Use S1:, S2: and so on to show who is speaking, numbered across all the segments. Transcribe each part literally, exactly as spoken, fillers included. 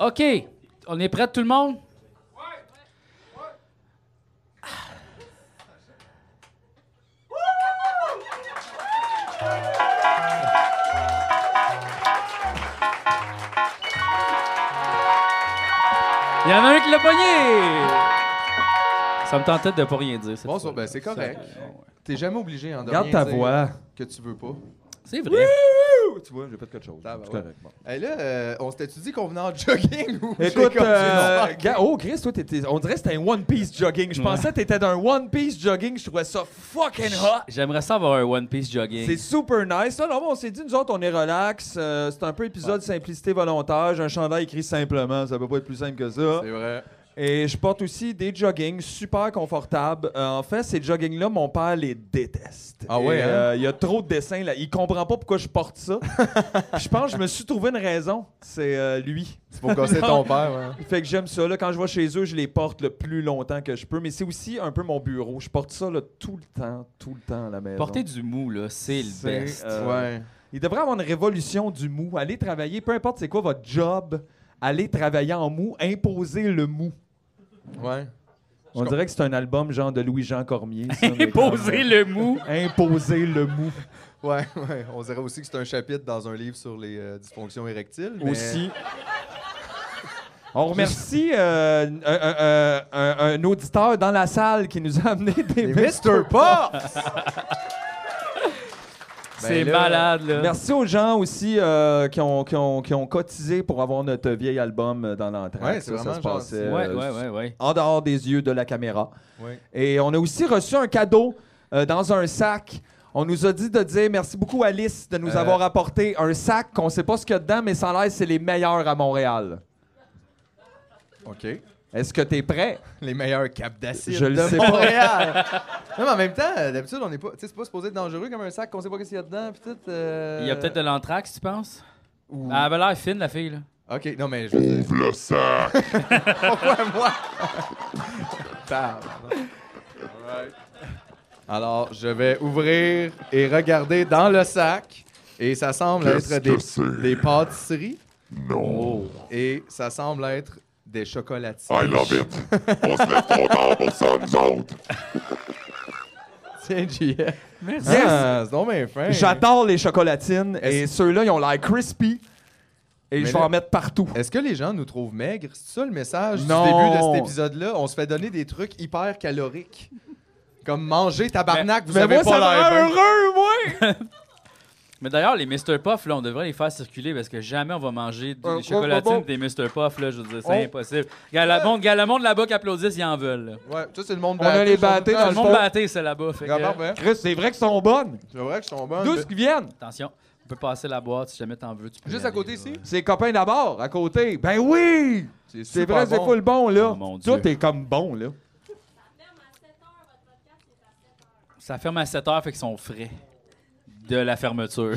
S1: OK. On est prêts, tout le monde? Il y en a un qui l'a pogné! Ça me tentait de pas rien dire.
S2: Bon, ben c'est correct. T'es jamais obligé hein, de
S3: Garde
S2: rien
S3: ta
S2: dire
S3: voix.
S2: que tu veux pas.
S1: C'est vrai.
S3: Tu vois, j'ai fait quelque chose.
S2: Ah, bah,
S3: C'est
S2: ouais.
S3: correct. Bon.
S2: Hey, là, euh, on s'était-tu dit qu'on venait en jogging ou j'ai
S3: Écoute,
S2: comme-
S3: euh,
S2: j'ai
S3: gars- oh Chris, toi, t'étais- on dirait que c'était un One Piece jogging. Je
S1: Ouais.
S3: pensais que t'étais d'un One Piece jogging. Je trouvais ça fucking hot.
S1: J'aimerais ça avoir un One Piece jogging.
S3: C'est super nice. Là, non, on s'est dit, nous autres, on est relax. Euh, c'est un peu épisode simplicité volontaire. J'ai un chandail écrit simplement. Ça peut pas être plus simple que ça.
S2: C'est vrai.
S3: Et je porte aussi des joggings super confortables. Euh, en fait, ces joggings-là, mon père les déteste.
S2: Ah ouais,
S3: Et,
S2: hein?
S3: euh, il y a trop de dessins, là. Il comprend pas pourquoi je porte ça. Puis je pense que je me suis trouvé une raison. C'est euh, lui.
S2: C'est pour casser ton père, ouais.
S3: Fait que j'aime ça. Là, quand je vais chez eux, je les porte le plus longtemps que je peux. Mais c'est aussi un peu mon bureau. Je porte ça là, tout le temps, tout le temps à la maison.
S1: Porter du mou, là, c'est le
S3: C'est,
S1: best.
S3: euh,
S2: Ouais.
S3: Il devrait avoir une révolution du mou. Allez travailler, peu importe c'est quoi votre job, allez travailler en mou, imposer le mou.
S2: Ouais.
S3: On dirait que c'est un album genre de Louis-Jean Cormier. ça, mais
S1: Imposer
S3: comme,
S1: le mou.
S3: euh, Imposer le mou.
S2: Ouais, ouais. On dirait aussi que c'est un chapitre dans un livre sur les euh, dysfonctions érectiles. Mais...
S3: Aussi. On remercie euh, un, un- un- un auditeur dans la salle qui nous a amené des
S2: Les mister Pop!
S1: C'est
S2: Ben là,
S1: malade, là.
S3: Merci aux gens aussi euh, qui, ont, qui, ont, qui ont cotisé pour avoir notre vieil album euh, dans l'entrée.
S2: Ouais, c'est
S3: ça, ça
S2: vraiment
S3: se passait
S1: Ouais,
S3: euh,
S1: ouais, ouais, ouais.
S3: en dehors des yeux de la caméra.
S2: Ouais.
S3: Et on a aussi reçu un cadeau euh, dans un sac. On nous a dit de dire merci beaucoup Alice de nous
S2: Euh.
S3: avoir apporté un sac qu'on sait pas ce qu'il y a dedans, mais ça a l'air c'est les meilleurs à Montréal.
S2: OK.
S3: Est-ce que tu es prêt?
S2: Les meilleurs caps d'acide
S3: Je le
S2: de
S3: sais pas.
S2: Montréal. Non, mais en même temps, euh, d'habitude, on n'est pas... Tu sais, c'est pas supposé être dangereux comme un sac qu'on sait pas qu'est-ce qu'il y a dedans, pis tout. euh,
S1: Il y a peut-être de l'anthrax, tu penses?
S2: ou-
S1: Elle avait l'air fine, la fille, là.
S2: OK, non, mais je veux dire...
S4: Ouvre le sac.
S2: Pourquoi moi? Tabarnak. Alors, je vais ouvrir et regarder dans le sac. Et ça semble
S4: Qu'est-ce
S2: être
S4: que
S2: des,
S4: c'est?
S2: des pâtisseries.
S4: Non.
S2: Et ça semble être des chocolatines.
S4: I love it. On se lève trop tard pour ça, nous autres.
S2: Tiens, J F.
S1: Merci.
S2: Ah, c'est donc bien fin.
S3: J'adore les chocolatines
S2: Est-ce-
S3: et ceux-là, ils ont l'air crispy. Et
S2: Mais
S3: je vais
S2: là-
S3: en mettre partout.
S2: Est-ce que les gens nous trouvent maigres? C'est ça le message
S3: Non.
S2: du début de cet épisode-là? On se fait donner des trucs hyper caloriques. Comme manger tabarnak, vous
S3: Mais
S2: avez
S3: moi, ça
S2: pas
S3: me
S2: l'air
S3: rend
S2: bien.
S3: heureux, moi!
S1: Mais d'ailleurs, les mister Puff, là, on devrait les faire circuler parce que jamais on va manger des
S3: Euh,
S1: chocolatines
S3: bon, bon.
S1: des mister Puff, là. Je veux dire, c'est
S3: On-
S1: impossible. Regarde, la- bon, regarde, le monde là-bas qui applaudissent, ils en veulent, là.
S2: Ouais, ça, c'est le monde
S3: On a les
S2: battés,
S3: battés
S2: ils sont
S3: dans
S1: Tout
S3: le
S1: le monde
S3: fond.
S1: batté, c'est là-bas. Fait que,
S2: tout le temps- Ah,
S1: euh,
S2: parfait.
S3: Chris, c'est vrai qu'ils sont bonnes.
S2: C'est vrai qu'ils sont bonnes.
S3: D'où
S2: mais-
S3: ce qu'ils viennent?
S1: attention, on peut passer la boîte si jamais t'en veux. Tu peux
S2: Juste
S1: y
S2: à côté
S1: aller,
S2: ici?
S1: là.
S3: C'est copains d'abord, à côté. Ben oui! C'est
S2: super
S3: vrai, c'est
S2: bon.
S3: full bon, là.
S1: Oh, mon Dieu.
S3: Toi, t'es comme bon, là.
S1: Ça ferme à sept heures, fait qu'ils sont frais de la fermeture.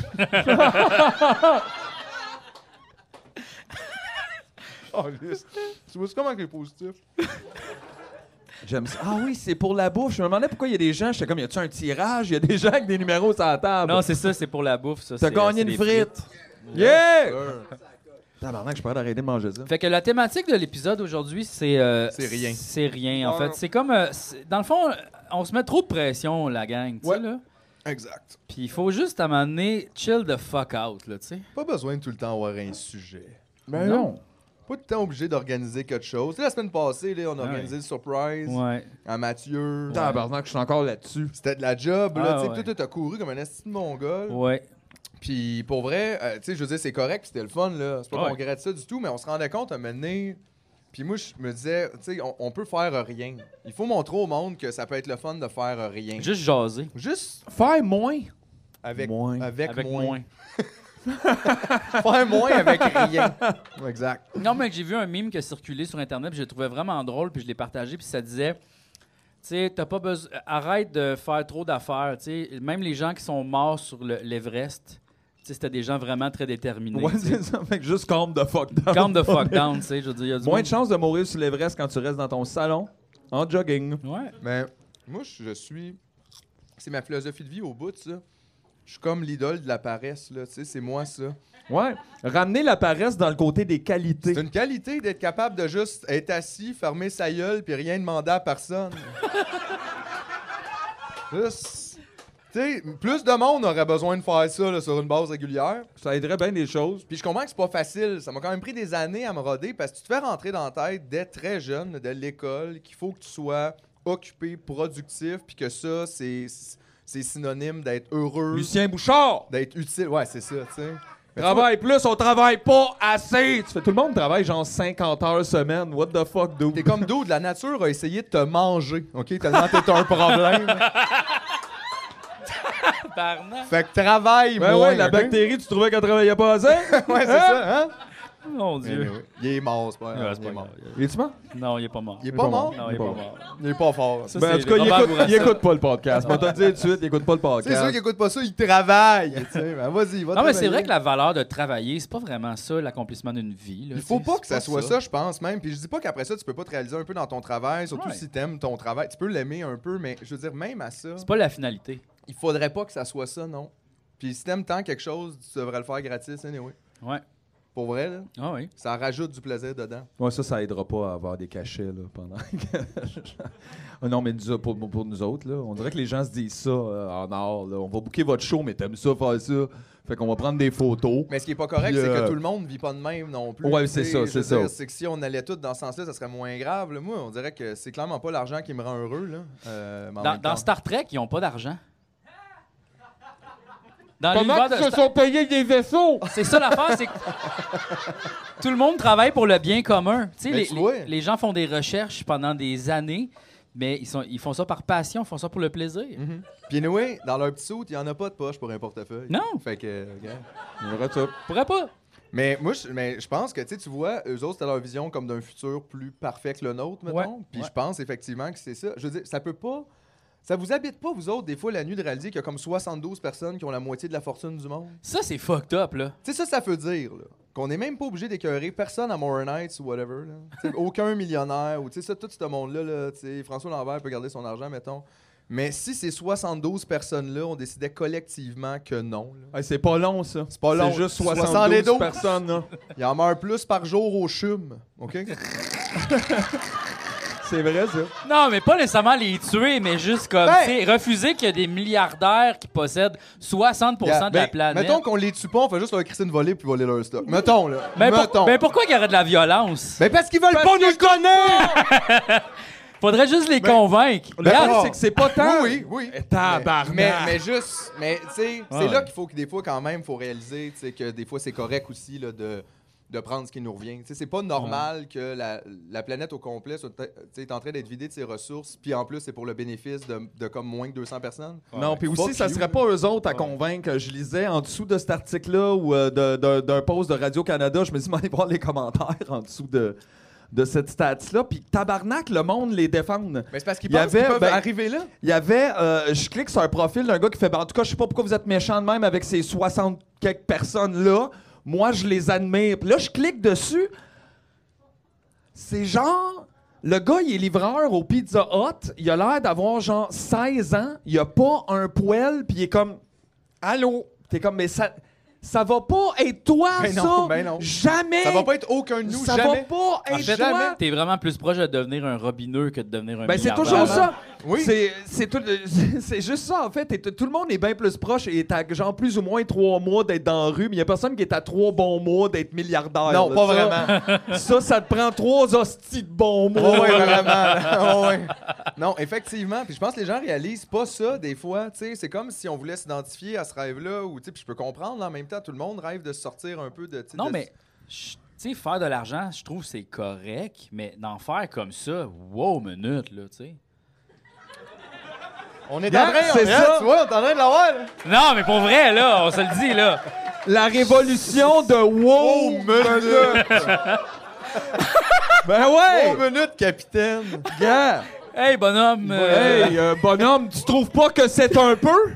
S2: Oh, lisse. Tu vois, c'est comment que les positifs?
S3: J'aime ça. Ah oui, c'est pour la bouffe. Je me demandais pourquoi il y a des gens, j'étais comme, y a-tu un tirage? Il y a des gens avec des numéros sur la table.
S1: Non, c'est ça, c'est pour la bouffe, ça.
S3: T'as
S1: c'est-
S3: gagné
S1: c'est
S3: une
S1: des
S3: frite.
S2: Yes,
S3: Yeah!
S2: sir.
S3: Tabarnak, je peux pas d'arrêter de manger ça.
S1: Fait que la thématique de l'épisode aujourd'hui, c'est... euh,
S2: C'est rien.
S1: C'est rien, en
S3: Ouais.
S1: fait. C'est comme... euh, c'est- dans le fond, on se met trop de pression, la gang, tu sais,
S2: Ouais.
S1: là.
S2: Exact.
S1: Puis il faut juste, à un moment donné, chill the fuck out, là, tu sais.
S2: Pas besoin de tout le temps avoir un sujet.
S3: Ben
S1: Non.
S3: non.
S2: Pas tout le temps obligé d'organiser quelque chose. Tu sais, la semaine passée, là, on a
S1: Ah
S2: organisé
S1: ouais.
S2: le surprise
S1: Ouais.
S2: à Mathieu.
S3: Tabarnak, je suis encore là-dessus.
S2: C'était de la job, là.
S1: Ah,
S2: tu sais,
S1: ouais.
S2: puis toi, t'as couru comme un esti de mongol.
S1: Ouais.
S2: Puis pour vrai, euh, tu sais, je veux dire, c'est correct, puis c'était le fun, là. C'est pas
S1: Ouais.
S2: qu'on regrette ça du tout, mais on se rendait compte à un moment donné. Puis moi, je me disais, tu sais, on, on peut faire rien. Il faut montrer au monde que ça peut être le fun de faire rien.
S1: Juste jaser.
S2: Juste
S3: Faire moins.
S2: avec,
S3: Moins.
S2: avec,
S1: Avec
S2: moins.
S1: moins.
S2: Faire moins avec rien. Exact.
S1: Non, mais j'ai vu un meme qui a circulé sur Internet, puis je le trouvais vraiment drôle, puis je l'ai partagé, puis ça disait, tu sais, t'as pas besoin, arrête de faire trop d'affaires, tu sais, même les gens qui sont morts sur le- l'Everest, tu sais, c'était des gens vraiment très déterminés.
S3: Ouais,
S1: tu sais.
S3: c'est ça. Fait que juste calm the fuck down.
S1: Calm the fuck down, tu sais, je veux dire, il y a du
S3: Moins
S1: monde-
S3: de chances de mourir sur l'Everest quand tu restes dans ton salon en jogging.
S1: Ouais.
S2: Mais moi, je je suis. C'est ma philosophie de vie au bout, ça. Je suis comme l'idole de la paresse, là. Tu sais, c'est moi, ça.
S3: Ouais. Ramener la paresse dans le côté des qualités.
S2: C'est une qualité d'être capable de juste être assis, fermer sa gueule, puis rien demander à personne. Juste, tu sais, plus de monde aurait besoin de faire ça là, sur une base régulière.
S3: Ça aiderait bien des choses.
S2: Puis je comprends que c'est pas facile. Ça m'a quand même pris des années à me roder parce que tu te fais rentrer dans la tête dès très jeune, dès l'école, qu'il faut que tu sois occupé, productif, puis que ça, c'est, c'est synonyme d'être heureux,
S3: Lucien Bouchard!
S2: d'être utile. Ouais, c'est ça, tu sais. Mais tu
S3: Travaille plus, on travaille pas assez! Tu fais, tout le monde travaille genre cinquante heures semaine. What the fuck, dude?
S2: T'es comme d'où la nature a essayé de te manger, OK? Tellement t'es un problème.
S1: Barnac.
S2: Fait que travaille
S3: Ben
S2: moins,
S3: ouais, la
S2: OK?
S3: bactérie, tu trouvais qu'elle travaillait pas assez?
S2: Ouais, c'est ça, hein?
S1: Mon Dieu.
S2: Anyway, il est mort, c'est pas
S1: Ouais,
S2: grave.
S1: c'est
S2: il est
S1: pas
S2: mort.
S1: grave.
S3: Il est-tu mort?
S1: Non, il est pas mort.
S2: Il est pas mort?
S1: Non, il est pas mort.
S2: Il est pas fort.
S1: Ça,
S3: Ben, en
S1: c'est
S3: tout cas, il
S1: Robert
S3: écoute,
S1: Bourassa.
S3: il écoute pas le podcast. Moi, t'as dit tout de suite, il écoute pas le
S2: C'est sûr
S3: podcast.
S2: qu'il écoute pas ça, il travaille. Tu sais, ben vas-y, va
S1: Non, mais c'est
S2: travailler.
S1: vrai que la valeur de travailler, c'est pas vraiment ça, l'accomplissement d'une vie. Là,
S2: Il faut
S1: tu sais,
S2: pas
S1: c'est
S2: que ça soit ça, je pense même. Puis je dis pas qu'après ça, tu peux pas te réaliser un peu dans ton travail, surtout
S1: Ouais.
S2: si t'aimes ton travail. Tu peux l'aimer un peu, mais je veux dire, même à ça,
S1: C'est pas la finalité.
S2: il faudrait pas que ça soit ça, non. Puis si t'aimes tant quelque chose, tu devrais le faire gratis, anyway.
S1: Ouais.
S2: Pour vrai, là,
S1: Ah oui.
S2: ça rajoute du plaisir dedans.
S3: Ouais, ça, ça aidera pas à avoir des cachets là, pendant que... Ah non, mais nous, pour, pour nous autres, là, on dirait que les gens se disent ça euh, en art. Là. On va booker votre show, mais t'aimes ça faire ça. Fait qu'on va prendre des photos.
S2: Mais ce qui est pas correct,
S3: Puis,
S2: c'est
S3: euh,
S2: que tout le monde vit pas de même non plus.
S3: Ouais,
S2: Tu
S3: c'est
S2: sais,
S3: ça,
S2: je
S3: c'est
S2: veux
S3: ça.
S2: dire, C'est que si on allait tous dans ce sens-là, ça serait moins grave. Là. Moi, on dirait que c'est clairement pas l'argent qui me rend heureux. Là. Euh, mais en
S1: Dans,
S2: même
S1: dans
S2: temps-
S1: Star Trek, ils ont pas d'argent. Dans
S3: Comment
S1: l'univers
S3: ils
S1: de
S3: se
S1: Star-
S3: sont payés des vaisseaux?
S1: C'est ça l'affaire, c'est que tout le monde travaille pour le bien commun. Tu sais,
S2: Mais
S1: les,
S2: tu
S1: les-
S2: vois.
S1: les gens font des recherches pendant des années, mais ils, sont, ils font ça par passion, ils font ça pour le plaisir.
S2: Mhm. Puis anyway, dans leur petit soute, il y en a pas de poche pour un portefeuille.
S1: Non.
S2: Fait que, euh, regarde.
S3: Il y aura ça.
S1: Pourrait pas.
S2: Mais moi, je, mais je pense que tu sais, tu vois, eux autres, c'était leur vision comme d'un futur plus parfait que le nôtre, mettons.
S1: Ouais,
S2: Puis
S1: ouais.
S2: je pense effectivement que c'est ça. Je veux dire, ça peut pas. Ça vous habite pas, vous autres, des fois, la nuit de réaliser qu'il y a comme soixante-douze personnes qui ont la moitié de la fortune du monde?
S1: Ça, c'est fucked up, là.
S2: Tu sais, ça, ça veut dire là, qu'on n'est même pas obligé d'écœurer personne à Moore Nights ou whatever. Là. Tu sais, aucun millionnaire ou tu sais, ça, tout ce monde-là, là, tu sais, François Lambert peut garder son argent, mettons. Mais si ces soixante-douze personnes-là, on décidait collectivement que non, là,
S3: Hey, c'est pas long, ça.
S2: C'est pas long.
S3: C'est juste soixante-douze
S2: soixante-douze.
S3: personnes. Là.
S2: il en meurt plus par jour au chum. OK?
S3: C'est vrai, ça.
S1: Non, mais pas nécessairement les tuer, mais juste comme,
S2: Ben-
S1: tu sais, refuser qu'il y a des milliardaires qui possèdent soixante pour cent
S2: Yeah,
S1: de la
S2: ben,
S1: planète.
S2: Mettons qu'on les tue pas, on fait juste leur crisser une volée puis voler leur stock. Mettons, là.
S1: Ben, pour-
S2: mettons.
S1: ben, pourquoi il y aurait de la violence?
S2: Ben, parce qu'ils veulent
S3: Parce
S2: pas
S3: que
S2: nous connaître!
S1: Faudrait juste les
S2: Ben,
S1: convaincre.
S3: Le
S1: Regarde,
S3: pire, c'est que c'est pas tant.
S2: Oui, oui, oui.
S3: Eh, tabarnak.
S2: Mais, mais juste, mais tu sais, c'est
S1: Ouais.
S2: là qu'il faut que des fois, quand même, faut réaliser tu sais, que des fois, c'est correct aussi là, de, de prendre ce qui nous revient. Tu sais, c'est pas normal que la, la planète au complet soit tu sais, est en train d'être vidée de ses ressources, puis en plus, c'est pour le bénéfice de, de comme moins que deux cents personnes.
S3: Non, puis aussi,
S2: Fuck
S3: ça
S2: you.
S3: serait pas eux autres à
S2: Ouais.
S3: convaincre. Je lisais en dessous de cet article-là ou euh, de- de- d'un post de Radio-Canada, je me suis dit, aller voir les commentaires en dessous de, de cette stats-là. Puis tabarnak, le monde les défende.
S2: Mais c'est parce qu'ils
S3: Il y
S2: pensent qu'ils
S3: avait,
S2: peuvent
S3: ben,
S2: arriver là.
S3: Il y avait, euh, je clique sur un profil d'un gars qui fait, ben, en tout cas, je sais pas pourquoi vous êtes méchant de même avec ces soixante quelques personnes-là. Moi, je les admire. Puis là, je clique dessus. C'est genre, le gars, il est livreur au Pizza Hut. Il a l'air d'avoir genre seize ans. Il a pas un poêle. Puis il est comme, allô. T'es comme, mais ça, ça va pas être toi,
S2: Ben
S3: ça.
S2: non, ben non.
S3: Jamais.
S2: Ça va pas être aucun de nous,
S3: Ça
S2: jamais.
S3: va pas
S1: en
S3: être
S1: fait,
S3: toi.
S1: t'es vraiment plus proche de devenir un robineux que de devenir un
S3: Ben, c'est
S1: milliardaire.
S3: toujours ça.
S2: Oui.
S3: C'est, c'est, tout, c'est juste ça, en fait. Et t- tout le monde est bien plus proche et est à genre plus ou moins trois mois d'être dans la rue, mais il y a personne qui est à trois bons mois d'être milliardaire.
S2: Non,
S3: là.
S2: pas
S3: Ça,
S2: vraiment.
S3: Ça, ça te prend trois hosties de bons
S2: Oh,
S3: mois.
S2: ouais, vraiment. Oh, ouais. Non, effectivement. Puis je pense que les gens réalisent pas ça des fois. Tu sais, c'est comme si on voulait s'identifier à ce rêve-là. Ou tu sais, puis je peux comprendre. là, en même temps, tout le monde rêve de sortir un peu de. tu sais,
S1: Non,
S2: de-
S1: mais, je- tu sais, faire de l'argent, je trouve que c'est correct, mais d'en faire comme ça, wow, minute, là, tu sais.
S2: On est
S3: Yeah,
S2: en train,
S3: c'est
S2: on-
S3: ça.
S2: Tu vois, on est en train de l'avoir. là.
S1: Non, mais pour vrai, là, on se le dit, là.
S3: La révolution de wow, minute. Ben ouais.
S2: Trois minutes, capitaine.
S3: Gars.
S1: Hey, bonhomme. euh,
S3: Hey, euh, bonhomme, tu trouves pas que c'est un peu?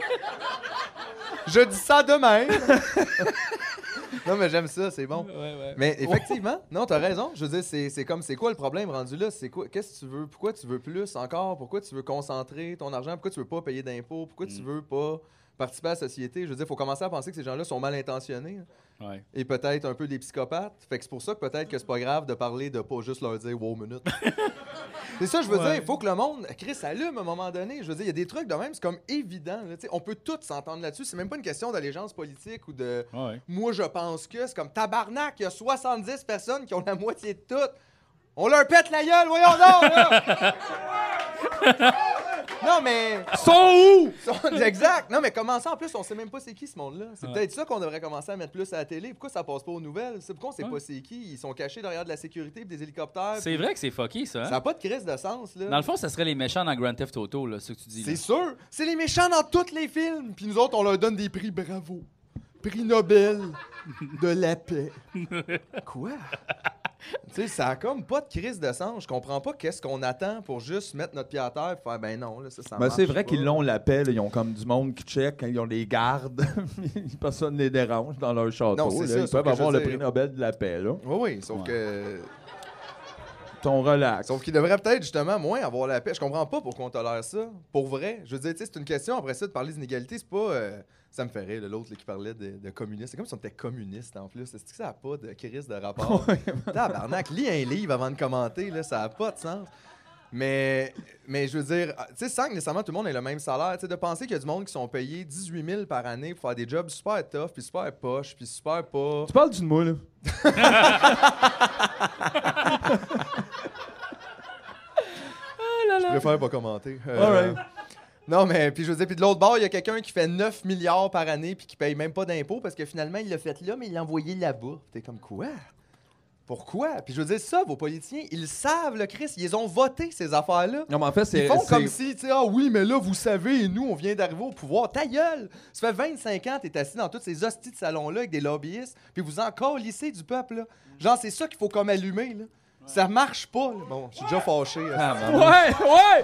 S2: Je dis ça de même. Non, mais j'aime ça, c'est bon.
S1: Ouais, ouais.
S2: Mais effectivement, non, t'as raison. Je veux dire, c'est, c'est comme, c'est quoi le problème rendu là? C'est quoi? Qu'est-ce que tu veux? Pourquoi tu veux plus encore? Pourquoi tu veux concentrer ton argent? Pourquoi tu veux pas payer d'impôts? Pourquoi tu veux pas participer à la société. Je veux dire, il faut commencer à penser que ces gens-là sont mal intentionnés. Hein,
S1: Ouais.
S2: et peut-être un peu des psychopathes. Fait que c'est pour ça que peut-être que c'est pas grave de parler de pas juste leur dire « wow, minute ». C'est ça, je veux
S1: Ouais.
S2: dire, il faut que le monde... Chris, allume à un moment donné. Je veux dire, il y a des trucs de même, c'est comme évident. Là, on peut tous s'entendre là-dessus. C'est même pas une question d'allégeance politique ou de...
S1: Ouais.
S2: Moi, je pense que... C'est comme tabarnak, il y a soixante-dix personnes qui ont la moitié de toutes. On leur pète la gueule, voyons donc, là! Non, mais...
S3: Sont où?
S2: Exact. Non, mais comment ça, en plus, on sait même pas c'est qui ce monde-là. C'est
S1: Ouais.
S2: peut-être ça qu'on devrait commencer à mettre plus à la télé. Pourquoi ça passe pas aux nouvelles? C'est pourquoi on sait
S1: Ouais.
S2: pas c'est qui? Ils sont cachés derrière de la sécurité et des hélicoptères.
S1: C'est vrai que c'est fucké, ça. Hein?
S2: Ça n'a pas de crise de sens, là.
S1: Dans le fond, ça serait les méchants dans Grand Theft Auto, là, ce que tu dis.
S2: C'est
S1: là.
S2: sûr. C'est les méchants dans tous les films. Puis nous autres, on leur donne des prix bravo. Prix Nobel de la paix. Quoi? Tu sais, ça a comme pas de crise de sens. Je comprends pas qu'est-ce qu'on attend pour juste mettre notre pied à terre et faire ben non, là, ça, ça
S3: Ben,
S2: marche
S3: c'est vrai
S2: pas.
S3: qu'ils l'ont l'appel, ils ont comme du monde qui check, ils ont des gardes, personne ne les dérange dans leur château.
S2: Non, c'est
S3: là.
S2: ça,
S3: Ils
S2: sauf
S3: peuvent
S2: que je
S3: avoir
S2: veux
S3: le
S2: dire-
S3: prix Nobel de la paix, là.
S2: Oui, oui, sauf
S1: Ouais.
S2: que...
S3: Ton relax.
S2: Sauf qu'ils devraient peut-être justement moins avoir la paix. Je comprends pas pourquoi on tolère ça. Pour vrai. Je veux dire, tu sais, c'est une question après ça de parler d'inégalité. C'est pas. euh, Ça me fait rire, là, l'autre là, qui parlait de, de communiste. C'est comme si on était communiste en plus. Est-ce que ça n'a pas de crise de rapport? Tabarnak, lis un livre avant de commenter, là, ça n'a pas de sens. Mais, mais je veux dire, tu sais, sans que nécessairement tout le monde ait le même salaire, tu sais, de penser qu'il y a du monde qui sont payés dix-huit mille par année pour faire des jobs super tough, puis super poche, puis super pas.
S3: Tu parles du de moi, là.
S2: Je préfère pas commenter. Euh,
S3: Alright.
S2: Non, mais puis je veux dire, puis de l'autre bord, il y a quelqu'un qui fait neuf milliards par année puis qui paye même pas d'impôts parce que finalement, il l'a fait là, mais il l'a envoyé là-bas. T'es comme quoi? Pourquoi? Puis je veux dire, ça, vos politiciens, ils savent, le Christ, ils ont voté ces affaires-là.
S3: Non, mais en fait, c'est.
S2: Ils font
S3: c'est-
S2: comme si, tu sais, ah oui, mais là, vous savez, et nous, on vient d'arriver au pouvoir. Ta gueule! Ça fait vingt-cinq ans que t'es assis dans tous ces hosties de salons-là avec des lobbyistes, puis vous encore lycée du peuple, là. Genre, c'est ça qu'il faut comme allumer, là. Ça marche pas, là. Bon, je suis déjà fâché. là.
S1: Ah, ben,
S3: Ouais, ouais!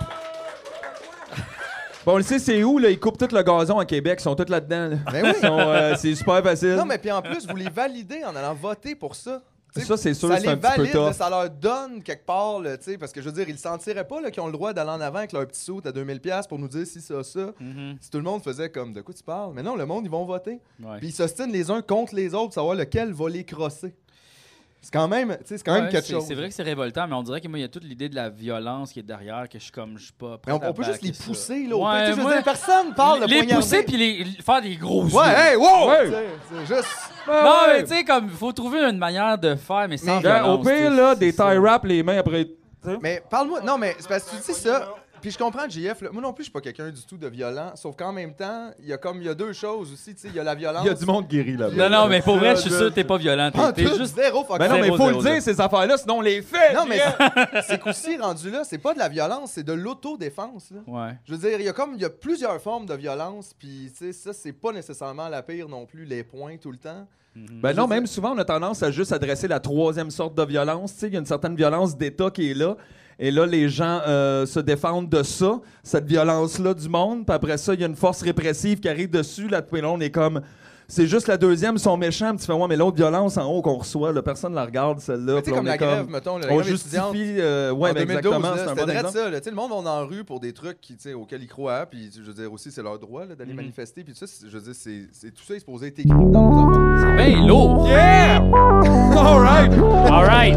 S3: Bon, on le sait, c'est où, là? Ils coupent tout le gazon à Québec, ils sont tous là-dedans, là.
S2: Ben oui.
S3: Ils sont, euh, c'est super facile.
S2: Non, mais puis en plus, vous les validez en allant voter pour ça. T'sais,
S3: Ça, c'est sûr,
S2: ça
S3: c'est
S2: les
S3: un petit peu
S2: valide, là,
S3: tough.
S2: ça leur donne quelque part, là, t'sais, parce que je veux dire, ils ne sentiraient pas là, qu'ils ont le droit d'aller en avant avec leur petit saut à deux mille dollars pour nous dire si ça, ça.
S1: Mhm.
S2: Si tout le monde faisait comme de quoi tu parles. Mais non, le monde, ils vont voter.
S1: Ouais.
S2: Puis ils s'ostinent les uns contre les autres pour savoir lequel va les crosser. C'est quand même, tu sais, c'est quand même
S1: Ouais,
S2: quelque
S1: c'est-
S2: chose.
S1: C'est vrai que c'est révoltant, mais on dirait que moi, il y a toute l'idée de la violence qui est derrière, que je suis comme, je suis pas
S2: Mais on,
S1: prêt à
S2: on peut juste les
S1: backer ça.
S2: pousser, là. au
S1: Ouais,
S2: pire, tu sais, je veux
S1: moi,
S2: dire, personne parle de
S1: les
S2: poignarder.
S1: pousser puis les faire des gros yeux.
S2: Ouais, hey, wow!
S3: Ouais.
S2: T'sais, C'est juste.
S1: Non, mais tu sais, comme, il faut trouver une manière de faire, mais sans
S2: Mais-
S3: Gars,
S1: violence.
S3: au pire,
S1: tu sais,
S3: là,
S1: c'est
S3: des
S1: ça.
S3: tie wraps, les mains après.
S2: Mais parle-moi. Non, mais c'est parce que tu dis ça. Puis je comprends, J F. Là, moi non plus, je suis pas quelqu'un du tout de violent. Sauf qu'en même temps, il y a comme il y a deux choses aussi. Tu sais, il y a la violence.
S3: Il y a du monde guéri là-bas.
S1: Non, non, mais pour vrai, je suis
S2: Je-
S1: sûr que t'es pas violent. T'es-
S2: Ah,
S1: T'es
S2: tout,
S1: juste.
S2: zéro fuck
S3: Ben non, mais
S1: zéro,
S3: faut
S1: zéro,
S3: le dire,
S1: zéro.
S3: ces affaires-là, sinon on les fait.
S2: Non, mais
S3: Jeff.
S2: c'est qu'aussi rendu là, c'est pas de la violence, c'est de l'autodéfense. Là.
S1: Ouais.
S2: Je veux dire, il y a comme il y a plusieurs formes de violence, puis tu sais, ça c'est pas nécessairement la pire non plus, les points tout le temps.
S3: Ben non, même souvent, on a tendance à juste adresser la troisième sorte de violence. Tu sais, il y a une certaine violence d'État qui est là. Et là, les gens euh, se défendent de ça, cette violence-là du monde. Puis après ça, il y a une force répressive qui arrive dessus. Là, puis là, on est comme... C'est juste la deuxième, ils sont méchants. Puis tu fais, ouais, mais l'autre violence en haut qu'on reçoit, là, personne ne la regarde, celle-là.
S2: Mais tu sais,
S3: Puis on
S2: comme
S3: est
S2: la grève, mettons, là, la
S3: on
S2: grève étudiante.
S3: justifie... euh, ouais,
S2: en
S3: mais
S2: deux mille douze,
S3: exactement,
S2: là,
S3: c'est un
S2: c'était
S3: bon
S2: vrai de
S3: exemple.
S2: ça. Là. Tu sais, le monde va dans la rue pour des trucs qui, tu sais, auxquels ils croient, puis je veux dire aussi, c'est leur droit là, d'aller
S1: Mhm.
S2: manifester. Puis tout ça, c'est- je veux dire, c'est, c'est, tout ça est supposé être écrit dans nos affaires.
S1: C'est bien lourd.
S3: Yeah! All right!
S5: All right.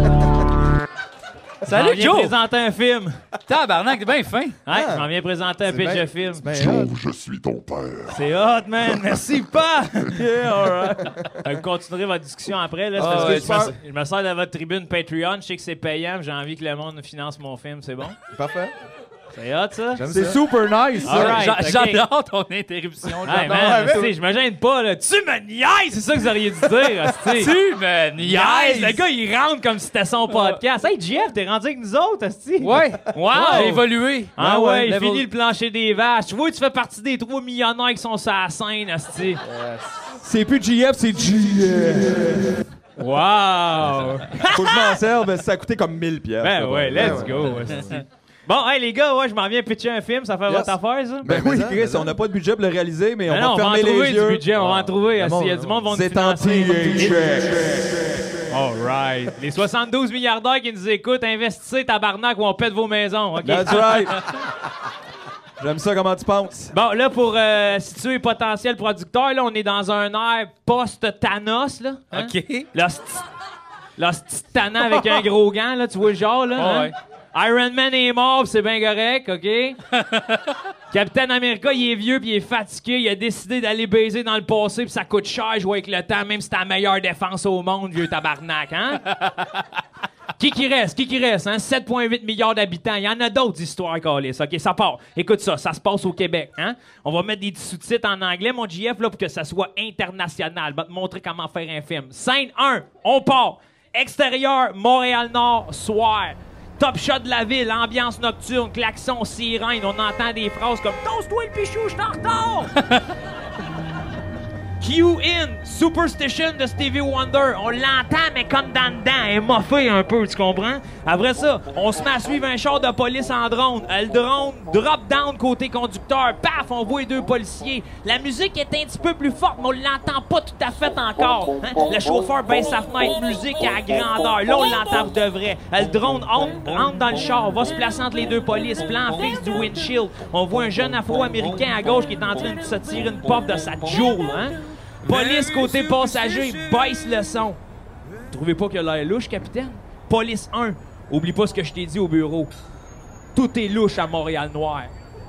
S1: Salut,
S5: Je m'en viens
S1: Joe.
S5: présenter un film.
S1: Tabarnak, t'es bien fin.
S5: Ouais,
S2: Ah.
S5: je m'en viens présenter un
S2: C'est
S5: pitch
S2: bien-
S5: de film.
S2: c'est bien
S4: Joe,
S2: hot.
S4: je suis ton père.
S5: C'est hot, man. Merci, pas. Yeah, all right. Euh, Vous continuerez votre discussion après. Là, c'est
S1: Ah,
S5: parce
S1: ouais,
S5: que je, me,
S3: super.
S5: je me sers de votre tribune Patreon. Je sais que c'est payant. J'ai envie que le monde finance mon film. C'est bon?
S2: Parfait.
S5: C'est hot, ça?
S2: J'aime
S3: C'est
S2: ça.
S3: super nice, ça.
S5: All right.
S1: J'a-
S5: ok.
S1: J'adore ton interruption.
S5: Hey,
S1: j'adore.
S5: man,
S2: ouais,
S5: tu sais, je me gêne pas, là. Tu me niaises! C'est ça que vous auriez dû dire, hostie.
S1: Tu me
S5: Niaise!
S1: niaises.
S5: Le gars, il rentre comme si c'était son podcast. Hey, Jeff, t'es rendu avec nous autres, hostie?
S1: Ouais.
S5: Wow!
S1: J'ai évolué.
S5: Ah
S1: Ouais,
S5: ouais, il
S1: level-
S5: finit le plancher des vaches. Tu vois, tu fais partie des trois millionnaires qui sont sur la scène, hostie.
S3: C'est plus G F, c'est G F.
S5: Wow!
S3: Faut que je m'en serve, mais ça a coûté comme mille pièces.
S5: Ben ouais, let's
S2: ouais.
S5: go, hostie. Bon, hey les gars, ouais, je m'en viens pitcher un film, ça fait
S2: Yes.
S5: votre affaire, ça?
S3: Ben
S2: Ben,
S3: oui,
S2: mais ça,
S3: Chris,
S2: mais ça.
S3: on n'a pas de budget pour le réaliser, mais on
S5: Ben
S3: va
S5: non, on va en
S3: fermer les
S5: trouver du
S3: yeux.
S5: budget, on va en trouver.
S2: Ah,
S5: hostie. Il y a
S2: bon,
S5: du monde qui vont nous
S3: C'est
S5: financer.
S3: anti-check.
S5: All right. Les soixante-douze milliardaires qui nous écoutent, investissez, tabarnak, ou on pète vos maisons. OK?
S3: That's right. J'aime ça, comment tu penses?
S5: Bon, là, pour euh, situer potentiel producteur, là, on est dans un air post-Thanos, là. Hein?
S1: OK.
S5: Là, c'est... Là, c'est tannant avec un gros gant, là, tu vois le genre, là.
S1: Oh,
S5: hein?
S1: ouais.
S5: Iron Man est mort, pis c'est bien correct, OK? Captain America, il est vieux puis il est fatigué. Il a décidé d'aller baiser dans le passé puis ça coûte cher jouer avec le temps, même si t'as la meilleure défense au monde, vieux tabarnak, hein? Qui qui reste? Qui qui reste? Hein? sept virgule huit milliards d'habitants. Il y en a d'autres histoires, Calis. OK, ça part. Écoute ça, ça se passe au Québec. Hein? On va mettre des petits sous-titres en anglais, mon J F, là, pour que ça soit international. Je vais te montrer comment faire un film. Scène un, on part. Extérieur, Montréal-Nord, soir. Top shot de la ville, ambiance nocturne, klaxon, sirène. On entend des phrases comme « Toast-toi le pichou, je suis en retard! » Q in, Superstition de Stevie Wonder. On l'entend, mais comme dans le dent. Elle est moffée un peu, tu comprends? Après ça, on se met à suivre un char de police en drone. Le drone drop down côté conducteur. Paf, on voit les deux policiers. La musique est un petit peu plus forte, mais on l'entend pas tout à fait encore. Hein? Le chauffeur baisse sa fenêtre, musique à grandeur. Là, on l'entend pour de vrai. Le drone rentre dans le char, va se placer entre les deux polices. Plan fixe du windshield. On voit un jeune afro-américain à gauche qui est en train de se tirer une pop de sa joule, hein? Police côté passager, baisse le son. Trouvez pas qu'il a l'air louche, capitaine? Police un, oublie pas ce que je t'ai dit au bureau. Tout est louche à Montréal-Noir.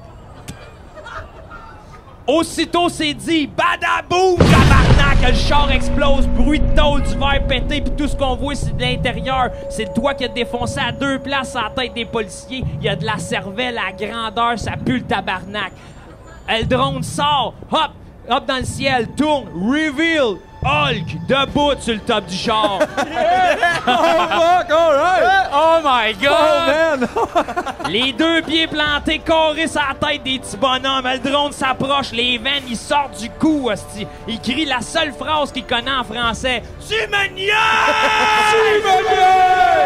S5: Aussitôt c'est dit, badaboum, tabarnak, le char explose, bruit de tôle, du verre pété, puis tout ce qu'on voit c'est de l'intérieur. C'est le toit qui a défoncé à deux places à la tête des policiers. Il y a de la cervelle à grandeur, ça pue le tabarnak. Le drone sort, hop! Hop dans le ciel, tourne, reveal, Hulk, debout sur le top du char.
S3: Oh fuck, alright!
S1: Oh my God!
S3: Oh man!
S5: Les deux pieds plantés, carrés sur la tête des petits bonhommes. Le drone s'approche, les veines, ils sortent du cou, hostie. Il crie la seule phrase qu'il connaît en français. « Tu me niaises! Tu me niaises! »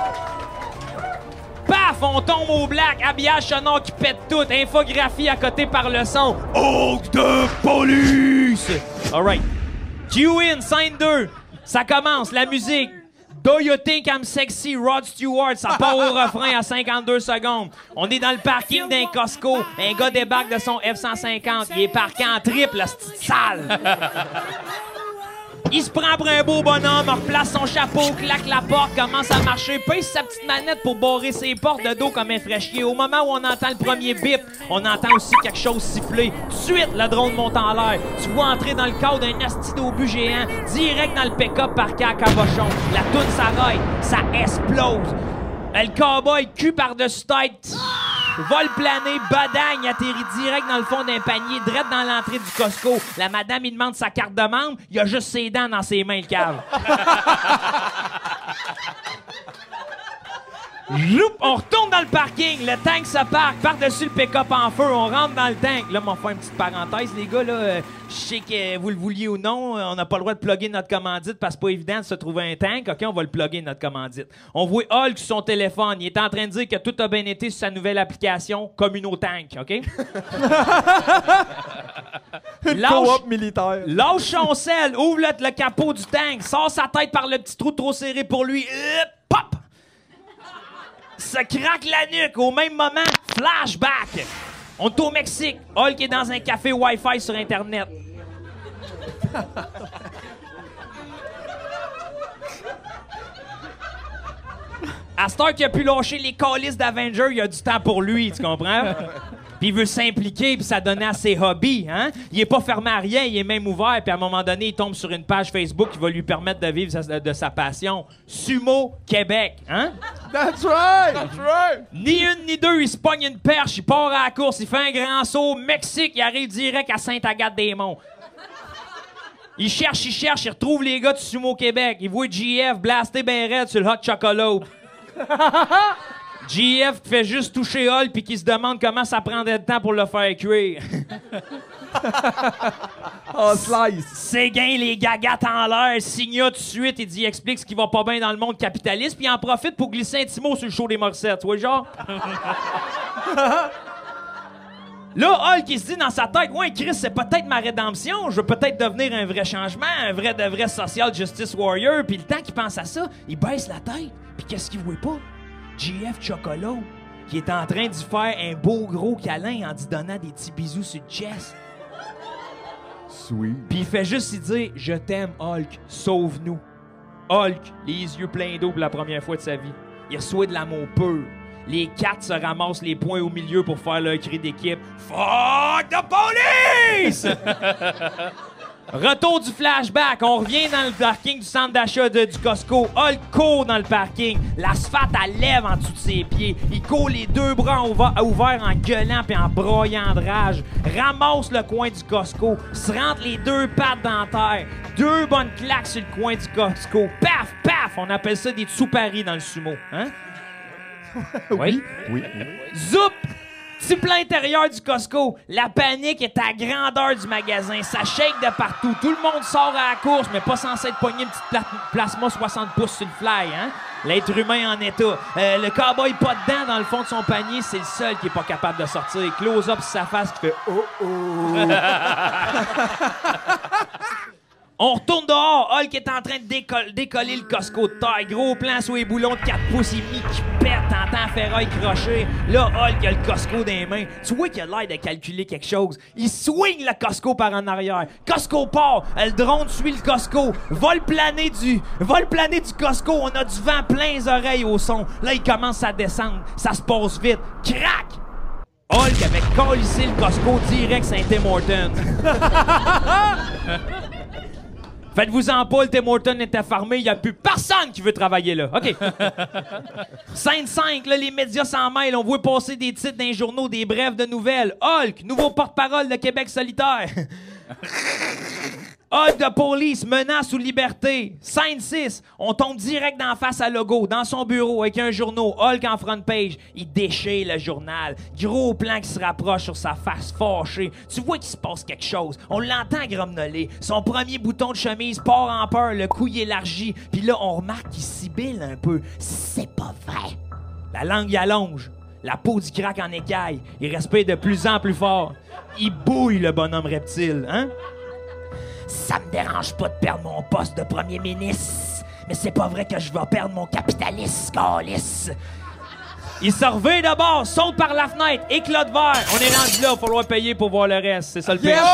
S5: Paf, on tombe au black, habillage sonore qui pète tout, infographie à côté par le son. Hulk de police! Alright. Q in, scène deux. Ça commence, la musique. Do you think I'm sexy, Rod Stewart? Ça part au refrain à cinquante-deux secondes. On est dans le parking d'un Costco. Un gars débarque de son F cent cinquante. Il est parqué en triple, la petite salle. Il se prend pour un beau bonhomme, replace son chapeau, claque la porte, commence à marcher, pèse sa petite manette pour barrer ses portes de dos comme un fraîchier. Au moment où on entend le premier bip, on entend aussi quelque chose siffler. Tout de suite, le drone monte en l'air. Tu vois entrer dans le cadre d'un asti d'obus géant, direct dans le pick-up parqué à cabochon. La toune s'arrête, ça explose. Le cowboy, cul par-dessus tête, vol plané, badagne, atterrit direct dans le fond d'un panier, direct dans l'entrée du Costco. La madame, il demande sa carte de membre, il a juste ses dents dans ses mains, le cave. Joup, on retourne dans le parking, le tank se parque, par-dessus le pick-up en feu, on rentre dans le tank. Là, on va faire une petite parenthèse, les gars, là, euh, je sais que vous le vouliez ou non, on n'a pas le droit de plugger notre commandite parce que c'est pas évident de se trouver un tank. OK, on va le plugger, notre commandite. On voit Hulk sur son téléphone, il est en train de dire que tout a bien été sur sa nouvelle application Communo-Tank, OK?
S3: Une coop militaire.
S5: Lâche son sel, ouvre le, le capot du tank, sort sa tête par le petit trou trop serré pour lui, euh, pop! Se craque la nuque. Au même moment, flashback. On est au Mexique. Hulk est dans un café Wi-Fi sur Internet. À cette heure qu'il a pu lâcher les calices d'Avengers, il y a du temps pour lui, tu comprends? Puis il veut s'impliquer, puis ça donnait à ses hobbies, hein? Il est pas fermé à rien, il est même ouvert, puis à un moment donné, il tombe sur une page Facebook qui va lui permettre de vivre sa, de sa passion. Sumo Québec, hein?
S3: That's right! That's right!
S5: Ni une ni deux, il se pogne une perche, il part à la course, il fait un grand saut. Mexique, il arrive direct à Sainte-Agathe-des-Monts. Il cherche, il cherche, il retrouve les gars de Sumo Québec. Il voit G F blasté ben raide sur le hot chocolate. G F qui fait juste toucher Hulk puis qui se demande comment ça prendrait de temps pour le faire cuire.
S3: Oh, slice!
S5: Séguin les gagates en l'air, signa tout de suite, il dit, il explique ce qui va pas bien dans le monde capitaliste, puis il en profite pour glisser un petit mot sur le show des Morcettes, tu vois, genre? Là, Hulk, il se dit dans sa tête, ouais, Chris, c'est peut-être ma rédemption, je veux peut-être devenir un vrai changement, un vrai de vrai social justice warrior, puis le temps qu'il pense à ça, il baisse la tête, puis qu'est-ce qu'il voit pas? G F Chocolat. qui est en train d'y faire un beau gros câlin en lui donnant des petits bisous sur le chest.
S3: Sweet.
S5: Puis il fait juste y dire « Je t'aime, Hulk, sauve-nous ». Hulk, les yeux pleins d'eau pour la première fois de sa vie. Il reçoit de l'amour pur. Les quatre se ramassent les poings au milieu pour faire leur cri d'équipe « Fuck the police! » Retour du flashback, on revient dans le parking du centre d'achat de- du Costco. Hulk court dans le parking. L'asphalte, elle lève en dessous de ses pieds. Il court les deux bras ouver- ouverts en gueulant puis en broyant de rage. Ramasse le coin du Costco. Se rentre les deux pattes dans la terre. Deux bonnes claques sur le coin du Costco. Paf, paf! On appelle ça des tsuparis dans le sumo. Hein? Oui?
S3: Oui.
S5: Zoup! Petit plein intérieur du Costco. La panique est à grandeur du magasin. Ça shake de partout. Tout le monde sort à la course, mais pas censé être pogné une petite pla- plasma soixante pouces sur le fly, hein? L'être humain en état. Euh, le cowboy pas dedans dans le fond de son panier, c'est le seul qui est pas capable de sortir. Close-up sur sa face qui fait « Oh oh! » On retourne dehors. Hulk est en train de déco- décoller le Costco de taille. Gros plan sur les boulons de quatre pouces. Il est mis qui pète. T'entends ferraille crocher. Là, Hulk a le Costco dans les mains. Tu vois qu'il a l'air de calculer quelque chose. Il swing le Costco par en arrière. Costco part. Le drone suit le Costco. Va le planer du, va le planer du Costco. On a du vent plein les oreilles au son. Là, il commence à descendre. Ça se passe vite. Crac! Hulk avait collissé le Costco direct sur un Tim Hortons. Faites-vous-en pas, le Tim Hortons était fermé, il n'y a plus personne qui veut travailler là. OK. Scène cinq, là, les médias s'en mêlent, on voit passer des titres dans les journaux, des brèves de nouvelles. Hulk, nouveau porte-parole de Québec solitaire. Hulk de police, menace ou liberté. Scène six, on tombe direct d'en face à Logo, dans son bureau, avec un journal. Hulk en front page, il déchire le journal. Gros plan qui se rapproche sur sa face fâchée. Tu vois qu'il se passe quelque chose. On l'entend grommeler. Son premier bouton de chemise part en peur, le cou y élargi. Puis là, on remarque qu'il sibille un peu. C'est pas vrai. La langue y allonge. La peau du crack en écaille. Il respire de plus en plus fort. Il bouille, le bonhomme reptile, hein? Ça me dérange pas de perdre mon poste de premier ministre, mais c'est pas vrai que je vais perdre mon capitalisme, calice. Il se revient de bord, saute par la fenêtre, éclat de verre. On est rendu là, il va falloir payer pour voir le reste. C'est ça le pire.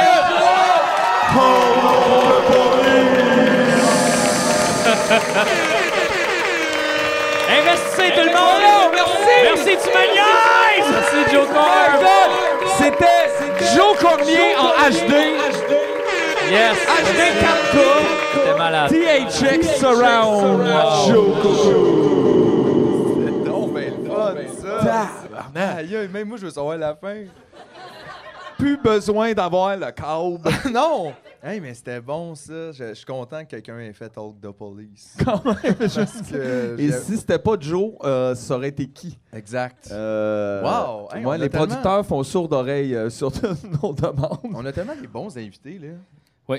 S5: Investissez tout le monde! Merci! Merci, tu me niaises!
S1: Merci, Joe Cormier!
S3: C'était Joe Cormier en H D.
S1: Yes!
S3: H D quatre K.
S1: C'était malade.
S3: T H X Surround. Joe Coco.
S2: C'est donc ben le fun, ça. Aïe, aïe, même moi, je veux savoir la fin.
S3: Plus besoin d'avoir le câble.
S2: Non! Hey, mais c'était bon, ça. Je je suis content que quelqu'un ait fait Hulk the Police.
S3: Quand même, je
S2: Parce que
S3: Et
S2: j'ai-
S3: si c'était pas Joe, euh, ça aurait été qui?
S2: Exact.
S3: Euh,
S2: Wow! Hey,
S3: moi,
S2: on a
S3: les
S2: tellement-
S3: producteurs font sourd d'oreille euh, sur toutes nos demandes.
S2: On a tellement des bons invités, là.
S1: Oui.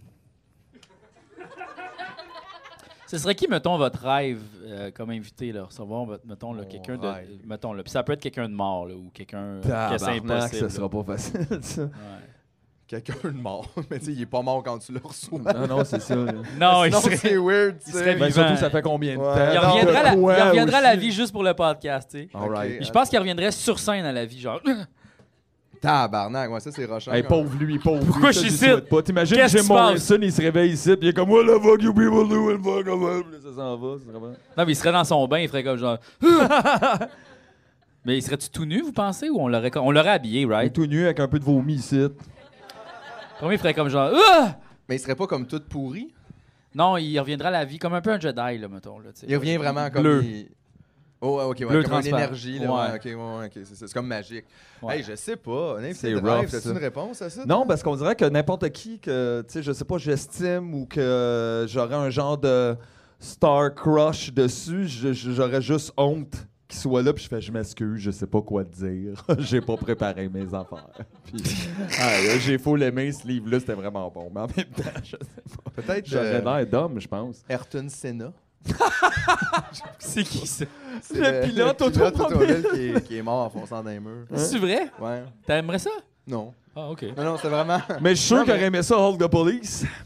S1: Ce serait qui, mettons, votre rêve euh, comme invité, là? Recevoir, mettons, là,
S2: Mon
S1: quelqu'un de.
S2: rêve.
S1: Mettons, là. Puis ça peut être quelqu'un de mort, là, ou quelqu'un que c'est
S3: Tabarnak,
S1: impossible.
S3: ça
S1: là.
S3: sera pas facile, ça.
S1: Ouais.
S2: Quelqu'un de mort. Mais tu sais, il est pas mort quand tu le reçois.
S3: Non, non, c'est ça. là.
S1: Non, il
S2: Sinon,
S1: serait.
S2: c'est weird, tu
S1: il
S2: sais.
S1: serait
S3: Ben,
S1: vivant.
S3: surtout, ça fait combien de
S2: Ouais.
S3: temps?
S1: Il
S2: Non,
S1: reviendra, à la,
S3: Ouais,
S1: il reviendra à la
S3: aussi.
S1: vie juste pour le podcast, tu sais.
S3: All right.
S2: Ok.
S1: Puis je pense qu'il reviendrait sur scène à la vie, genre.
S2: Tabarnak, ouais, ça, c'est rochant.
S3: Hey, pauvre lui, pauvre
S1: Pourquoi
S3: lui.
S1: je
S3: ça,
S1: suis
S3: j'y souhaite
S1: ici?
S3: pas. T'imagines
S1: Qu'est-ce
S3: Jim
S1: qui se passe?
S3: Morrison, il se réveille ici, puis il est comme, what the fuck you people doing, fuck off. Puis là, ça s'en va, c'est vraiment...
S1: Non, mais il serait dans son bain, il ferait comme genre. Mais il serait-tu tout nu, vous pensez, ou on l'aurait, on l'aurait habillé,
S3: Il est
S1: right?
S3: tout nu avec un peu de vomi ici.
S1: Comment il ferait comme genre. Ah!
S2: Mais il serait pas comme tout pourri.
S1: Non, il reviendra à la vie comme un peu un Jedi, là, mettons. Là, tu sais.
S2: Il revient vraiment comme.
S1: Bleu.
S2: il- Oh, ouais, ok, ouais,
S1: Bleu
S2: comme une
S1: transparent.
S2: énergie, là.
S1: Ouais.
S2: Ouais, ok, ouais, ouais, ok, c'est, c'est- c'est comme magique.
S1: Ouais.
S2: Hey, je sais pas. Un invité
S3: C'est
S2: de
S3: rough,
S2: rêve, t'as-tu
S3: ça.
S2: une réponse à ça?
S3: Non, parce qu'on dirait que n'importe qui que, tu sais, je sais pas, j'estime ou que j'aurais un genre de star crush dessus, je- je- j'aurais juste honte qu'il soit là, puis je fais, je m'excuse, je sais pas quoi te dire, j'ai pas préparé mes affaires. Puis, ah, là, j'ai faux l'aimer, ce livre-là, c'était vraiment bon, mais en même temps, je sais pas.
S2: Peut-être
S3: J'aurais
S2: euh,
S3: l'air d'homme, je pense.
S2: Ayrton Senna.
S1: C'est qui ça?
S2: C'est
S3: Le pilote
S2: le pilote
S3: automobile.
S2: automobile qui, est, qui est mort en fonçant dans les murs.
S1: C'est vrai?
S2: Ouais.
S1: T'aimerais ça?
S2: Non.
S1: Ah, OK.
S2: Non, non, c'est vraiment.
S3: Mais je suis sûr
S2: Non,
S3: qu'il
S2: mais-
S3: aurait aimé ça, Hulk the Police.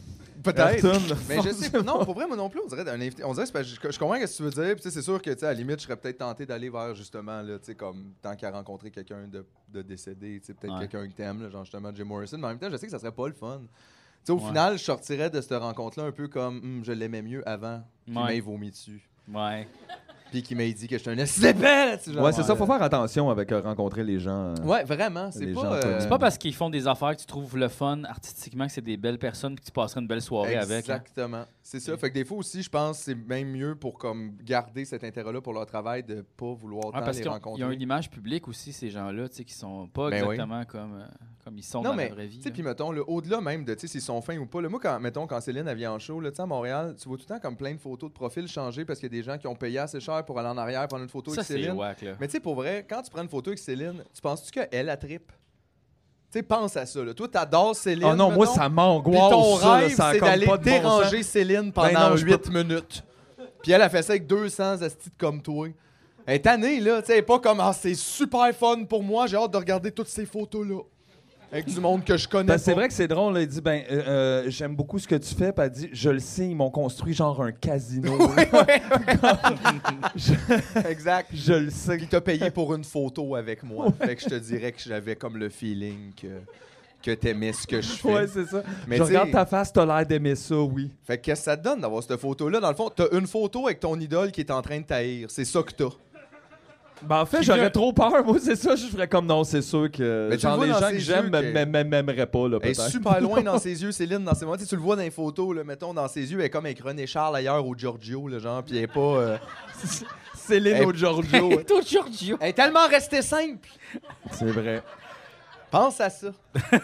S2: Peut-être.
S3: Cartoon.
S2: Mais je sais pas. Non, pour vrai, moi non plus, on dirait un invité. On dirait, c'est parce que je, je comprends ce que tu veux dire. Puis tu sais, c'est sûr que, tu sais, à la limite, je serais peut-être tenté d'aller vers, justement, là, tu sais, comme tant qu'à rencontrer quelqu'un de, de décédé, tu sais, peut-être
S1: Ouais.
S2: quelqu'un que t'aimes, là, genre justement Jim Morrison. Mais en même temps, je sais que ça serait pas le fun. Tu sais, au
S1: Ouais.
S2: final, je sortirais de cette rencontre-là un peu comme, Hum, je l'aimais mieux avant qu'il
S1: Ouais.
S2: m'ait vomi dessus.
S1: Ouais.
S2: Puis qu'il m'ait dit que j'étais un esti d'épais, tu sais, genre,
S3: Ouais, c'est ça, faut
S2: euh,
S3: faire attention avec euh, rencontrer les gens. euh.
S2: Ouais, vraiment. C'est
S3: Les gens
S2: pas.
S3: connus.
S2: euh,
S1: C'est pas parce qu'ils font des affaires que tu trouves le fun artistiquement que c'est des belles personnes et que tu passerais une belle soirée avec. hein.
S2: Exactement. C'est ça. Fait que des fois aussi, je pense que c'est même mieux pour comme garder cet intérêt-là pour leur travail de pas vouloir
S1: Ouais,
S2: tant
S1: parce
S2: les
S1: qu'ils ont,
S2: rencontrer.
S1: ils ont une image publique aussi, ces gens-là, tu sais, qui sont pas
S2: Ben oui.
S1: exactement comme, euh, comme ils sont
S2: Non,
S1: dans
S2: mais,
S1: la vraie vie.
S2: tu sais,
S1: là.
S2: puis mettons, là, au-delà même de, tu sais, s'ils sont fins ou pas, là, moi, quand, mettons, quand Céline, elle vient en show, là, tu sais, à Montréal, tu vois tout le temps comme plein de photos de profils changés parce qu'il y a des gens qui ont payé assez cher pour aller en arrière prendre une photo
S1: Ça,
S2: avec
S1: c'est
S2: Céline.
S1: wack, là.
S2: Mais tu sais, pour vrai, quand tu prends une photo avec Céline, tu penses-tu qu'elle, a trip? Tu sais, pense à ça, là. Toi, t'adores Céline,
S3: Oh non, moi,
S2: mettons,
S3: ça
S2: Puis
S3: m'angoisse.
S2: ton
S3: ça, là,
S2: rêve,
S3: ça a
S2: c'est
S3: comme
S2: d'aller
S3: pas de bon
S2: déranger
S3: sens.
S2: Céline
S3: Ben
S2: pendant
S3: non, je
S2: huit
S3: peux-
S2: minutes. Puis elle a fait ça avec deux cents astis comme toi. Elle est tannée, là. Tu sais, elle est pas comme ah, c'est super fun pour moi, j'ai hâte de regarder toutes ces photos-là. Avec du monde que je connais.
S3: Ben, c'est
S2: pas.
S3: vrai que c'est drôle, là, il dit ben euh, euh, j'aime beaucoup ce que tu fais, puis elle dit je le sais, ils m'ont construit genre un casino.
S2: Exact.
S3: Je le sais.
S2: Puis t'as payé pour une photo avec moi. Fait que je te dirais que j'avais comme le feeling que, que t'aimais ce que je fais.
S3: Ouais, c'est ça.
S2: Mais
S3: je
S2: tu sais-
S3: regarde ta face, t'as l'air d'aimer ça, oui.
S2: Fait que qu'est-ce que ça te donne d'avoir cette photo-là? Dans le fond, t'as une photo avec ton idole qui est en train de t'haïr. C'est ça que t'as.
S3: Ben, en fait,
S1: Qui
S3: j'aurais
S1: vient-
S3: trop peur. Moi, c'est ça. Je ferais comme non, c'est sûr que.
S2: Mais tu
S3: genre,
S2: le vois
S3: les
S2: dans
S3: gens
S2: ses
S3: que j'aime
S2: yeux que-
S3: m'aim- m'aim- m'aimeraient pas, là,
S2: Elle est
S3: peut-être.
S2: super loin dans ses yeux, Céline, dans ses moments. Tu sais, tu le vois dans les photos, là, mettons, dans ses yeux, elle est comme avec René Charles ailleurs au Giorgio, là, genre, puis elle est pas... euh,
S3: Céline
S2: Hey.
S3: au Giorgio.
S1: Toi, Giorgio.
S2: Elle est tellement restée simple!
S3: C'est vrai.
S2: Pense à ça.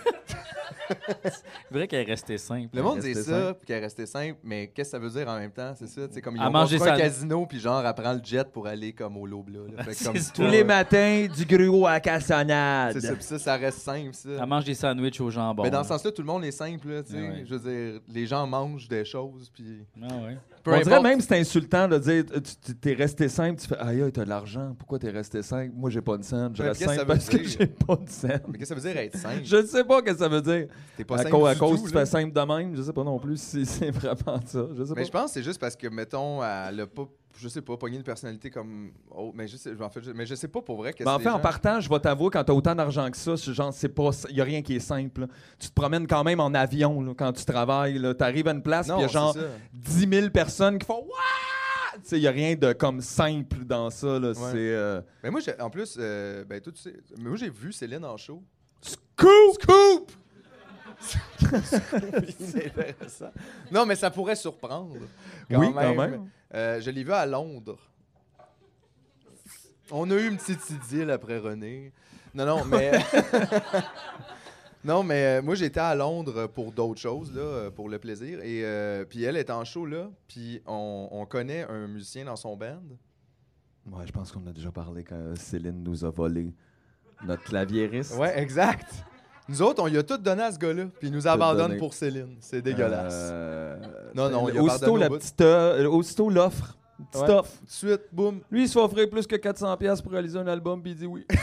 S1: C'est vrai qu'elle est restée simple.
S2: Le monde
S3: Elle est
S2: dit
S3: restée
S2: ça,
S3: simple.
S2: puis qu'elle est restée simple, mais qu'est-ce que ça veut dire en même temps, c'est ça? Tu sais, comme ils
S1: À
S2: ont
S1: manger
S2: construit un
S1: sa-
S2: casino, puis genre, elle prend le jet pour aller comme au Lobla. Là. Fait que
S1: C'est
S2: comme
S1: ça.
S3: Tous les matins, du gruau à cassonade.
S2: C'est ça, puis ça, ça reste simple, ça.
S1: Elle mange des sandwichs au jambon.
S2: Mais dans ce
S1: là.
S2: sens-là, tout le monde est simple, là, tu sais.
S1: Ouais, ouais.
S2: Je veux dire, les gens mangent des choses, puis...
S1: Ah ouais.
S2: Peu
S3: On dirait
S2: importe.
S3: même que c'est insultant de dire tu- tu t'es resté simple, tu fais aïe, aïe, t'as de l'argent, pourquoi t'es resté simple? Moi, j'ai pas de scène, je
S2: Mais
S3: reste
S2: qu'est-ce que
S3: simple
S2: ça veut
S3: parce que
S2: dire?
S3: j'ai pas de scène.
S2: Mais qu'est-ce que ça veut dire être simple?
S3: Je ne sais pas ce que ça veut dire.
S2: T'es pas
S3: À,
S2: simple
S3: cause, à
S2: du
S3: cause
S2: tout,
S3: tu
S2: là.
S3: fais simple de même, je sais pas non plus si c'est vraiment ça. Je sais
S2: Mais
S3: pas.
S2: je pense que c'est juste parce que, mettons, elle a pas, je sais pas, pogné une personnalité comme. Oh, mais je sais, en fait, je, mais je sais pas pour vrai que
S3: Ben, en
S2: c'est
S3: fait,
S2: des
S3: en
S2: gens-
S3: partant, je vais t'avouer, quand t'as autant d'argent que ça, c'est genre, c'est pas, il y a rien qui est simple. là. Tu te promènes quand même en avion là, quand tu travailles. Tu arrives à une place, puis
S2: Non,
S3: il y a
S2: c'est
S3: genre
S2: ça.
S3: dix mille personnes qui font Wouah! Tu sais, il y a rien de comme simple dans ça. Là. C'est. euh,
S2: Mais moi, j'ai- en plus, euh, ben, toi, tu sais, mais moi, j'ai vu Céline en show.
S3: Scoop!
S2: Scoop! C'est intéressant. Non, mais ça pourrait surprendre.
S3: Oui, quand même.
S2: Euh, je l'ai vu à Londres. On a eu une petite idylle après René. Non, non, mais. Non, mais euh, moi, j'étais à Londres pour d'autres choses, là, euh, pour le plaisir. Et euh, puis elle est en show, là. Puis on, on connaît un musicien dans son band.
S3: Ouais, je pense qu'on a déjà parlé quand Céline nous a volé notre claviériste.
S2: Ouais, exact. Nous autres, on lui a tout donné à ce gars-là. Puis il nous abandonne
S3: donné.
S2: pour Céline. C'est dégueulasse.
S3: Euh,
S2: Non, non, il a
S3: aussitôt,
S2: pardonné
S3: la
S2: au bout.
S3: petite, euh, aussitôt l'offre. Petite
S2: Ouais.
S3: offre.
S2: Tout de suite, boum.
S3: Lui, il se fait offrir plus que quatre cents dollars pour réaliser un album, puis il dit oui.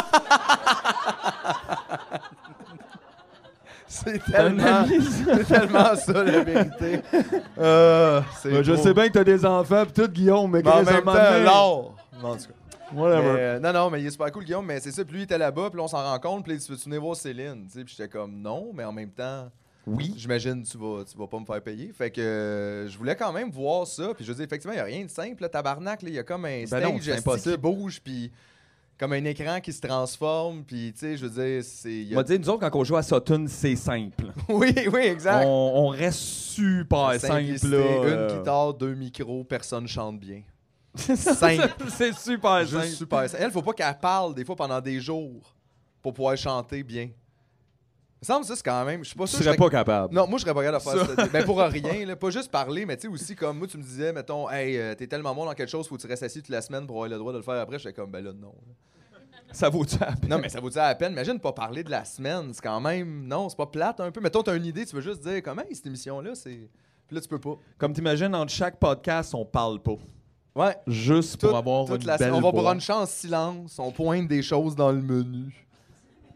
S2: C'est
S3: Un
S2: tellement,
S3: ami, ça.
S2: c'est tellement ça, la vérité. Euh, c'est
S3: Ouais, je
S2: beau.
S3: sais bien que t'as des enfants, pis tout, Guillaume, mais
S2: Mais en
S3: Chris, à un
S2: même temps,
S3: moment donné-
S2: l'or. En tout cas.
S3: Whatever.
S2: Mais, euh, non, non, mais il est super cool, Guillaume. Mais c'est ça. Puis lui, il était là-bas. Puis là, on s'en rencontre. Puis il dit, veux-tu venir voir Céline? Tu sais, puis j'étais comme, non. Mais en même temps,
S3: Oui.
S2: j'imagine tu vas, tu vas pas me faire payer. Fait que euh, je voulais quand même voir ça. Puis je veux dire, effectivement, il n'y a rien de simple. Là, tabarnak, là, il y a comme un
S3: Ben non,
S2: stage
S3: c'est
S2: esti,
S3: impossible.
S2: qui bouge. Puis comme un écran qui se transforme. Puis tu sais, je veux dire, c'est. il y
S3: On
S2: a-
S3: va dire, nous autres, quand on joue à Sutton, c'est simple.
S2: oui, oui, exact.
S3: On, on reste super simple,
S2: Simplicité,
S3: là.
S2: Une
S3: euh.
S2: guitare, deux micros, personne chante bien.
S3: C'est ça,
S2: Simple.
S3: c'est super
S2: Juste
S3: simple.
S2: super simple. Elle, faut pas qu'elle parle des fois pendant des jours pour pouvoir chanter bien. Il me semble que ça, c'est quand même. Je suis pas
S3: Je
S2: sûr. que
S3: serais
S2: je
S3: pas capable.
S2: Non, moi, je serais pas capable de faire
S3: Ça.
S2: ça. Mais pour rien, là, pas juste parler, mais tu sais, aussi comme moi, tu me disais, mettons, hey, euh, t'es tellement bon dans quelque chose, faut que tu restes assis toute la semaine pour avoir le droit de le faire après. J'étais comme, ben là, non.
S3: Ça vaut-tu la peine?
S2: Non, mais ça vaut-tu la peine? Imagine pas parler de la semaine. C'est quand même. Non, c'est pas plate un peu. Mettons, t'as une idée, tu veux juste dire, comment cette émission-là, c'est. Puis là, tu peux pas.
S3: Comme t'imagines, entre chaque podcast, on parle pas.
S2: Ouais.
S3: Juste pour
S2: Toute-
S3: avoir
S2: toute
S3: une
S2: la-
S3: belle
S2: On va
S3: voix.
S2: bruncher en silence, on pointe des choses dans le menu.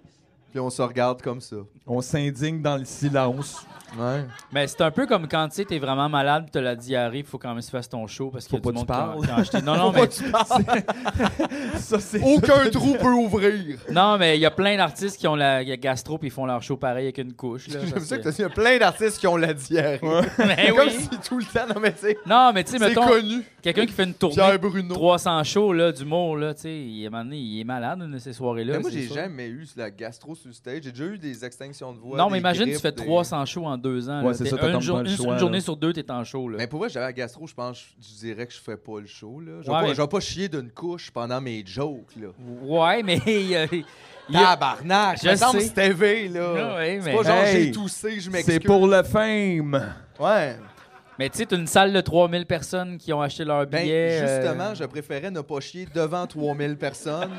S2: Puis on se regarde comme ça.
S3: On s'indigne dans le silence.
S2: Ouais.
S1: Mais c'est un peu comme quand tu sais, t'es vraiment malade pis t'as la diarrhée, il faut quand même se faire ton show parce qu'il y a
S3: Faut
S1: du
S3: pas
S1: monde
S3: que tu
S1: qui a- qui a acheté. Non, non,
S2: Faut
S1: mais,
S2: pas que tu parles.
S3: Ça, c'est
S2: Aucun trou peut ouvrir.
S1: non, mais il y a plein d'artistes qui ont la gastro pis ils font leur show pareil avec une couche. Là,
S2: J'aime
S1: parce
S2: ça que
S1: que-
S2: t'as dit, il y a plein d'artistes qui ont la diarrhée.
S1: Mais
S2: C'est comme
S1: oui.
S2: si tout le temps, non mais tu sais,
S1: Non, mais tu sais,
S2: c'est
S1: mettons,
S2: connu.
S1: quelqu'un qui fait une tournée
S2: Pierre Bruno.
S1: trois cents shows là, d'humour, là, tu sais, il, à un moment donné, il est malade une de ces soirées-là.
S2: Mais moi,
S1: c'est
S2: j'ai
S1: sûr.
S2: jamais eu la gastro sur le stage. J'ai déjà eu des extinctions de voix.
S1: Non,
S2: des
S1: mais imagine, tu
S2: grippes,
S1: fais
S2: des-
S1: trois cents shows en deux ans.
S3: Ouais,
S1: là.
S3: c'est
S1: T'es
S3: ça, t'as
S1: une,
S3: comme
S1: jour-
S3: pas le
S1: une-
S3: choix,
S1: une journée
S3: là.
S1: sur deux, t'es en show. Là.
S2: Mais pour vrai, j'avais la gastro, je pense, je dirais que je ferais pas le show. Là. Je vais
S1: Ouais,
S2: pas,
S1: mais-
S2: je vais pas chier d'une couche pendant mes jokes. Là.
S1: Ouais, mais il y a- il y a-
S2: Tabarnak!
S1: Je
S2: Je me semble
S1: sais.
S2: c'était élevé, là.
S1: Ah ouais,
S2: c'est
S1: mais-
S2: pas genre
S3: Hey,
S2: j'ai toussé, je m'excuse.
S3: C'est pour le fame.
S2: Ouais.
S1: Mais tu sais, t'as une salle de trois mille personnes qui ont acheté leur
S2: Ben,
S1: billet. euh,
S2: justement, je préférais ne pas chier devant trois mille personnes.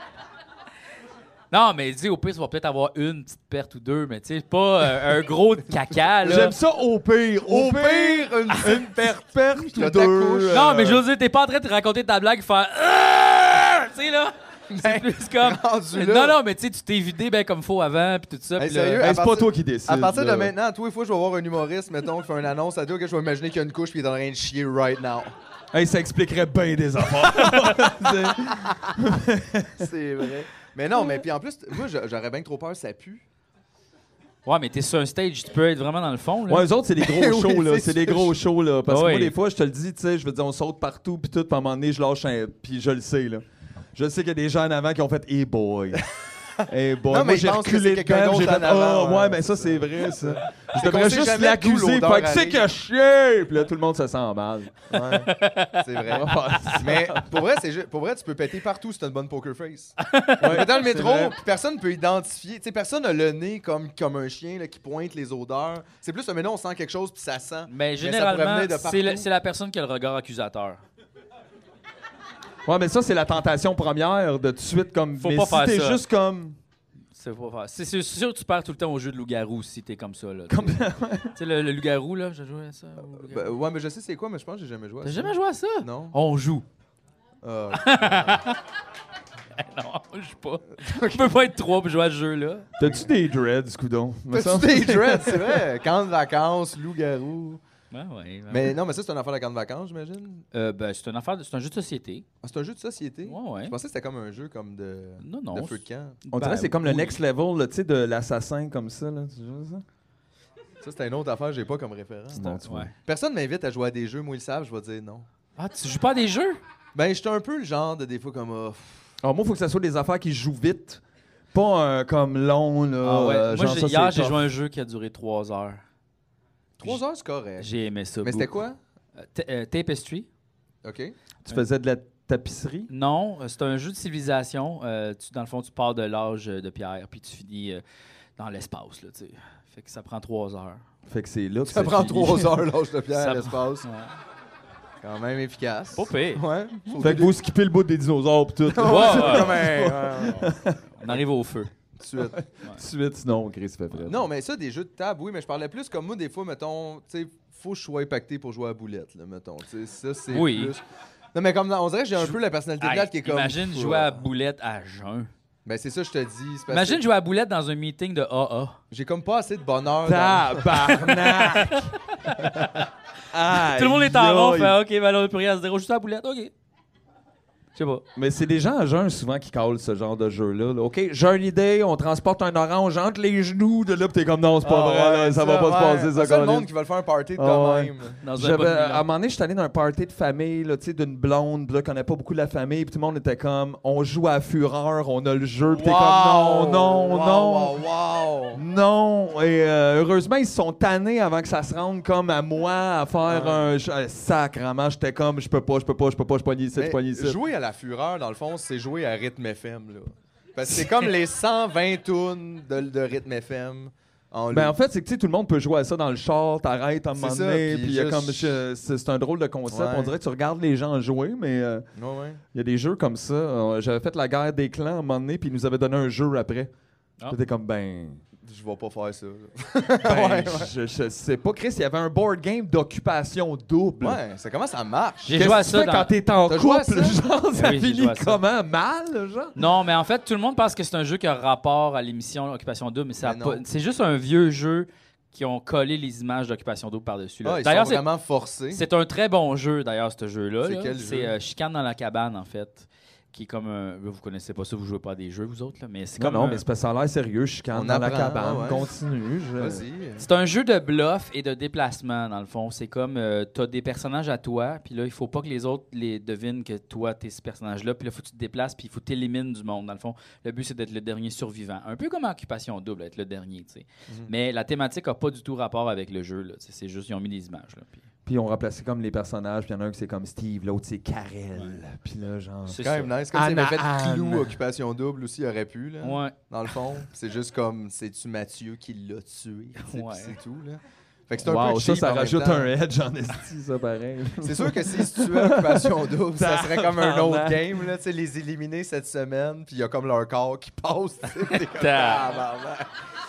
S1: Non, mais dis, au pire, tu vas peut-être avoir une petite perte ou deux, mais tu sais, pas euh, un gros de caca, là.
S3: J'aime ça au pire.
S2: Au pire, une, une perte.
S3: perte
S2: Là,
S3: ou
S2: ta
S3: deux.
S2: couche.
S3: euh,
S1: Non, mais je veux dire, t'es pas en train de te raconter ta blague et faire. Ah! Tu sais, là. C'est
S2: Ben,
S1: plus comme.
S2: rendu là.
S1: Non, non, mais tu sais, tu t'es vidé ben comme faut avant, puis tout ça.
S2: Hey,
S1: puis là-
S2: sérieux?
S3: hey,
S2: à
S3: c'est pas
S2: partir-
S3: toi qui décide.
S2: À partir de
S3: là.
S2: maintenant, à tous les fois, je vais voir un humoriste, mettons, qui fait une annonce à toi, que je vais imaginer qu'il y a une couche puis il est en train de chier right now.
S3: Hey, ça expliquerait bien des affaires.
S2: C'est vrai. Mais non, mais puis en plus, moi, j'a- j'aurais bien trop peur, ça pue.
S1: Ouais, mais t'es sur un stage, tu peux être vraiment dans le fond, là.
S3: Ouais, eux autres, c'est des gros
S2: Oui,
S3: shows, là.
S2: c'est
S3: C'est des
S2: sûr.
S3: gros shows, là. Parce
S1: Ah
S3: que moi,
S1: ouais.
S3: des fois, je te le dis, tu sais, je veux dire, on saute partout, puis tout, puis à un moment donné, je lâche un. Puis je le sais, là. Je sais qu'il y a des gens en avant qui ont fait Hey boy. Hey boy.
S2: Non, mais
S3: moi,
S2: ils
S3: j'ai
S2: pensent que
S3: reculé
S2: c'est quelqu'un
S3: dedans, j'ai
S2: d'autre
S3: fait
S2: en avant,
S3: Ah, ouais,
S2: ouais.
S3: mais ça, c'est vrai, ça. Je
S2: qu'on
S3: devrais
S2: sait
S3: juste
S2: jamais d'où
S3: l'accuser,
S2: l'odeur
S3: faire que c'est
S2: arrive.
S3: qu'il a chier. Puis là, tout le monde se sent mal.
S2: Ouais, c'est vrai. Mais pour vrai, c'est ju- pour vrai, tu peux péter partout si t'as une bonne poker face. Mais dans le métro,
S3: vrai.
S2: puis personne ne peut identifier. Tu sais, personne n'a le nez comme, comme un chien là, qui pointe les odeurs. C'est plus, mais non, on sent quelque chose puis ça sent.
S1: Mais
S2: ça pourrait
S1: généralement,
S2: venir de
S1: c'est
S2: partout.
S1: le- c'est la personne qui a le regard accusateur.
S3: Ouais, mais ça, c'est la tentation première de tout de suite comme.
S1: Faut
S3: mais
S1: pas
S3: si
S1: faire
S3: t'es
S1: ça.
S3: juste comme.
S1: C'est pas faire. C'est c'est sûr que tu perds tout le temps au jeu de loup-garou si t'es comme ça, là.
S3: Comme-
S1: Tu sais, le, le loup-garou, là, j'ai joué à ça. au loup-garou.
S2: Ben, ouais, mais je sais c'est quoi, mais je pense que j'ai jamais joué à
S1: T'as
S2: ça.
S1: jamais joué à ça?
S2: Non.
S1: On joue.
S2: Ah,
S1: Non, on joue pas. Je peux pas être trois pour jouer à ce jeu-là.
S3: T'as-tu des dreads, coudon? Me
S2: T'as-tu
S3: semble-
S2: des dreads, c'est vrai? Camp de vacances, loup-garou.
S1: Ben ouais. ben
S2: Mais
S1: ouais.
S2: non, mais ça, c'est une affaire de camp de vacances, j'imagine.
S1: Euh, ben, c'est une affaire, de- c'est un jeu de société.
S2: Ah, c'est un jeu de société.
S1: Ouais, ouais.
S2: Je pensais que c'était comme un jeu comme de,
S1: Non, non.
S2: de feu de camp.
S3: On dirait
S1: Ben,
S3: que c'est comme le
S1: oui.
S3: next level, là, tu sais, de l'assassin comme ça, là. Tu vois ça?
S2: Ça, c'était une autre affaire, j'ai pas comme référence.
S1: C'est
S3: Non,
S1: un-
S3: tu vois.
S1: ouais.
S2: Personne m'invite à jouer à des jeux, moi ils le savent, je vais dire non.
S1: Ah, tu joues pas à des jeux?
S2: Ben, j'étais un peu le genre de des fois comme. ah, pff,
S3: Alors, moi, il faut que ça soit des affaires qui se jouent vite. Pas un comme long, là.
S1: Ah ouais.
S3: euh,
S1: Moi,
S3: genre
S1: j'ai-
S3: ça,
S1: hier,
S3: c'est
S1: j'ai
S3: tough.
S1: joué à un jeu qui a duré trois heures.
S2: Trois heures, c'est correct.
S1: J'ai aimé ça.
S2: Mais c'était
S1: beaucoup.
S2: quoi?
S1: Euh, ta- euh, Tapestry?
S2: OK.
S3: Tu faisais de la tapisserie?
S1: Non, euh, c'est un jeu de civilisation. Euh, tu, dans le fond, tu pars de l'âge euh, de pierre, puis tu finis euh, dans l'espace, là, tu sais. Fait que ça prend trois heures.
S3: Fait que c'est là que
S2: Ça prend
S3: finit.
S2: trois heures, l'âge de pierre,
S1: Ça-
S2: l'espace.
S1: Ouais.
S2: Quand même efficace.
S1: Pas pire.
S2: Ouais.
S3: Fait que vous skippez le bout des dinosaures pis tout.
S2: Ouais,
S3: Tout
S1: Ouais,
S2: c'est
S1: ouais.
S2: comme un- ouais, ouais.
S1: On arrive au feu.
S2: Tout de suite.
S3: de suite, sinon, Chris fait frère.
S2: Non, mais ça, des jeux de table, oui, mais je parlais plus comme moi, des fois, mettons, tu sais, faut que je sois impacté pour jouer à boulette, là, mettons. Tu sais, ça, c'est
S1: Oui.
S2: plus. Non, mais comme dans- on dirait que j'ai un peu la personnalité de
S1: Hey,
S2: Vlad qui est comme.
S1: imagine jouer à boulette à jeun.
S2: Ben, c'est ça, je te dis. c'est parce
S1: Imagine
S2: que
S1: jouer à boulette dans un meeting de A A.
S2: J'ai comme pas assez de bonheur. dans-
S3: Tabarnak!
S1: Tout le monde est en rond,
S3: Aïe,
S1: fait
S3: aïe.
S1: OK, ben là, on peut rien se dire, juste à la boulette, OK. Je sais pas.
S3: Mais c'est des gens à jeun souvent qui calent ce genre de jeu-là. là. OK, j'ai une idée, on transporte un orange entre les genoux. De là, pis t'es comme non, c'est pas
S2: Ah,
S3: vrai,
S2: ouais,
S3: là, ça, va pas
S2: ouais.
S3: se passer, ça,
S2: C'est ça le
S3: Colin.
S2: monde qui va le faire un party de
S3: Ah,
S2: quand
S3: ouais.
S2: même.
S1: Dans un
S3: J'avais,
S1: pas de
S3: à un
S1: Milan.
S3: moment donné, j'étais allé dans un party de famille, là, tu sais, d'une blonde, puis là, connaît pas beaucoup la famille, puis tout le monde était comme, on joue à Fureur, on a le jeu, puis t'es comme, non, non,
S2: Wow,
S3: non,
S2: wow, wow.
S3: non. Et euh, heureusement, ils se sont tannés avant que ça se rende comme à moi à faire un ch- euh, sacrement. J'étais comme, je peux pas, je peux pas, je peux pas, je poigne ici, je
S2: Mais
S3: pogne ici.
S2: jouer à la fureur, dans le fond, c'est jouer à rythme F M. Là. Parce que c'est comme les cent vingt tunes de, de rythme F M. En
S3: Ben,
S2: loop.
S3: en fait, c'est que tu sais, tout le monde peut jouer à ça dans le char, t'arrêtes à un
S2: C'est
S3: moment
S2: ça,
S3: donné,
S2: puis
S3: puis il y a
S2: juste-
S3: comme. je- C'est c'est un drôle de concept.
S2: Ouais.
S3: On dirait que tu regardes les gens jouer, mais euh,
S2: Ouais, ouais.
S3: il y a des jeux comme ça. Euh, J'avais fait la guerre des clans à un moment donné, puis ils nous avaient donné un jeu après.
S1: Ah.
S3: Puis t'es comme, ben.
S2: je vais pas faire ça.
S3: Ben,
S2: Ouais, ouais.
S3: Je, je sais pas, Chris, il y avait un board game d'occupation double.
S2: Ouais, c'est comment ça marche?
S1: J'ai
S3: Qu'est-ce
S1: joué à
S3: que tu
S1: ça
S3: fais
S1: dans-
S3: quand t'es en
S2: T'as joué à
S3: couple,
S2: ça?
S3: genre, ça
S1: Oui, j'ai
S3: finit
S1: joué à ça.
S3: comment? Mal, genre?
S1: Non, mais en fait, tout le monde pense que c'est un jeu qui a rapport à l'émission Occupation Double, mais, ça a
S2: Mais
S1: pas-
S2: non.
S1: c'est juste un vieux jeu qui ont collé les images d'Occupation Double par-dessus. là.
S2: Ah, ils
S1: D'ailleurs,
S2: sont
S1: c'est
S2: vraiment forcés.
S1: c'est un très bon jeu, d'ailleurs, ce jeu-là.
S2: C'est
S1: là.
S2: quel
S1: C'est
S2: jeu?
S1: euh, Chicane dans la cabane, en fait. Qui est comme un. Vous connaissez pas ça, vous jouez pas à des jeux, vous autres, là, mais c'est
S3: Non,
S1: comme.
S3: non,
S1: un-
S3: mais c'est parce que ça a l'air sérieux. Je chicane
S2: On
S3: dans la
S2: apprend,
S3: cabane.
S2: ouais, ouais.
S3: Continue. Je...
S2: Vas-y.
S1: C'est un jeu de bluff et de déplacement, dans le fond. C'est comme, euh, t'as des personnages à toi, puis là, il faut pas que les autres les devinent que toi, t'es ce personnage-là, puis là, faut que tu te déplaces, puis il faut que t'élimines du monde, dans le fond. Le but, c'est d'être le dernier survivant. Un peu comme Occupation Double, être le dernier, tu sais.
S2: Mhm.
S1: Mais la thématique a pas du tout rapport avec le jeu, là. Tu sais, c'est juste, ils ont mis des images, là. Puis
S3: Puis on remplacé comme les personnages. Puis il y en a un qui c'est comme Steve, l'autre c'est Karel.
S1: Ouais.
S3: Puis là, genre.
S1: c'est
S2: C'est quand
S1: ça.
S2: même nice. Comme s'il avait fait
S3: Anna
S2: Clou,
S3: Anne.
S2: Occupation Double aussi, il aurait pu, là.
S1: Ouais.
S2: Dans le fond. C'est juste comme, c'est-tu Mathieu qui l'a tué? tu sais,
S1: Ouais.
S2: puis c'est tout, là. Fait que c'est un
S3: Wow,
S2: peu
S3: ça,
S2: cheap
S3: ça
S2: en même
S3: rajoute
S2: temps.
S3: un edge en esti, ça, pareil.
S2: C'est sûr que si tu tuais Occupation Double, ça serait comme un autre
S3: Tabarnak.
S2: game, là, tu sais, les éliminer cette semaine, puis il y a comme leur corps qui passe, tu sais, t'es comme,
S1: Ta-
S2: tabarnak.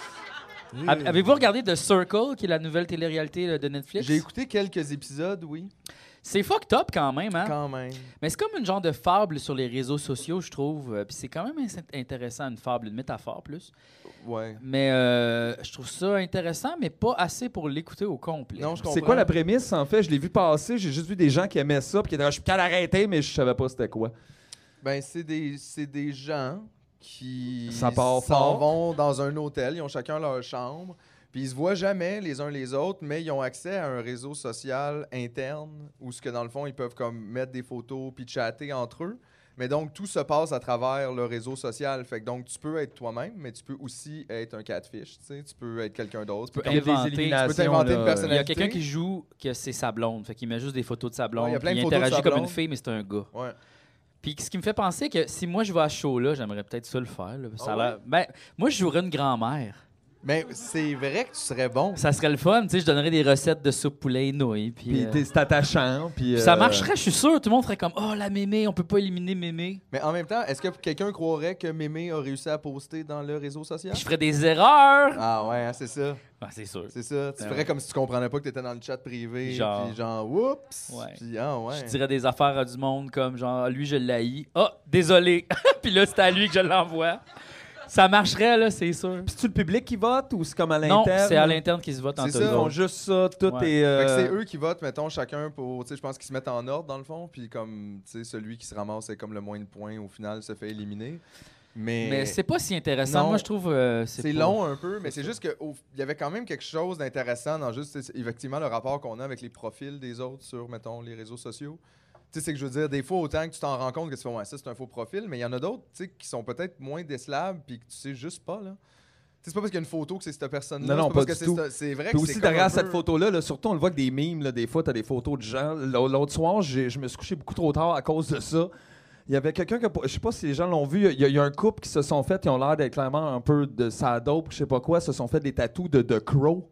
S1: Avez- Avez-vous regardé The Circle, qui est la nouvelle télé-réalité là, de Netflix?
S2: J'ai écouté quelques épisodes, oui,
S1: C'est fucked up quand même, hein?
S2: quand même.
S1: Mais c'est comme une genre de fable sur les réseaux sociaux, je trouve. Euh, Puis c'est quand même ins- intéressant, une fable, une métaphore plus.
S2: Ouais.
S1: Mais euh, je trouve ça intéressant, mais pas assez pour l'écouter au complet.
S2: Non, je comprends.
S3: C'est quoi la prémisse, en fait? Je l'ai vu passer. J'ai juste vu des gens qui aimaient ça. Puis qui étaient là, je suis qu'à l'arrêter, mais je savais pas c'était quoi.
S2: Ben, c'est des, c'est des gens qui
S3: Ça part
S2: s'en
S3: fort.
S2: vont dans un hôtel, ils ont chacun leur chambre, puis ils se voient jamais les uns les autres, mais ils ont accès à un réseau social interne où ce que dans le fond ils peuvent comme mettre des photos puis chatter entre eux. Mais donc tout se passe à travers le réseau social, fait que donc tu peux être toi-même, mais tu peux aussi être un catfish, tu sais, tu peux être quelqu'un d'autre.
S1: Tu peux
S2: Comme des
S1: inventer-
S2: tu
S3: éliminations,
S2: peux t'inventer une
S3: là.
S1: Il y a
S2: personnalité.
S1: quelqu'un qui joue que c'est sa blonde. Fait qu'il met juste des photos de sa blonde.
S2: Ouais, il y a plein
S1: puis
S2: de
S1: il
S2: photos de
S1: interagit
S2: sa
S1: comme
S2: blonde.
S1: une fille, mais c'est un gars.
S2: Ouais.
S1: Puis ce qui me fait penser que si moi je vais à ce show-là, j'aimerais peut-être ça le faire. là. Ça a
S2: Ah
S1: l'air- Ben, moi, je jouerais une grand-mère.
S2: Mais c'est vrai que tu serais bon.
S1: Ça serait le fun, tu sais, je donnerais des recettes de soupe poulet et nouilles. Puis,
S3: Puis
S1: euh,
S3: t'es- c'est attachant. Puis,
S1: puis ça
S3: euh,
S1: marcherait, je suis sûr. Tout le monde ferait comme « Oh, la mémé, on peut pas éliminer mémé.
S2: Mais en même temps, est-ce que quelqu'un croirait que Mémé a réussi à poster dans le réseau » social?
S1: Je ferais des erreurs.
S2: Ah ouais, hein, c'est ça.
S1: Ah, c'est sûr.
S2: C'est ça. Tu
S1: Ah
S2: ferais
S1: ouais.
S2: comme si tu comprenais pas que t'étais dans le chat privé.
S1: Genre.
S2: Puis genre, oups.
S1: Ouais.
S2: Puis ah ouais.
S1: Je dirais des affaires à du monde comme genre, lui, je l'haïs. Ah, désolé. Puis là, c'est à lui que je l'envoie. Ça marcherait, là, c'est sûr.
S3: Puis c'est-tu le public qui vote ou c'est comme à
S1: Non,
S3: l'interne?
S1: c'est à l'interne qui se vote en
S2: C'est
S1: tout
S2: ça,
S3: Ils
S1: cas.
S3: font juste ça, tout
S1: Ouais.
S3: est... euh,
S2: Fait que c'est eux qui votent, mettons, chacun pour. Tu sais, je pense qu'ils se mettent en ordre dans le fond. Puis comme, tu sais, celui qui se ramasse c'est comme le moins de points au final se fait éliminer. Mais.
S1: Mais c'est pas si intéressant.
S2: Non.
S1: Moi, je trouve. euh,
S2: C'est
S1: pas-
S2: long un peu, mais c'est
S1: ça.
S2: juste qu'il y avait quand même quelque chose d'intéressant dans juste, tu sais, effectivement, le rapport qu'on a avec les profils des autres sur, mettons, les réseaux sociaux. Tu sais, c'est que je veux dire, des fois, autant que tu t'en rends compte que tu fais, ouais, ça, c'est un faux profil, mais il y en a d'autres, tu sais, qui sont peut-être moins décelables puis que tu sais juste pas, là. Tu sais, c'est pas parce qu'il y a une photo que c'est cette personne-là.
S3: Non, non,
S2: c'est parce
S3: pas
S2: que
S3: du
S2: c'est
S3: tout.
S2: cette- C'est vrai
S3: Puis
S2: que
S3: aussi
S2: c'est comme
S3: derrière
S2: un
S3: cette
S2: peu-
S3: photo-là, là, surtout on le voit que des mimes, là, des fois, t'as des photos de gens. L'au- L'autre soir, j'ai- je me suis couché beaucoup trop tard à cause de ça. Il y avait quelqu'un que, je sais pas si les gens l'ont vu, il y, a- il y a un couple qui se sont fait, ils ont l'air d'être clairement un peu de sa dope, je sais pas quoi, se sont fait des tatous de The Crow.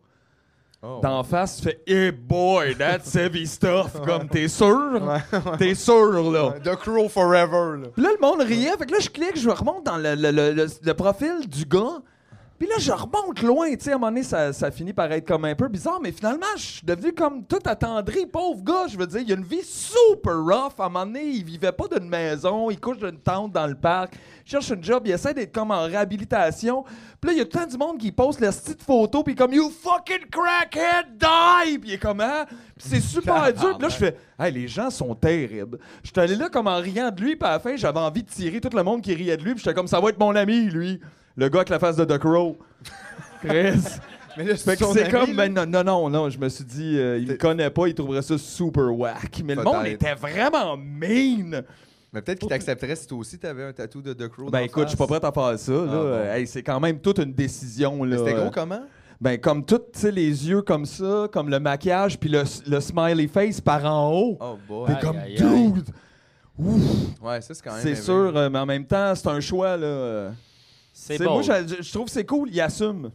S2: Oh.
S3: D'en face, tu fais hey boy, that's heavy stuff. Comme, t'es sûr? T'es sûr, là?
S2: The Crow Forever, là.
S3: Puis là, le monde riait. Fait que là, je clique, je remonte dans le, le- le- le- le profil du gars. Puis là, je remonte loin. Tu sais, à un moment donné, ça, ça finit par être comme un peu bizarre. Mais finalement, je suis devenu comme tout attendri. Pauvre gars, je veux dire, il a une vie super rough. À un moment donné, il vivait pas d'une maison. Il couche d'une tente dans le parc. Il cherche un job. Il essaie d'être comme en réhabilitation. Puis là, il y a tout le temps du monde qui poste la petite photo. Puis comme, you fucking crackhead, die! Puis il est comme, hein? Puis c'est super dur. Puis là, je fais, hey, les gens sont terribles. Je suis allé là comme en riant de lui. Puis à la fin, j'avais envie de tirer tout le monde qui riait de lui. Puis j'étais comme, ça va être mon ami, lui. Le gars avec la face de The Crow. Chris.
S2: Mais là,
S3: Fait que
S2: son
S3: c'est
S2: ami,
S3: comme,
S2: là.
S3: ben non, non, non, non, je me suis dit, euh, il me
S2: T'es-
S3: connaît pas, il trouverait ça super whack. Mais le monde
S2: Peut-être.
S3: était vraiment mean.
S2: Mais peut-être qu'il t'accepterait si toi aussi t'avais un tatou de The Crow.
S3: Ben
S2: d'en
S3: écoute, je suis pas
S2: face.
S3: prêt à faire ça. Là.
S2: Ah, bon.
S3: Euh, hey, c'est quand même toute une décision.
S2: Mais
S3: Là.
S2: c'était
S3: Euh,
S2: gros comment?
S3: Ben comme tout, tu sais, les yeux comme ça, comme le maquillage, puis le, le smiley face par en haut.
S2: Oh boy.
S3: T'es
S1: Aïe,
S3: comme,
S1: aïe, aïe.
S3: dude! Ouf,
S2: Ouais, ça c'est quand même.
S3: c'est
S2: élevé.
S3: sûr, euh, mais en même temps, c'est un choix. Là. euh.
S1: C'est
S3: C'est-
S1: beau.
S3: Moi, je, je trouve que c'est cool, il assume.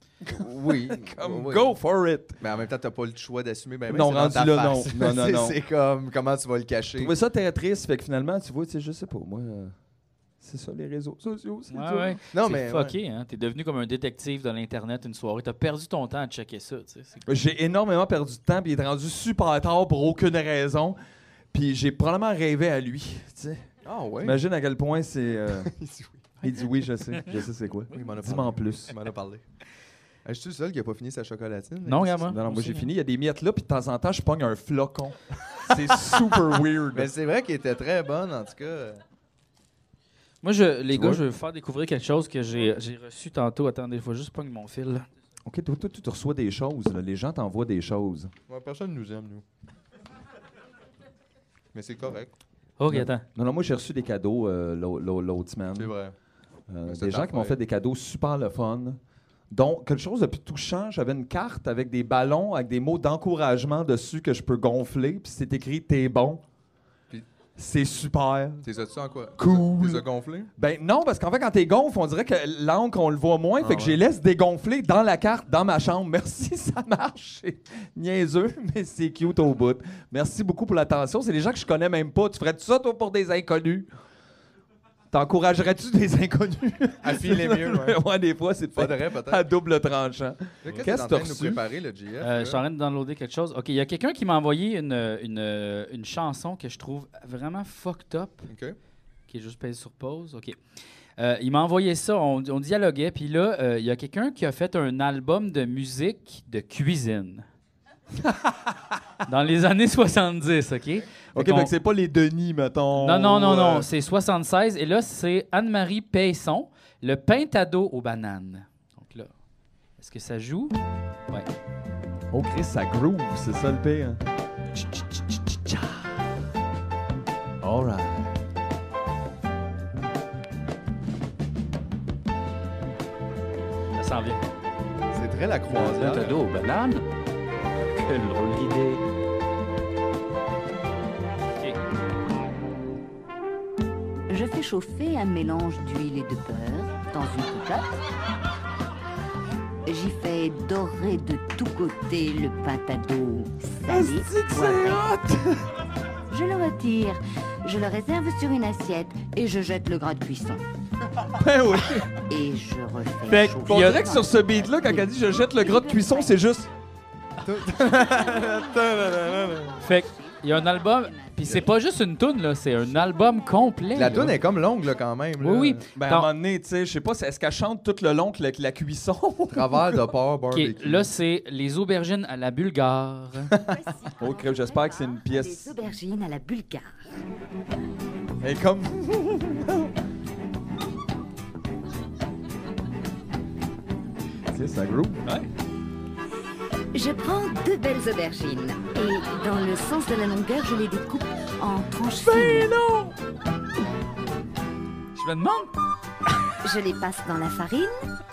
S2: Oui.
S3: Comme,
S2: oui.
S3: go for it!
S2: Mais en même temps, t'as pas le choix d'assumer. Ben, ben,
S3: Non,
S2: c'est dans
S3: rendu
S2: ta
S3: là,
S2: face.
S3: non. Non, non,
S2: C'est-
S3: non.
S2: C'est comme, comment tu vas le
S3: Je
S2: cacher?
S3: trouvais ça très triste, fait que finalement, tu vois, tu sais, je sais pas, moi. euh, C'est ça, les réseaux sociaux, c'est
S1: Ouais,
S3: dur.
S1: ouais.
S2: Non,
S1: C'est
S2: mais,
S1: fucké, hein. T'es devenu comme un détective de l'Internet une soirée. T'as perdu ton temps à checker ça, tu sais. C'est-
S3: J'ai énormément perdu de temps, puis il est rendu super tard pour aucune raison. Puis j'ai probablement rêvé à lui, tu sais.
S2: Ah ouais.
S3: Imagine à quel point c'est... euh,
S2: Il dit oui.
S3: Il dit oui, je sais. Je sais c'est quoi.
S2: Oui, il m'en a
S3: Dis-moi
S2: parlé.
S3: en plus.
S2: Il m'en a parlé. Je suis le seul qui a pas fini sa chocolatine.
S1: Non, regarde,
S3: Non, non, moi
S1: Aussi,
S3: j'ai
S1: hein.
S3: fini. Il y a des miettes là, puis de temps en temps, je pogne un flocon. C'est super weird.
S2: Mais c'est vrai qu'il était très bonne, en tout cas.
S1: Moi, je, les
S2: Tu
S1: gars,
S2: vois?
S1: je veux faire découvrir quelque chose que j'ai j'ai reçu tantôt. Attendez, il faut juste pogner mon fil. là.
S3: OK, toi, toi, tu te reçois des choses. Là. Les gens t'envoient des choses.
S2: Ouais, personne nous aime, nous. Mais c'est correct.
S1: OK,
S3: Ouais.
S1: attends.
S3: Non, non, moi j'ai reçu des cadeaux euh, l'au- l'au- l'autre semaine.
S2: C'est vrai.
S3: Euh,
S2: Mais c'est
S3: des
S2: ta
S3: gens qui m'ont
S2: fête.
S3: fait des cadeaux super le fun. Donc, quelque chose de plus touchant, j'avais une carte avec des ballons, avec des mots d'encouragement dessus que je peux gonfler, puis c'est écrit « T'es bon
S2: Puis- ».
S3: C'est super.
S2: T'es ça en quoi?
S3: Cool.
S2: T'es ça gonflé?
S3: Ben non, parce qu'en fait, quand t'es gonfle, on dirait que l'encre, on le voit moins,
S2: Ah
S3: fait que
S2: ouais.
S3: je les laisse dégonfler dans la carte, dans ma chambre. Merci, ça marche. C'est niaiseux, mais c'est cute au bout. Merci beaucoup pour l'attention. C'est des gens que je connais même pas. Tu ferais-tu ça, toi, pour des inconnus? T'encouragerais-tu des inconnus?
S2: À filer mieux, ouais.
S3: ouais, des fois, c'est pas
S2: Faudrait peut-être.
S3: à double tranchant.
S2: Qu'est-ce que
S3: Qu'est-ce
S2: t'es en
S3: que
S2: train
S3: t'as
S2: de nous
S3: reçu?
S2: préparer, le J F?
S1: Euh,
S2: là?
S1: je suis en train de downloader quelque chose. OK, il y a quelqu'un qui m'a envoyé une, une, une chanson que je trouve vraiment fucked up,
S2: OK.
S1: qui est juste payée sur pause. OK. Euh, il m'a envoyé ça, on, on dialoguait, puis là, euh, il y a quelqu'un qui a fait un album de musique de cuisine. Dans les années soixante-dix, OK? Fait
S3: OK,
S1: qu'on-
S3: donc c'est pas les Denis, mettons.
S1: Non, non, non, non,
S3: euh,
S1: c'est soixante-seize. Et là, c'est Anne-Marie Paysson, le pintado aux bananes. Donc là, est-ce que ça joue? Ouais.
S3: Oh, Chris, ça groove, c'est ça le pire. All right.
S1: Ça s'en vient.
S2: C'est très la croisière.
S1: Pintado aux bananes? Quelle drôle d'idée. OK.
S6: Je fais chauffer un mélange d'huile et de beurre dans une cocotte. J'y fais dorer de tous côtés le pintado salé, poivré. Je le retire, je le réserve sur une assiette et je jette le gras de cuisson.
S3: Ben oui.
S6: Et je refais
S1: Fait que,
S6: chauffer.
S3: On dirait que sur ce beat-là, quand elle dit je jette le gras de cuisson, c'est juste.
S1: Fait il y a un album, puis c'est pas juste une toune, là, c'est un album complet.
S2: La
S1: là.
S2: toune est comme longue, là, quand même.
S1: Oui,
S2: là.
S1: oui.
S3: Ben, à
S1: Tant-
S3: un moment donné, tu sais, je sais pas, est-ce qu'elle chante tout le long que la, que la cuisson?
S2: Travers de porc,
S1: OK,
S2: barbecue.
S1: là, c'est les aubergines à la bulgare.
S3: Oh, crème, j'espère que c'est une
S6: Des
S3: pièce.
S6: aubergines à la bulgare.
S3: Et comme. Tu sais, ça groove.
S6: Je prends deux belles aubergines et dans le sens de la longueur, je les découpe en tranches fines.
S1: Je me demande.
S6: Je les passe dans la farine.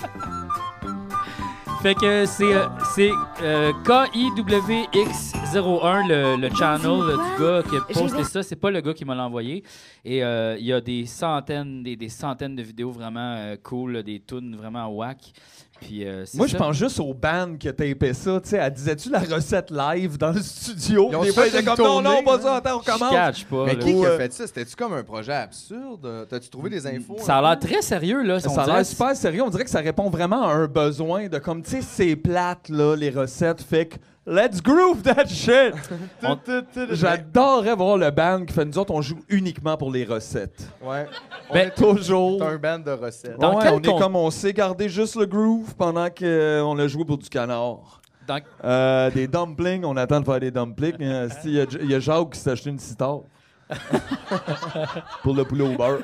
S1: Fait que c'est euh, c'est euh, K I W X zéro un, le, le channel euh, du gars qui a posté ça. C'est pas le gars qui m'a l'envoyé. Et euh, il y a des centaines, des, des centaines de vidéos vraiment euh, cool, là, des tunes vraiment whack. Puis euh, c'est
S3: Moi,
S1: ça.
S3: je pense juste au band qui a tapé ça. Tu sais, elle disait-tu la recette live dans le studio?
S2: Ils ont
S3: Des fois,
S2: fait
S3: ils étaient
S2: une
S3: comme non, non,
S2: tournée,
S3: pas
S2: là.
S3: ça, attends, on
S1: Je
S3: commence.
S1: catch pas.
S2: Mais
S1: là.
S2: qui qui a
S3: Ouais.
S2: fait ça? C'était-tu comme un projet absurde? T'as-tu trouvé des infos?
S1: Ça a
S2: un
S1: l'air
S2: peu?
S1: très sérieux, là.
S3: Ça
S1: on
S3: a
S1: dirait.
S3: l'air super sérieux. On dirait que ça répond vraiment à un besoin de comme, tu sais, c'est plate, là, les recettes. Fait que, let's groove that shit!
S1: On-
S3: J'adorerais voir le band qui fait, nous autres, on joue uniquement pour les recettes.
S2: Ouais. On
S1: Ben,
S2: est
S3: Toujours.
S2: C'est un band de recettes.
S1: Dans
S3: Ouais,
S1: quel
S3: on
S1: con-
S3: est comme, on sait garder juste le groove pendant qu'on a joué pour du canard.
S1: Dans-
S3: Euh, des dumplings, on attend de faire des dumplings. Euh, si, Il y, a- il y a Jacques qui s'est acheté une citar. Pour le poulet au beurre.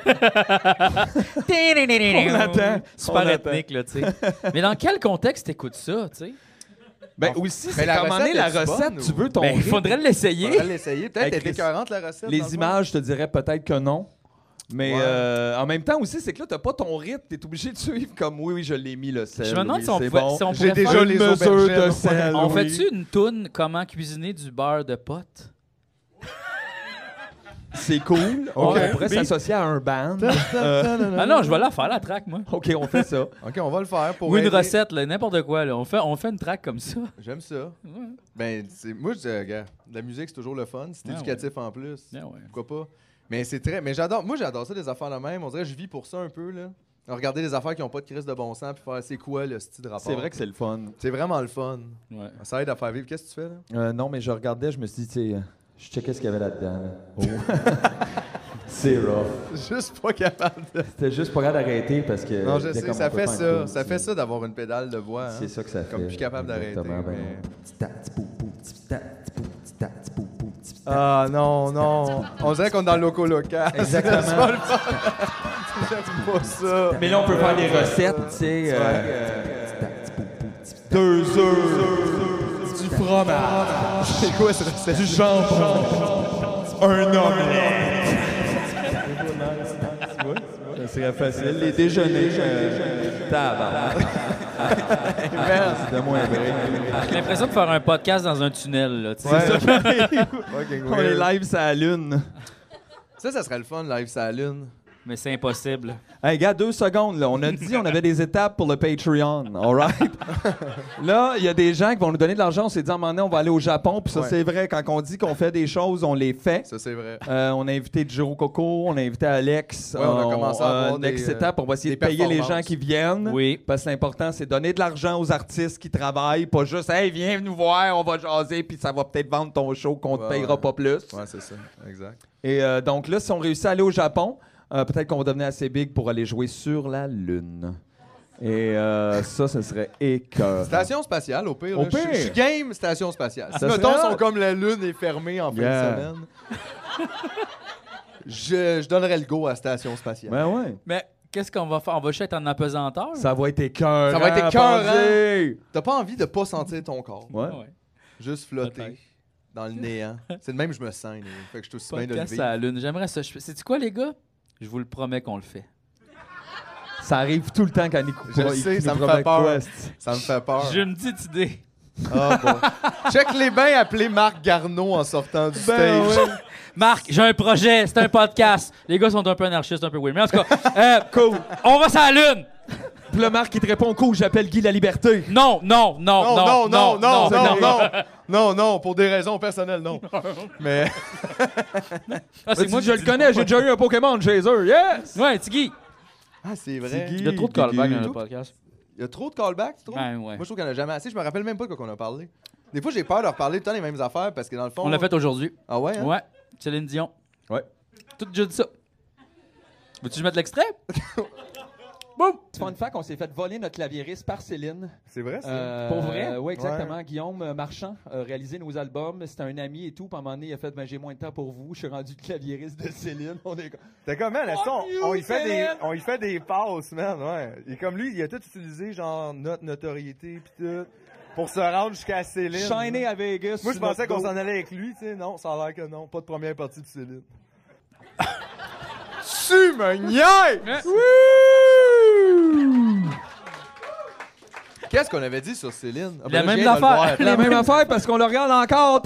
S3: On attend.
S1: Super
S3: On attend.
S1: ethnique, là, tu sais. Mais dans quel contexte t'écoutes ça, tu sais?
S3: Ben
S2: Enfin,
S3: aussi,
S2: mais
S3: c'est
S2: la
S3: qu'à un moment donné,
S2: recette,
S3: la
S2: est-tu
S3: recette,
S2: bonne
S3: tu
S2: ou-
S3: veux ton
S1: Ben, il
S3: rythme.
S1: faudrait l'essayer.
S2: Faudrait l'essayer. Peut-être
S3: Hey,
S2: qu'elle est
S3: Chris,
S2: écœurante, la recette. dans
S3: Les
S2: le fond.
S3: images, je te dirais peut-être que non. Mais
S2: Ouais.
S3: euh, en même temps aussi, c'est que là, t'as pas ton rythme. T'es obligé de suivre comme oui, oui, je l'ai mis le sel.
S1: Je me demande
S3: oui,
S1: si on
S3: c'est
S1: pouvait-
S3: bon.
S1: si on
S3: J'ai
S1: pourrait
S3: déjà
S1: faire
S3: une
S2: les
S3: mesure
S2: aubergines.
S3: de sel.
S1: On
S3: oui.
S1: fait-tu une toune comment cuisiner du beurre de pote?
S3: C'est cool. On
S2: Ok.
S3: pourrait s'associer à un band.
S1: Ah non, je vais la faire, la track, moi.
S3: OK, on fait ça.
S2: OK, on va le faire pour
S1: Ou une
S2: aider.
S1: recette, là, n'importe quoi. Là. On, fait, on fait une track comme ça.
S2: J'aime ça. Ben, c'est... moi, je dis, regarde, la musique, c'est toujours le fun. C'est
S1: Ah
S2: éducatif en plus.
S1: Ah ouais.
S2: Pourquoi pas? Mais c'est très... Mais j'adore... Moi, j'adore ça, des affaires de même. On dirait que je vis pour ça un peu, là. Regarder des affaires qui n'ont pas de crise de bon sens puis faire c'est quoi le style de rapport.
S3: C'est vrai que c'est le fun.
S2: C'est vraiment le fun.
S1: Ouais.
S2: Ça aide à faire vivre. Qu'est-ce que tu fais, là?
S3: Euh, non, mais je regardais, je me suis dit, tu sais, euh, je checkais ce qu'il y avait là-dedans. là. Oh. C'est rough.
S2: Juste pas capable de...
S3: C'était juste pas grave d'arrêter parce que.
S2: Non, je
S3: il y a
S2: sais,
S3: comme
S2: ça
S3: on peut
S2: fait
S3: faire
S2: ça.
S3: une
S2: Ça
S3: pause,
S2: fait
S3: tu
S2: ça d'avoir une pédale de voix.
S3: sais. C'est
S2: Hein?
S3: ça que ça fait.
S2: Comme plus capable d'arrêter.
S3: Exactement, ben
S2: mais-
S3: non. Petit ta, petit pou, pou, petit ta, petit pou, petit ta, petit pou, pou, petit ta.
S2: Ah non, non. On dirait qu'on est dans le loco local.
S3: Exactement.
S2: C'est pas le fun. J'aime pas ça.
S3: Mais là, on peut faire des recettes, tu sais. euh,
S2: Ouais.
S3: petit ta, petit pou, pou, petit ta. Deux œufs, du fromage,
S2: C'est quoi cette recette?
S3: du jambon, un omelette. Ça serait facile. Les déjeuners, euh, tabarnak. C'est de moins vrai.
S1: J'ai l'impression de faire un podcast dans un tunnel. Là, tu sais.
S2: Ouais.
S3: C'est ça qui arrive.
S2: Fucking
S3: On est
S2: weird.
S3: live sur la lune.
S2: Ça, ça serait le fun, live sur la lune.
S1: Mais c'est impossible.
S3: Hey, gars, deux secondes, là. On a dit on avait des étapes pour le Patreon, all right? Là, il y a des gens qui vont nous donner de l'argent. On s'est dit, à un moment donné, on va aller au Japon. Puis ça,
S2: Ouais.
S3: c'est vrai. Quand on dit qu'on fait des choses, on les fait.
S2: Ça, c'est vrai.
S3: Euh, on a invité Jiro Coco, on a invité Alex.
S2: Ouais, on a commencé à avoir
S3: euh,
S2: des,
S3: next
S2: euh,
S3: étape, on va essayer
S2: des
S3: de payer les gens
S2: performances.
S3: qui viennent.
S1: Oui.
S3: Parce que l'important, c'est donner de l'argent aux artistes qui travaillent. Pas juste, hey, viens nous voir, on va jaser, puis ça va peut-être vendre ton show qu'on te
S2: Ouais,
S3: payera
S2: ouais.
S3: pas plus.
S2: Ouais, c'est ça. Exact.
S3: Et euh, donc là, si on réussit à aller au Japon, euh, peut-être qu'on va devenir assez big pour aller jouer sur la Lune. Et euh, ça, ce serait écœurant.
S2: Station spatiale, au pire.
S3: Au
S2: là. Je-
S3: pire.
S2: Je suis game station spatiale. Si,
S3: Ça
S2: mettons,
S3: serait
S2: sont
S3: hot.
S2: comme la lune est fermée en fin
S3: Yeah.
S2: de semaine, je, je donnerais le go à station spatiale.
S3: Ben ouais.
S1: Mais qu'est-ce qu'on va faire? On va juste être en apesanteur?
S3: Ça va être écœurant.
S2: Ça va être écœurant.
S3: pensez.
S2: T'as pas envie de pas sentir ton corps.
S3: Ouais.
S1: Ah ouais.
S2: Juste flotter
S1: Peut-être.
S2: dans le néant. C'est de même que je me sens. anyway. Fait que je suis aussi bien de le
S1: Podcast
S2: vivre.
S1: à la lune. J'aimerais ça. C'est quoi, les gars? Je vous le promets qu'on le fait.
S3: Ça arrive tout le temps quand il coupe.
S2: Je le sais, ça me fait peur. Ça me fait peur.
S1: J'ai une petite idée.
S2: Ah, bon. Check les bains, appeler Marc Garneau en sortant du
S3: Ben
S2: stage.
S1: Marc, j'ai un projet. C'est un podcast. Les gars sont un peu anarchistes, un peu weird. Mais en tout cas, euh, cool. On va sur la lune.
S3: Puis le Marc, il te répond, cool, j'appelle Guy la Liberté.
S1: Non, non, non,
S2: Non, non, non, non, non,
S3: non.
S2: non. Non, non, pour des raisons personnelles, non. Mais
S1: Ah,
S3: C'est moi, je le connais, j'ai déjà eu un Pokémon chez eux, yes!
S1: Ouais, Tiggy.
S2: ah, c'est vrai.
S3: Tiggy.
S1: Il y a trop de
S3: Tiggy.
S1: callbacks dans le podcast.
S2: Il y a trop de callbacks, tu trouves?
S1: Ben, ouais.
S2: Moi, je trouve qu'il n'y en a jamais assez. Je me rappelle même pas de quoi qu'on a parlé. Des fois, j'ai peur de reparler tout le temps les mêmes affaires parce que dans le fond.
S1: On l'a fait aujourd'hui.
S2: Ah ouais? Hein?
S1: Ouais. Céline Dion.
S3: Ouais.
S1: Tout déjà dit ça. Veux-tu que je mette l'extrait? Boum!
S3: Fun fact, on s'est fait voler notre claviériste par Céline.
S2: C'est vrai, ça?
S3: Euh,
S1: Pour vrai?
S3: Oui, exactement. Guillaume euh, Marchand a réalisé nos albums. C'était un ami et tout. Puis à un moment donné, il a fait ben, j'ai moins de temps pour vous. Je suis rendu le claviériste de Céline. On est comme.
S2: T'es comme, man,
S3: Fuck
S2: on,
S3: you,
S2: on, y fait des,
S3: Céline!
S2: on y fait des passes, man, ouais. Et comme lui, il a tout utilisé, genre, notre notoriété pis tout, pour se rendre jusqu'à Céline.
S3: Shiny à Vegas.
S2: Moi, je
S3: sur
S2: pensais
S3: notre
S2: qu'on
S3: dos.
S2: s'en allait avec lui, tu sais. Non, ça a l'air que non. Pas de première partie de Céline. Tu me niaises! Qu'est-ce qu'on avait dit sur Céline? Ah,
S1: La
S2: là,
S1: même
S2: je viens de le
S1: affaire.
S2: voir.
S3: La même affaire parce qu'on le regarde encore.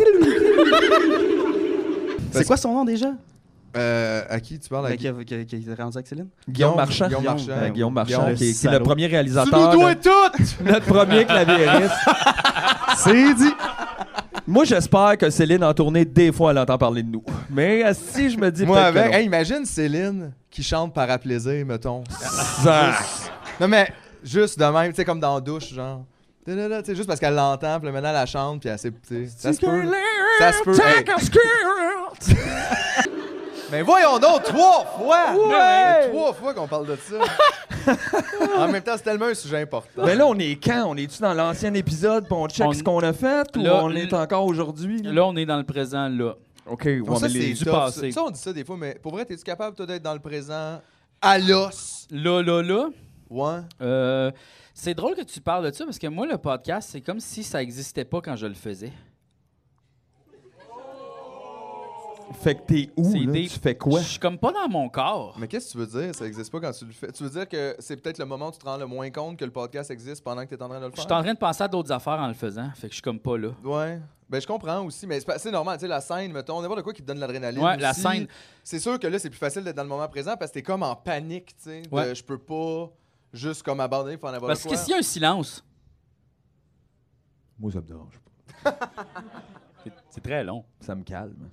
S7: C'est quoi son nom déjà?
S2: Euh, à qui tu parles? À
S7: Ben,
S2: qui?
S7: qui, a- qui a- qui est rendu avec Céline?
S3: Guillaume Marchand.
S2: Guillaume Marchand.
S3: Euh, Guillaume Marchand,
S2: Guillaume,
S3: qui, est- qui est
S7: salaud.
S3: notre premier
S2: Tu
S3: réalisateur.
S2: nous dois
S3: de-
S2: tout!
S3: Notre premier claviériste.
S7: C'est dit!
S3: Moi, j'espère que Céline en tournée, des fois, elle entend parler de nous. Mais euh, si je me dis
S2: Moi
S3: peut-être que
S2: avec.
S3: non.
S2: Hey, imagine Céline qui chante par à plaisir, mettons.
S3: Ça.
S2: Non, mais juste de même, tu sais, comme dans la douche, genre. Da-da-da, tu sais, juste parce qu'elle l'entend, puis là, maintenant elle la chante, puis elle sait. tu sais, Ça se peut. Ça se peut. Hey. Mais voyons donc, trois fois!
S3: Ouais!
S2: Trois fois qu'on parle de ça. En même temps, c'est tellement un sujet important.
S3: Mais là, on est quand? On est-tu dans l'ancien épisode, puis on check
S1: On-
S3: ce qu'on a fait, ou
S1: Là,
S3: on est encore aujourd'hui? là?
S1: Là, on est dans le présent, là.
S3: OK, ouais,
S2: Bon, ça,
S3: mais les-
S2: c'est
S1: du
S2: tough,
S1: passé.
S2: Ça. Ça, on dit ça des fois, mais pour vrai, t'es-tu capable, toi, d'être dans le présent à l'os?
S1: Là, là, là.
S2: Ouais.
S1: Euh, c'est drôle que tu parles de ça parce que moi, le podcast, c'est comme si ça n'existait pas quand je le faisais.
S3: Fait que t'es où,
S1: C'est
S3: là?
S1: deep.
S3: Tu fais quoi?
S1: Je suis comme pas dans mon corps.
S2: Mais qu'est-ce que tu veux dire? Ça existe pas quand tu le fais. Tu veux dire que c'est peut-être le moment où tu te rends le moins compte que le podcast existe pendant que tu es en train de le
S1: Je
S2: faire?
S1: suis en train de penser à d'autres affaires en le faisant. Fait que je suis comme pas là.
S2: Ouais. Ben, je comprends aussi, mais c'est pas- c'est normal. Tu sais, la scène, mettons, n'importe quoi qui te donne l'adrénaline.
S1: Ouais, la
S2: aussi.
S1: scène.
S2: C'est sûr que là, c'est plus facile d'être dans le moment présent parce que t'es comme en panique, tu sais. de
S1: Ouais.
S2: Je peux pas juste comme abandonner pour en avoir
S1: Parce que s'il y a un silence,
S3: Moi, ça me dérange pas.
S1: c'est- c'est très long.
S3: Ça me calme.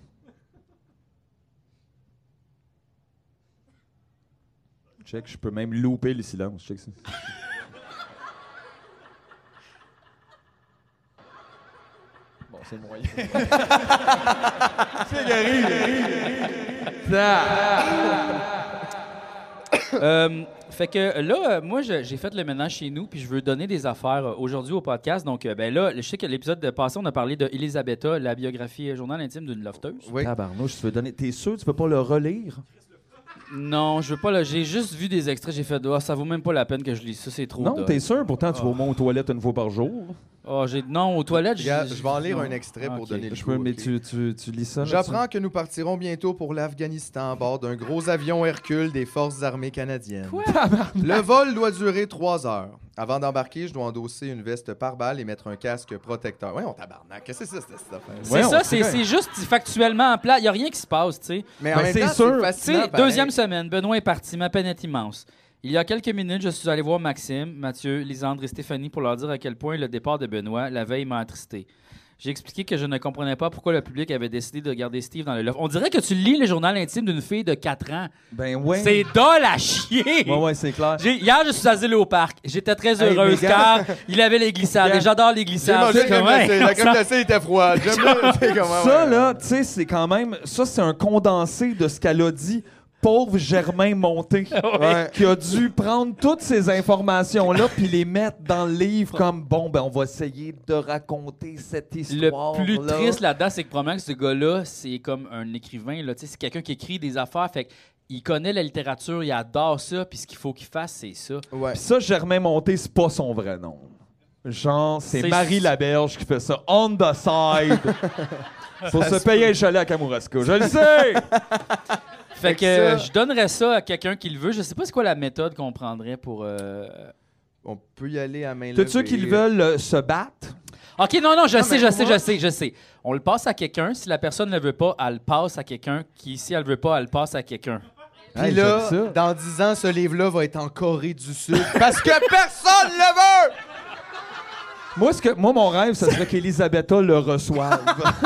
S3: Check, je peux même louper le silence. Check ça. Bon, c'est moyen. C'est
S1: Euh, fait que là, euh, moi, je- j'ai fait le ménage chez nous, puis je veux donner des affaires euh, aujourd'hui au podcast. Donc, euh, ben là, je sais que l'épisode de passé, on a parlé de Elisabetta, la biographie euh, journal intime d'une lofteuse.
S2: Oui.
S3: Tabarnouche, tu veux donner... T'es sûr que tu peux pas le relire?
S1: Non, je veux pas. Là, j'ai juste vu des extraits, j'ai fait, oh, ça vaut même pas la peine que je lise ça, c'est trop.
S3: Non,
S1: dole.
S3: t'es sûr? Pourtant, tu vas au moins aux toilettes une fois par jour.
S1: Oh, j'ai non aux toilettes. j'ai-
S2: Regarde, je vais en lire
S1: non.
S2: un extrait pour
S1: Ok.
S2: donner le
S3: Je peux,
S2: goût,
S3: mais
S2: ok.
S3: tu, tu, tu lis ça? là-dessus?
S2: J'apprends que nous partirons bientôt pour l'Afghanistan à bord d'un gros avion Hercule des Forces armées canadiennes.
S1: Quoi?
S2: Le vol doit durer trois heures. Avant d'embarquer, je dois endosser une veste pare-balles et mettre un casque protecteur. Ouais, on tabarnak. Qu'est-ce que c'est ça, cette cette affaire?
S1: C'est
S3: Ouais,
S1: ça,
S3: on-
S1: c'est c'est juste factuellement en plat. Il y a rien qui se passe, tu sais.
S2: Mais en
S3: Ben,
S2: même
S3: c'est
S2: temps,
S3: sûr.
S2: c'est
S1: Tu
S2: fascinant.
S1: sais,
S2: pareil.
S1: deuxième semaine, Benoît est parti, ma peine est immense. Il y a quelques minutes, je suis allé voir Maxime, Mathieu, Lisandre et Stéphanie pour leur dire à quel point le départ de Benoît, la veille, m'a attristé. J'ai expliqué que je ne comprenais pas pourquoi le public avait décidé de garder Steve dans le loft. On dirait que tu lis le journal intime d'une fille de quatre ans.
S3: Ben ouais.
S1: C'est dole à chier!
S3: Ouais, ouais, c'est clair.
S1: J'ai- Hier, je suis allé au parc. J'étais très
S3: Hey,
S1: heureuse
S3: mais
S1: car il avait les glissades.
S3: Gars.
S1: Et j'adore les
S2: J'ai
S1: glissades.
S2: mangé
S1: C'est
S2: la
S1: comme,
S2: crème
S1: hey,
S2: glacée. La crème glacée était froide. J'aime bien. c'est comment,
S3: Ça,
S2: ouais.
S3: là, tu sais, c'est quand même... Ça, c'est un condensé de ce qu'elle a dit. Pauvre Germain Monté,
S2: Ouais.
S3: qui a dû prendre toutes ces informations-là puis les mettre dans le livre comme, bon, ben, on va essayer de raconter cette
S1: Le
S3: histoire.
S1: plus triste là-dedans, c'est que probablement que ce gars-là, c'est comme un écrivain. Là, tu sais, c'est quelqu'un qui écrit des affaires. Fait qu'il connaît la littérature, il adore ça. Puis ce qu'il faut qu'il fasse, c'est ça.
S2: Ouais.
S3: Puis ça, Germain Monté, c'est pas son vrai nom. Genre, c'est
S1: C'est-
S3: Marie Laberge qui fait ça on the side pour se payer un chalet à Kamouraska. Je le sais!
S1: Fait
S2: Fait
S1: que
S2: que
S1: euh,
S2: ça-
S1: je donnerais ça à quelqu'un qui le veut. Je sais pas c'est quoi la méthode qu'on prendrait pour. euh,
S2: On peut y aller à main levée.
S3: Tous ceux qui le veulent euh, se battre.
S1: Ok, non, non, je
S2: Non,
S1: sais,
S2: mais
S1: je
S2: on
S1: sais,
S2: va-
S1: je sais, je sais. On le passe à quelqu'un. Si la personne ne le veut pas, elle le passe à quelqu'un. Qui, si elle le veut pas, elle le passe à quelqu'un.
S2: Puis
S3: Hey,
S2: là,
S3: j'aime ça.
S2: dans dix ans, ce livre-là va être en Corée du Sud parce que personne le veut!
S3: Moi, ce que, moi, mon rêve, ce serait qu'Elisabetta le reçoive.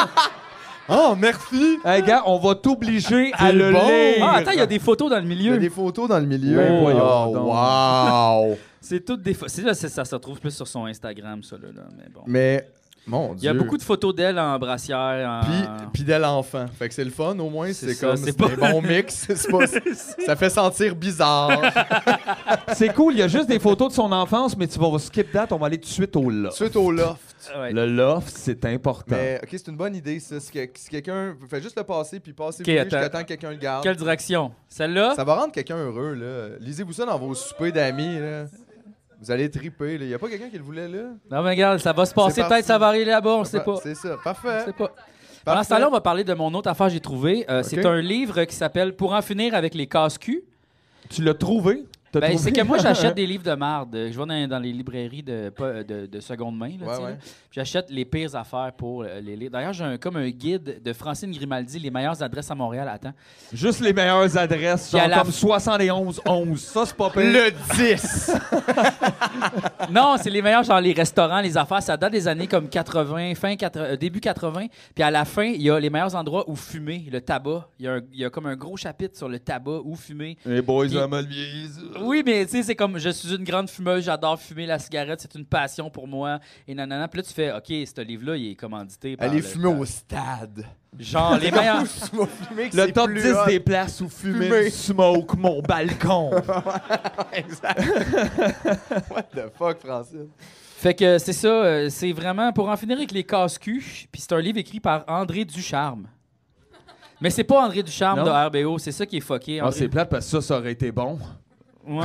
S2: Oh, merci!
S3: Hey, gars, on va t'obliger à
S2: C'est
S3: le
S2: bon.
S3: lire.
S1: Ah, attends, il y a des photos dans le
S2: Il y
S1: milieu.
S2: a des photos dans le milieu.
S3: Ben, voyons
S2: oh,
S3: donc.
S2: wow!
S1: C'est toutes des photos. Là, c'est- ça se retrouve plus sur son Instagram, ça, là. là, mais bon.
S2: Mais, mon
S1: Il y a
S2: Dieu.
S1: beaucoup de photos d'elle en brassière. En...
S2: Puis, puis dès l'enfant. Fait que c'est le fun, au moins.
S1: C'est
S2: C'est
S1: ça,
S2: comme.
S1: c'est
S2: C'est
S1: pas-
S2: un bon mix. C'est pas- ça fait sentir bizarre.
S3: C'est cool, il y a juste des photos de son enfance, mais tu vas skip that, on va aller tout de suite au loft.
S2: Suite au loft.
S1: Ouais.
S3: Le loft, c'est important.
S2: Mais, OK, c'est une bonne idée, ça. Si, que- si quelqu'un. Fait juste le passer, puis passer
S1: Ok,
S2: vous
S1: attends.
S2: jusqu'à temps que quelqu'un le garde.
S1: Quelle direction? Celle-là?
S2: Ça va rendre quelqu'un heureux, là. Lisez-vous ça dans vos soupers d'amis, là. Vous allez triper, là. Y a pas quelqu'un qui le voulait, là?
S1: Non, mais regarde, ça va se passer.
S2: C'est
S1: Peut-être
S2: parti.
S1: ça va arriver là-bas, on sait pas.
S2: C'est ça.
S1: On
S2: Parfait.
S1: sait pas. Pendant ce temps-là, on va parler de mon autre affaire que j'ai trouvée. Euh, C'est
S2: Ok.
S1: un livre qui s'appelle Pour en finir avec les casse-culs.
S3: Tu l'as trouvé? T'as
S1: Ben,
S3: trouvé?
S1: c'est que moi, j'achète des livres de marde. Je vais dans, dans les librairies de, pas- de, de seconde main. Là,
S2: Ouais,
S1: tu sais,
S2: ouais.
S1: là. Puis j'achète les pires affaires pour euh, les lire. D'ailleurs, j'ai un, comme un guide de Francine Grimaldi, les meilleures adresses à Montréal. Attends.
S3: Juste les meilleures adresses,
S1: Puis à
S3: genre
S1: la
S3: comme soixante et onze onze. Ça, c'est pas pire.
S2: Le dix!
S1: Non, c'est les meilleurs, genre les restaurants, les affaires. Ça date des années comme quatre-vingts, fin quatre- euh, début quatre-vingts. Puis à la fin, il y a les meilleurs endroits où fumer, le tabac. Il y, a un- il y a comme un gros chapitre sur le tabac, où fumer.
S3: Les boys,
S1: Puis-
S3: ça mal vieilli, ça.
S1: Oui, mais tu sais, c'est comme je suis une grande fumeuse, j'adore fumer la cigarette, c'est une passion pour moi. Et nanana. Puis là, tu fais, OK, ce livre-là, il est commandité par.
S2: Allez
S1: le-
S2: fumer au stade.
S1: Genre, les meilleurs.
S2: Tu vas fumer que
S3: Le
S2: c'est
S3: top
S2: plus
S3: dix
S2: hot.
S3: des places où fumer,
S2: Fumer.
S3: du smoke, mon balcon.
S2: Exact. What the fuck, Francine?
S1: Fait que c'est ça, euh, c'est vraiment pour en finir avec les casse-culs. Puis c'est un livre écrit par André Ducharme. Mais c'est pas André Ducharme
S3: Non.
S1: de R B O, c'est ça qui est fucké.
S3: Ah,
S1: André-
S3: c'est plate parce que ça, ça aurait été bon.
S1: Ouais.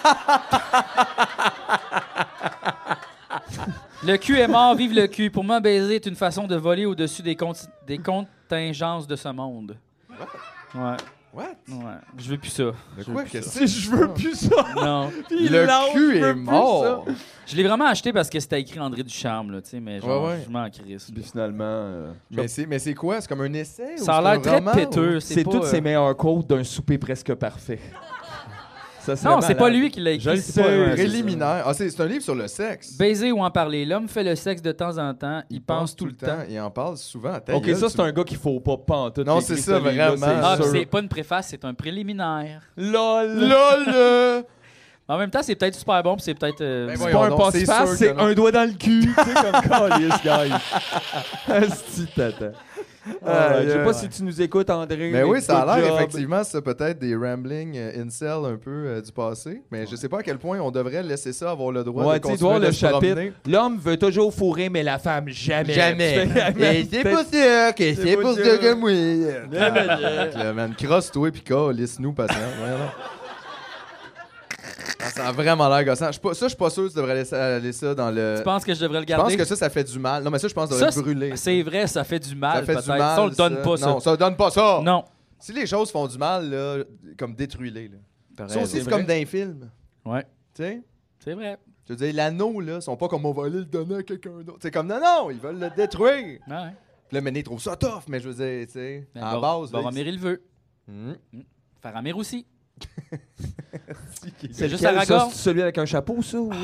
S1: Le cul est mort, vive le cul. Pour moi, baiser est une façon de voler au-dessus des, conti- des contingences de ce monde. Ouais.
S2: What?
S1: Ouais. Je veux plus ça.
S2: De
S1: Je veux
S2: quoi
S1: plus
S2: que
S1: ça.
S2: c'est?
S3: Si je veux plus ça.
S1: Non.
S3: Puis
S2: Le
S3: lâche,
S2: cul
S3: je veux
S2: est
S3: plus
S2: mort.
S3: ça.
S1: Je l'ai vraiment acheté parce que c'était écrit André Ducharme, là, tu sais, mais genre,
S2: Ouais, ouais.
S1: je m'en crisse.
S3: Puis finalement, euh,
S2: Mais c'est, mais c'est quoi? C'est comme un essai?
S1: Ça a
S2: ou c'est
S1: l'air
S2: un
S1: très
S2: roman,
S1: péteux.
S2: ou-
S3: c'est
S1: pas,
S3: toutes
S1: euh,
S3: ses meilleures quotes d'un souper presque parfait. Ça serait
S1: Non, c'est pas
S3: malade.
S1: lui qui l'a écrit.
S3: Je le
S1: c'est
S3: sais.
S1: pas- ouais, c'est
S2: Préliminaire. Ah, c'est, c'est un livre sur le sexe.
S1: Baiser ou en parler. L'homme fait le sexe de temps en temps. Il, pense tout le temps.
S2: Il en parle souvent. Ta
S3: Ok,
S2: gueule,
S3: ça,
S2: tu-
S3: c'est un gars qu'il faut pas pantoute.
S2: Non,
S3: qui
S2: c'est
S3: écrit
S2: ça,
S3: ce livre-là,
S2: vraiment.
S1: Ah,
S3: c'est
S1: puis
S3: sûr.
S1: c'est pas une préface, c'est un préliminaire.
S3: LOL!
S2: LOL! euh,
S1: En même temps, c'est peut-être super bon, puis c'est peut-être. euh,
S2: Ben
S3: C'est
S2: voyons
S3: pas un
S2: donc, c'est
S3: passe-passe,
S2: sûr
S3: c'est
S2: que non.
S3: un doigt dans le cul. Tu sais, comme calice, guys. Asti, tata. Ah, je sais pas si tu nous écoutes, André.
S2: Mais oui, ça a
S3: good
S2: l'air
S3: job.
S2: effectivement, ça peut-être des ramblings euh, incel un peu euh, du passé. Mais je sais pas à quel point on devrait laisser ça avoir le droit
S3: Ouais,
S2: de
S3: tu sais,
S2: continuer
S3: voir
S2: de
S3: le
S2: se
S3: chapitre.
S2: promener.
S3: L'homme veut toujours fourrer, mais la femme, jamais.
S2: Jamais.
S3: Tu fais-
S2: Et c'est pas ça que c'est
S3: pas
S2: pour
S3: ça.
S2: ça que moi. Le man, crosse-toi et puis calisse-nous, patient. Voyons donc. Ah, ça a vraiment l'air gossant. Je suis pas- Ça, je suis pas sûr que tu devrais laisser aller ça dans le.
S1: Tu penses que je devrais le
S2: Je pense
S1: garder?
S2: que ça, ça fait du mal. Non, mais ça, je pense que ça devrait
S1: Ça,
S2: être brûlé.
S1: C'est vrai, ça fait du mal.
S2: Ça fait
S1: peut-être.
S2: du mal.
S1: Ça, on le donne
S2: ça.
S1: pas, ça.
S2: Non, ça donne pas ça.
S1: Non.
S2: Si les choses font du mal, là, comme détruis-les. là.
S1: T'as
S2: Ça aussi,
S1: raison.
S2: c'est comme dans les films.
S1: Ouais,
S2: Tu sais?
S1: c'est vrai.
S2: Je veux dire, l'anneau, là, sont pas comme on va aller le donner à quelqu'un d'autre. C'est comme non, non, ils veulent le détruire.
S1: Ouais.
S2: Puis là, Méné trouve ça tough, mais je veux dire, tu sais,
S1: Ben,
S2: à la
S1: Bar-
S2: base. là,
S1: Boromir, il le veut.
S2: Hmm.
S1: Faramir aussi.
S3: C'est
S1: C'est juste
S3: Quel, ça,
S1: Aragorn.
S3: c'est celui avec un chapeau, ça? Ou...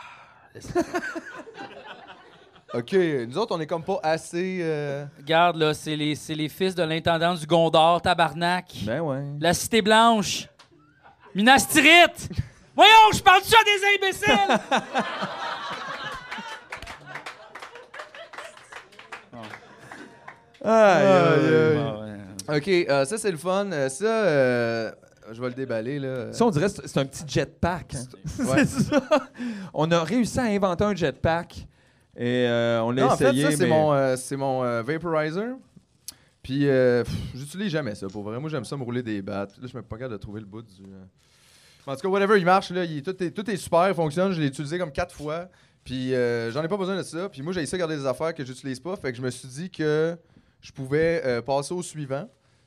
S2: Ok, nous autres, on est comme pas assez. euh,
S1: Regarde, là, c'est les, c'est les fils de l'intendant du Gondor, tabarnak.
S3: Ben ouais.
S1: La Cité Blanche. Minas Tirith. Voyons, je parle de ça à des imbéciles!
S3: Aïe, aïe,
S2: aïe.
S3: aïe.
S1: Ah, ouais.
S2: Ok, euh, ça, c'est le fun. Euh, ça, euh, je vais le déballer, là.
S3: Ça, on dirait que c'est c'est un petit jetpack. hein.
S2: Ouais.
S3: C'est ça. On a réussi à inventer un jetpack. Et euh, on l'a
S2: Non, en fait,
S3: essayé,
S2: ça, c'est
S3: mais...
S2: mon, euh, c'est mon euh, vaporizer. Puis, euh, pff, j'utilise jamais ça, pour vrai. Moi, j'aime ça me rouler des battes. Là, je suis même pas capable de trouver le bout du... euh. En tout cas, whatever, il marche, là. Il, tout, est, tout est super, il fonctionne. Je l'ai utilisé comme quatre fois. Puis, euh, j'en ai pas besoin de ça. Puis, moi, j'ai essayé de garder des affaires que j'utilise pas. Fait que je me suis dit que je pouvais euh, passer au suivant.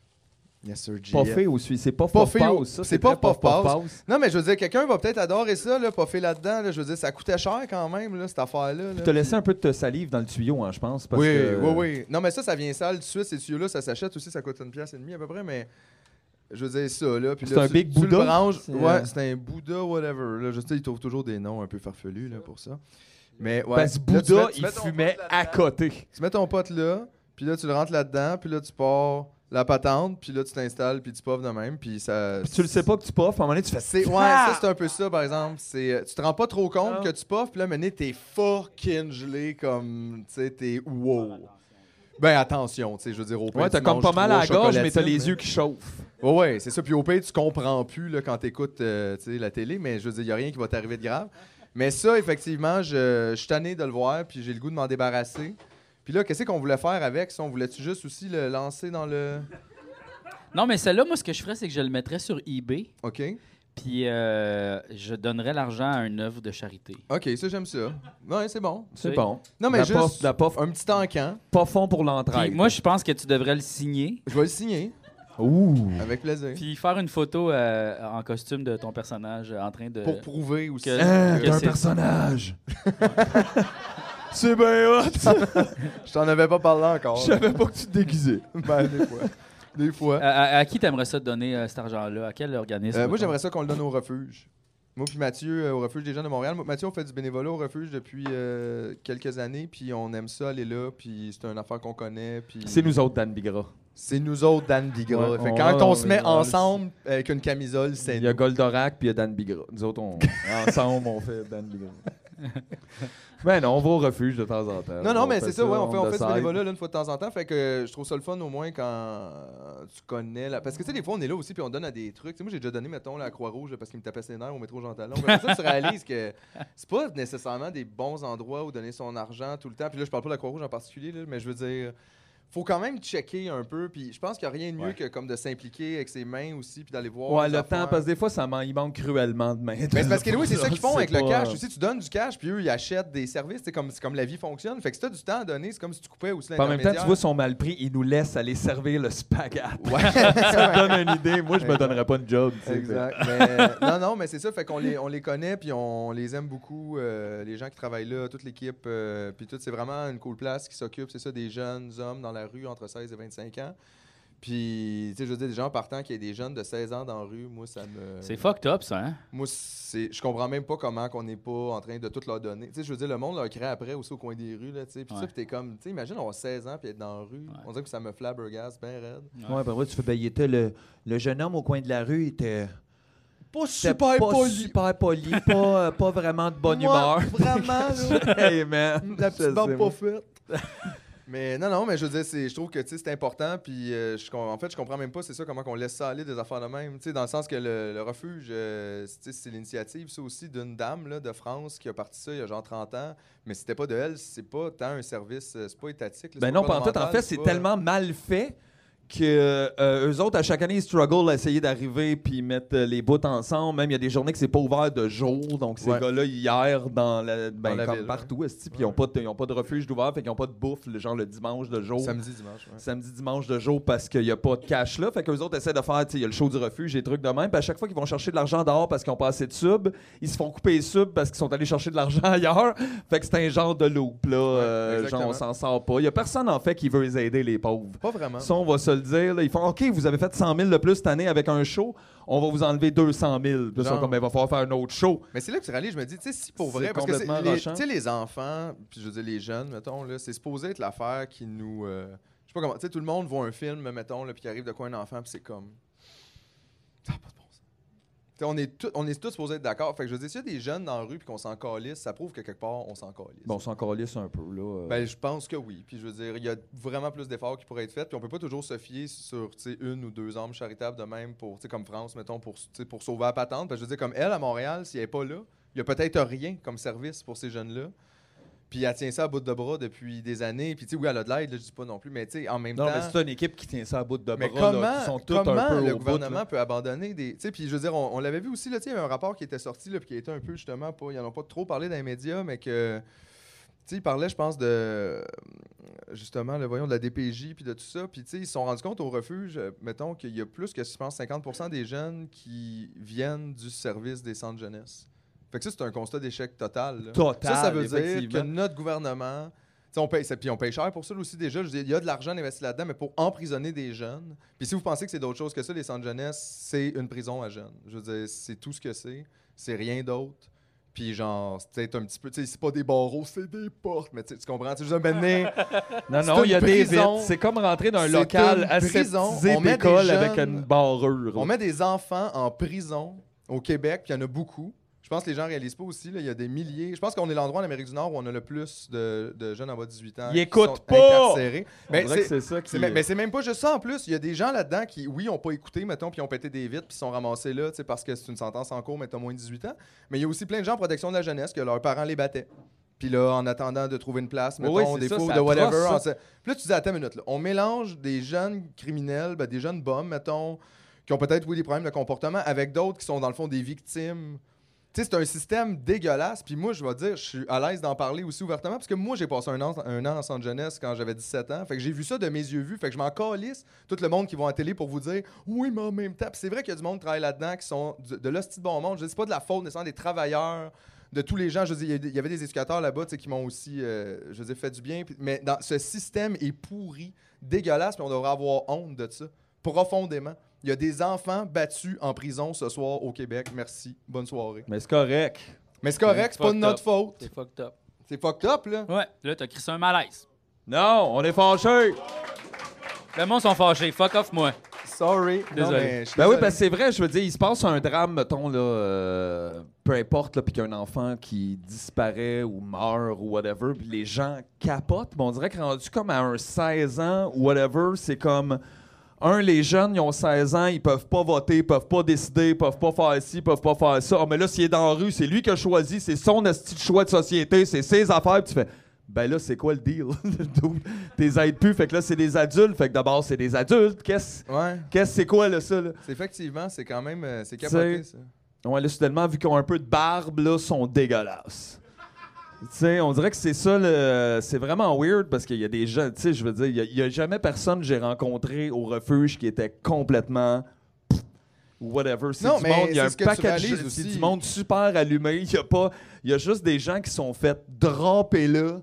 S2: Yes, sir, G F.
S3: Puffé aussi. C'est pas
S2: Puffé
S3: puff
S2: au-
S3: pause, ça.
S2: c'est pas
S3: très
S2: puff pause. Non, mais je veux dire, quelqu'un va peut-être adorer ça, là, puffer là-dedans. Là. Je veux dire, ça coûtait cher quand même, là, cette affaire-là.
S3: Tu
S2: là.
S3: t'as laissé un peu de ta salive dans le tuyau, hein, je pense. Parce
S2: Oui,
S3: que...
S2: oui, oui. Non, mais ça, ça vient sale tout de suite. Ces tuyaux-là, ça s'achète aussi, ça coûte une pièce et demie à peu près, mais je veux dire ça, là. Puis
S3: C'est
S2: là,
S3: un
S2: tu-
S3: Big
S2: tu le
S3: Buddha?
S2: branches-
S3: C'est,
S2: Ouais,
S3: euh,
S2: c'est un Bouddha, whatever. Là, je sais, ils trouvent toujours des noms un peu farfelus, là, pour ça. Mais ouais.
S3: Parce que
S2: Là, tu
S3: Bouddha,
S2: mets- tu
S3: il
S2: mets ton
S3: fumait
S2: pote
S3: à
S2: là-dedans.
S3: côté.
S2: Tu mets ton pote là, puis là, tu le rentres là-dedans, puis là, tu pars la patente, puis là, tu t'installes, puis tu puffes de même, puis ça...
S3: Puis tu le sais pas que tu puffes, à un moment donné, tu fais...
S2: C'est, ouais,
S3: Ah!
S2: ça, c'est un peu ça, par exemple. C'est, euh, tu te rends pas trop compte
S3: Non.
S2: que tu puffes, puis là, maintenant, t'es fucking gelé comme, tu sais, t'es wow. Ben, attention, tu sais, je veux dire, au pire,
S3: Ouais, t'as
S2: tu
S3: comme
S2: manges
S3: pas mal à la
S2: trois
S3: gorge, mais t'as
S2: chocolatines,
S3: les yeux qui chauffent.
S2: Ouais, ouais, c'est ça. Puis au pire, tu comprends plus là, quand t'écoutes euh, tu sais, la télé, mais je veux dire, il y a rien qui va t'arriver de grave. Mais ça, effectivement, je, je suis tanné de le voir, puis j'ai le goût de m'en débarrasser. Puis là, qu'est-ce qu'on voulait faire avec ça? On voulait-tu juste aussi le lancer dans le...
S1: Non, mais celle-là, moi, ce que je ferais, c'est que je le mettrais sur eBay,
S2: OK.
S1: puis euh, je donnerais l'argent à une œuvre de charité.
S2: OK, ça, j'aime ça. Ouais, c'est bon.
S3: C'est
S1: Oui.
S3: bon.
S2: Non, mais
S3: La
S2: juste
S3: puff- la puff-
S2: un petit encan.
S3: Pas fond pour
S1: Puis
S3: l'entraide.
S1: moi, je pense que tu devrais le signer,
S2: Je vais le signer,
S3: Ouh.
S2: avec plaisir.
S1: puis faire une photo euh, en costume de ton personnage euh, en train de...
S2: Pour prouver aussi.
S1: que-
S3: Hein,
S1: que
S3: t'es un
S1: c'est-
S3: personnage. C'est bien hot.
S2: Je t'en avais pas parlé encore.
S3: Je savais pas que tu te déguisais.
S2: Ben, des fois. Des fois.
S1: À, à- à qui t'aimerais ça donner euh, cet argent-là? À quel organisme?
S2: Euh, moi,
S1: mettons?
S2: j'aimerais ça qu'on le donne au refuge. Moi puis Mathieu, euh, au refuge des jeunes de Montréal. Moi, Mathieu, on fait du bénévolat au refuge depuis euh, quelques années, puis on aime ça aller là, puis c'est une affaire qu'on connaît. Puis
S3: C'est nous autres, Dan Bigra.
S2: C'est nous autres, Dan Bigra.
S3: Ouais,
S2: Fait que
S3: on
S2: quand
S3: va-
S2: on,
S3: on
S2: se met
S3: va- on va-
S2: ensemble avec une camisole, c'est
S3: Il y a
S2: nous.
S3: Goldorak puis il y a Dan Bigra. Nous autres, on... ensemble, on fait Dan Bigra. Ben non, on va au refuge de temps en temps.
S2: Non, non,
S3: On
S2: mais c'est ça, ouais, on fait, on
S3: the
S2: fait du
S3: side.
S2: bénévolat là, une fois de temps en temps. Fait que euh, je trouve ça le fun au moins quand euh, tu connais la. Parce que tu sais, des fois, on est là aussi puis on donne à des trucs. Tu sais, moi, j'ai déjà donné, mettons, la Croix-Rouge parce qu'il me tapait ses nerfs au métro Jean Talon. Après ça, tu réalises que c'est pas nécessairement des bons endroits où donner son argent tout le temps. Puis là, je parle pas de la Croix-Rouge en particulier, là, mais je veux dire. faut quand même checker un peu. Puis je pense qu'il n'y a rien de mieux
S1: Ouais.
S2: que comme de s'impliquer avec ses mains aussi, puis d'aller voir.
S3: Ouais,
S2: les
S3: le
S2: affaires.
S3: temps, parce que des fois, ça m'en- il manque cruellement de main.
S2: Mais c'est parce que oui, c'est ça qu'ils font avec le
S3: pas-
S2: cash aussi. Tu donnes du cash, puis eux, ils achètent des services. C'est comme, c'est comme la vie fonctionne. Fait que si tu as du temps à donner, c'est comme si tu coupais aussi
S3: Puis en même temps, tu
S2: l'intermédiaire.
S3: vois, son mal pris, il nous laisse aller servir le spaghette.
S2: Ouais.
S3: Ça te donne une idée. Moi, je me
S2: Exact.
S3: donnerais pas une job. tu sais.
S2: Exact. Mais, non, non, mais c'est ça. Fait qu'on les, on les connaît, puis on les aime beaucoup. euh, les gens qui travaillent là, toute l'équipe. euh, puis tout, c'est vraiment une cool place qui s'occupe, c'est ça, des jeunes hommes dans la rue entre seize et vingt-cinq ans. Puis, tu sais, je veux dire, des gens partant qui aient des jeunes de seize ans dans la rue, moi, ça me.
S1: C'est fucked up, ça, hein?
S2: Moi, c'est, je comprends même pas comment qu'on n'est pas en train de tout leur donner. Tu sais, je veux dire, le monde leur crée après aussi au coin des rues, là, tu sais. Puis
S1: Ouais.
S2: ça, puis t'es comme, tu sais, imagine avoir seize ans puis être dans la rue.
S1: Ouais.
S2: On dirait que ça me flabbergasse bien raide.
S3: Ouais, ben ouais, tu fais, ben, il était le, le jeune homme au coin de la rue, il était.
S2: Pas
S3: était
S2: super
S3: pas
S2: poli.
S3: super poli, pas, euh, pas vraiment de bonne
S2: Moi,
S3: humeur.
S2: Vraiment, là.
S3: Hey man,
S2: La
S3: je
S2: petite barbe
S3: sais,
S2: pas
S3: moi.
S2: faite. Mais non, non, mais je veux dire, c'est, je trouve que tu sais, c'est important. Puis euh, je com- en fait, je comprends même pas, c'est ça, comment qu'on laisse ça aller des affaires de même. Tu sais, dans le sens que le, le refuge, euh, tu sais, c'est l'initiative, ça aussi, d'une dame là, de France qui a parti ça il y a genre trente ans. Mais c'était pas de elle, c'est pas tant un service, euh, c'est pas étatique. là,
S3: Ben
S2: c'est
S3: non,
S2: pas
S3: pas en tout. En
S2: gouvernemental,
S3: fait, c'est
S2: pas-
S3: tellement mal fait que euh, eux autres, à chaque année, ils struggle à essayer d'arriver puis mettre euh, les bouts ensemble. Même, il y a des journées que c'est pas ouvert de jour. Donc, ces
S2: Ouais.
S3: gars-là, hier, dans la, ben,
S2: Dans la
S3: comme
S2: ville,
S3: partout, esti, puis
S2: Ouais.
S3: ils ont pas de- ils ont pas de refuge d'ouvert, fait qu'ils ont pas de bouffe, le genre le dimanche de jour.
S2: Samedi, dimanche. Ouais.
S3: Samedi, dimanche de jour parce qu'il n'y a pas de cash là. Fait qu'eux autres essaient de faire, tu sais, il y a le show du refuge, des trucs de même. Puis à chaque fois qu'ils vont chercher de l'argent dehors parce qu'ils n'ont pas assez de subs, ils se font couper les subs parce qu'ils sont allés chercher de l'argent ailleurs. Fait que c'est un genre de loop, là. Euh, genre,
S2: exactement.
S3: on s'en sort pas. Il n'y a personne, en fait, qui veut les aider, les pauvres.
S2: Pas vraiment.
S3: Ça, on va se le dire. Là. Ils font OK, vous avez fait cent mille de plus cette année avec un show, on va vous enlever deux cent mille. Puis là, ils sont
S2: Genre.
S3: comme, ben, il va falloir faire un autre show.
S2: Mais c'est là que tu rallies, je me dis, tu sais, si pour vrai,
S3: C'est
S2: parce que c'est,
S3: complètement
S2: les,
S3: rochant.
S2: tu sais, les enfants, puis je veux dire les jeunes, mettons, là, c'est supposé être l'affaire qui nous. euh, je sais pas comment. Tu sais, tout le monde voit un film, mettons, là, puis qui arrive de quoi un enfant, puis c'est comme. Ça n'a pas de bon sens. Tu sais, on est, tout, on est tous supposés être d'accord. Fait que je veux dire, s'il y a des jeunes dans la rue, puis qu'on s'en calisse, ça prouve que quelque part, on s'en calisse.
S3: Bon, on s'en calisse un peu, là. euh.
S2: Ben, je pense que oui. Puis je veux dire, il y a vraiment plus d'efforts qui pourraient être faits. Puis on peut pas toujours se fier sur tu sais, une ou deux âmes charitables de même pour, tu sais, comme France, mettons, pour, tu sais, pour sauver la patente. Parce que je veux dire, comme elle, à Montréal, si elle n'est pas là, il y a peut-être rien comme service pour ces jeunes-là. Puis elle tient ça à bout de bras depuis des années. Puis tu sais, oui, elle a de l'aide, là, je dis pas non plus. Mais tu sais, en même
S3: non,
S2: temps.
S3: mais c'est une équipe qui tient ça à bout de bras.
S2: Mais
S3: là,
S2: comment,
S3: qui sont tous
S2: comment
S3: un peu
S2: le
S3: au bout,
S2: gouvernement
S3: là.
S2: peut abandonner des. Tu sais, puis je veux dire, on, on l'avait vu aussi, là, tu sais, il y avait un rapport qui était sorti, là, puis qui a été un peu justement pas. Ils n'en ont pas trop parlé dans les médias, mais que. Tu sais, ils parlaient, je pense, de. Justement, le voyons, de la D P J, puis de tout ça. Puis, tu sais, ils se sont rendus compte au refuge, euh, mettons, qu'il y a plus que, je pense, cinquante pour cent des jeunes qui viennent du service des centres jeunesse. Fait que ça, c'est un constat d'échec total. là.
S3: Total,
S2: Ça, ça veut dire que
S3: effectivement.
S2: notre gouvernement. T'sais, on paye, ça- puis on paye cher pour ça aussi déjà. Je veux dire, il y a de l'argent investi là-dedans, mais pour emprisonner des jeunes. Puis si vous pensez que c'est d'autres choses que ça, les centres jeunesse, c'est une prison à jeunes. Je veux dire, c'est tout ce que c'est. C'est rien d'autre. Puis genre, c'est peut-être un petit peu, tu sais, c'est pas des barreaux, c'est des portes. Mais tu sais, tu comprends? Tu sais, juste un benné.
S3: Non,
S2: C'est
S3: non, il y a
S2: une
S3: des
S2: prison.
S3: vitres. C'est comme rentrer dans un
S2: C'est
S3: local
S2: une prison.
S3: aseptisé
S2: On met des
S3: d'école
S2: jeunes-
S3: avec une barrure.
S2: On met des enfants en prison au Québec, puis il y en a beaucoup. Je pense que les gens réalisent pas aussi, là, il y a des milliers. Je pense qu'on est l'endroit en Amérique du Nord où on a le plus de, de jeunes en bas de dix-huit ans
S3: Ils
S2: qui
S3: écoutent
S2: sont
S3: pas!
S2: incarcérés.
S3: On
S2: Mais
S3: dirait que
S2: c'est,
S3: c'est ça qui...
S2: c'est- mais, mais c'est même pas juste ça en plus. Il y a des gens là-dedans qui, oui, ont pas écouté, mettons, puis ont pété des vitres, puis sont ramassés là, tu sais, parce que c'est une sentence en cours, mais t'as moins de dix-huit ans. Mais il y a aussi plein de gens en protection de la jeunesse que leurs parents les battaient. Puis là, en attendant de trouver une place,
S3: Oui,
S2: mettons,
S3: oui, c'est
S2: des
S3: ça,
S2: fois, ou
S3: c'est
S2: de whatever.
S3: atroce,
S2: en
S3: ça.
S2: se- Puis là, tu dis, attends une minute, là. On mélange des jeunes criminels, ben, des jeunes bombes, mettons, qui ont peut-être, oui, des problèmes de comportement, avec d'autres qui sont, dans le fond, des victimes. Tu sais, c'est un système dégueulasse. Puis moi, je vais dire, je suis à l'aise d'en parler aussi ouvertement, parce que moi, j'ai passé un an, un an en centre jeunesse quand j'avais dix-sept ans. Fait que j'ai vu ça de mes yeux vus. Fait que je m'en calisse tout le monde qui va à la télé pour vous dire, oui, mais en même temps. Puis c'est vrai qu'il y a du monde qui travaille là-dedans, qui sont de, de l'hostie de bon monde. Je dis, c'est pas de la faute nécessairement des travailleurs, de tous les gens. Je veux dire, il y a des- il y avait des éducateurs là-bas, tu sais, qui m'ont aussi, euh, je veux dire, fait du bien. Puis- mais dans, ce système est pourri, dégueulasse, puis on devrait avoir honte de ça, profondément. Il y a des enfants battus en prison ce soir au Québec. Merci. Bonne soirée.
S3: Mais c'est correct.
S2: Mais c'est correct, c'est pas de
S1: Fucked
S2: notre
S1: up.
S2: faute.
S1: C'est fucked up.
S2: C'est fucked up, là.
S1: Ouais, là, t'as crissé un malaise.
S3: Non, on est fâchés.
S1: Le monde sont fâchés. Fuck off, moi.
S2: Sorry.
S1: Désolé.
S2: Non, mais je suis
S3: Ben oui,
S2: désolé.
S3: parce que c'est vrai, je veux dire, il se passe un drame, mettons, là, euh, peu importe, là, puis qu'il y a un enfant qui disparaît ou meurt ou whatever, puis les gens capotent, mais on dirait que rendu comme à un seize ans ou whatever, c'est comme... Un, les jeunes, ils ont seize ans, ils peuvent pas voter, ils peuvent pas décider, ils peuvent pas faire ci, ils peuvent pas faire ça. Ah, mais là, s'il est dans la rue, c'est lui qui a choisi, c'est son esti de choix de société, c'est ses affaires. Puis tu fais, Ben là, c'est quoi le deal? T'es aides plus, fait que là, c'est des adultes. Fait que d'abord, c'est des adultes. Qu'est-ce
S2: Ouais.
S3: qu'est-ce c'est quoi, là, ça? Là?
S2: C'est effectivement, c'est quand même. euh, c'est capoté, ça.
S3: Ouais, là, soudainement, vu qu'ils ont un peu de barbe, là, sont dégueulasses. Tu sais, on dirait que c'est ça, le... c'est vraiment weird parce qu'il y a des gens, tu sais, je veux dire, il y, y a jamais personne que j'ai rencontré au refuge qui était complètement pff, whatever. C'est
S2: Non,
S3: du
S2: mais
S3: monde, il y a
S2: c'est
S3: un
S2: ce que tu
S3: paquet de
S2: réalises
S3: gens- c'est
S2: aussi.
S3: du monde super allumé. Il y a pas, il y a juste des gens qui sont fait draper là.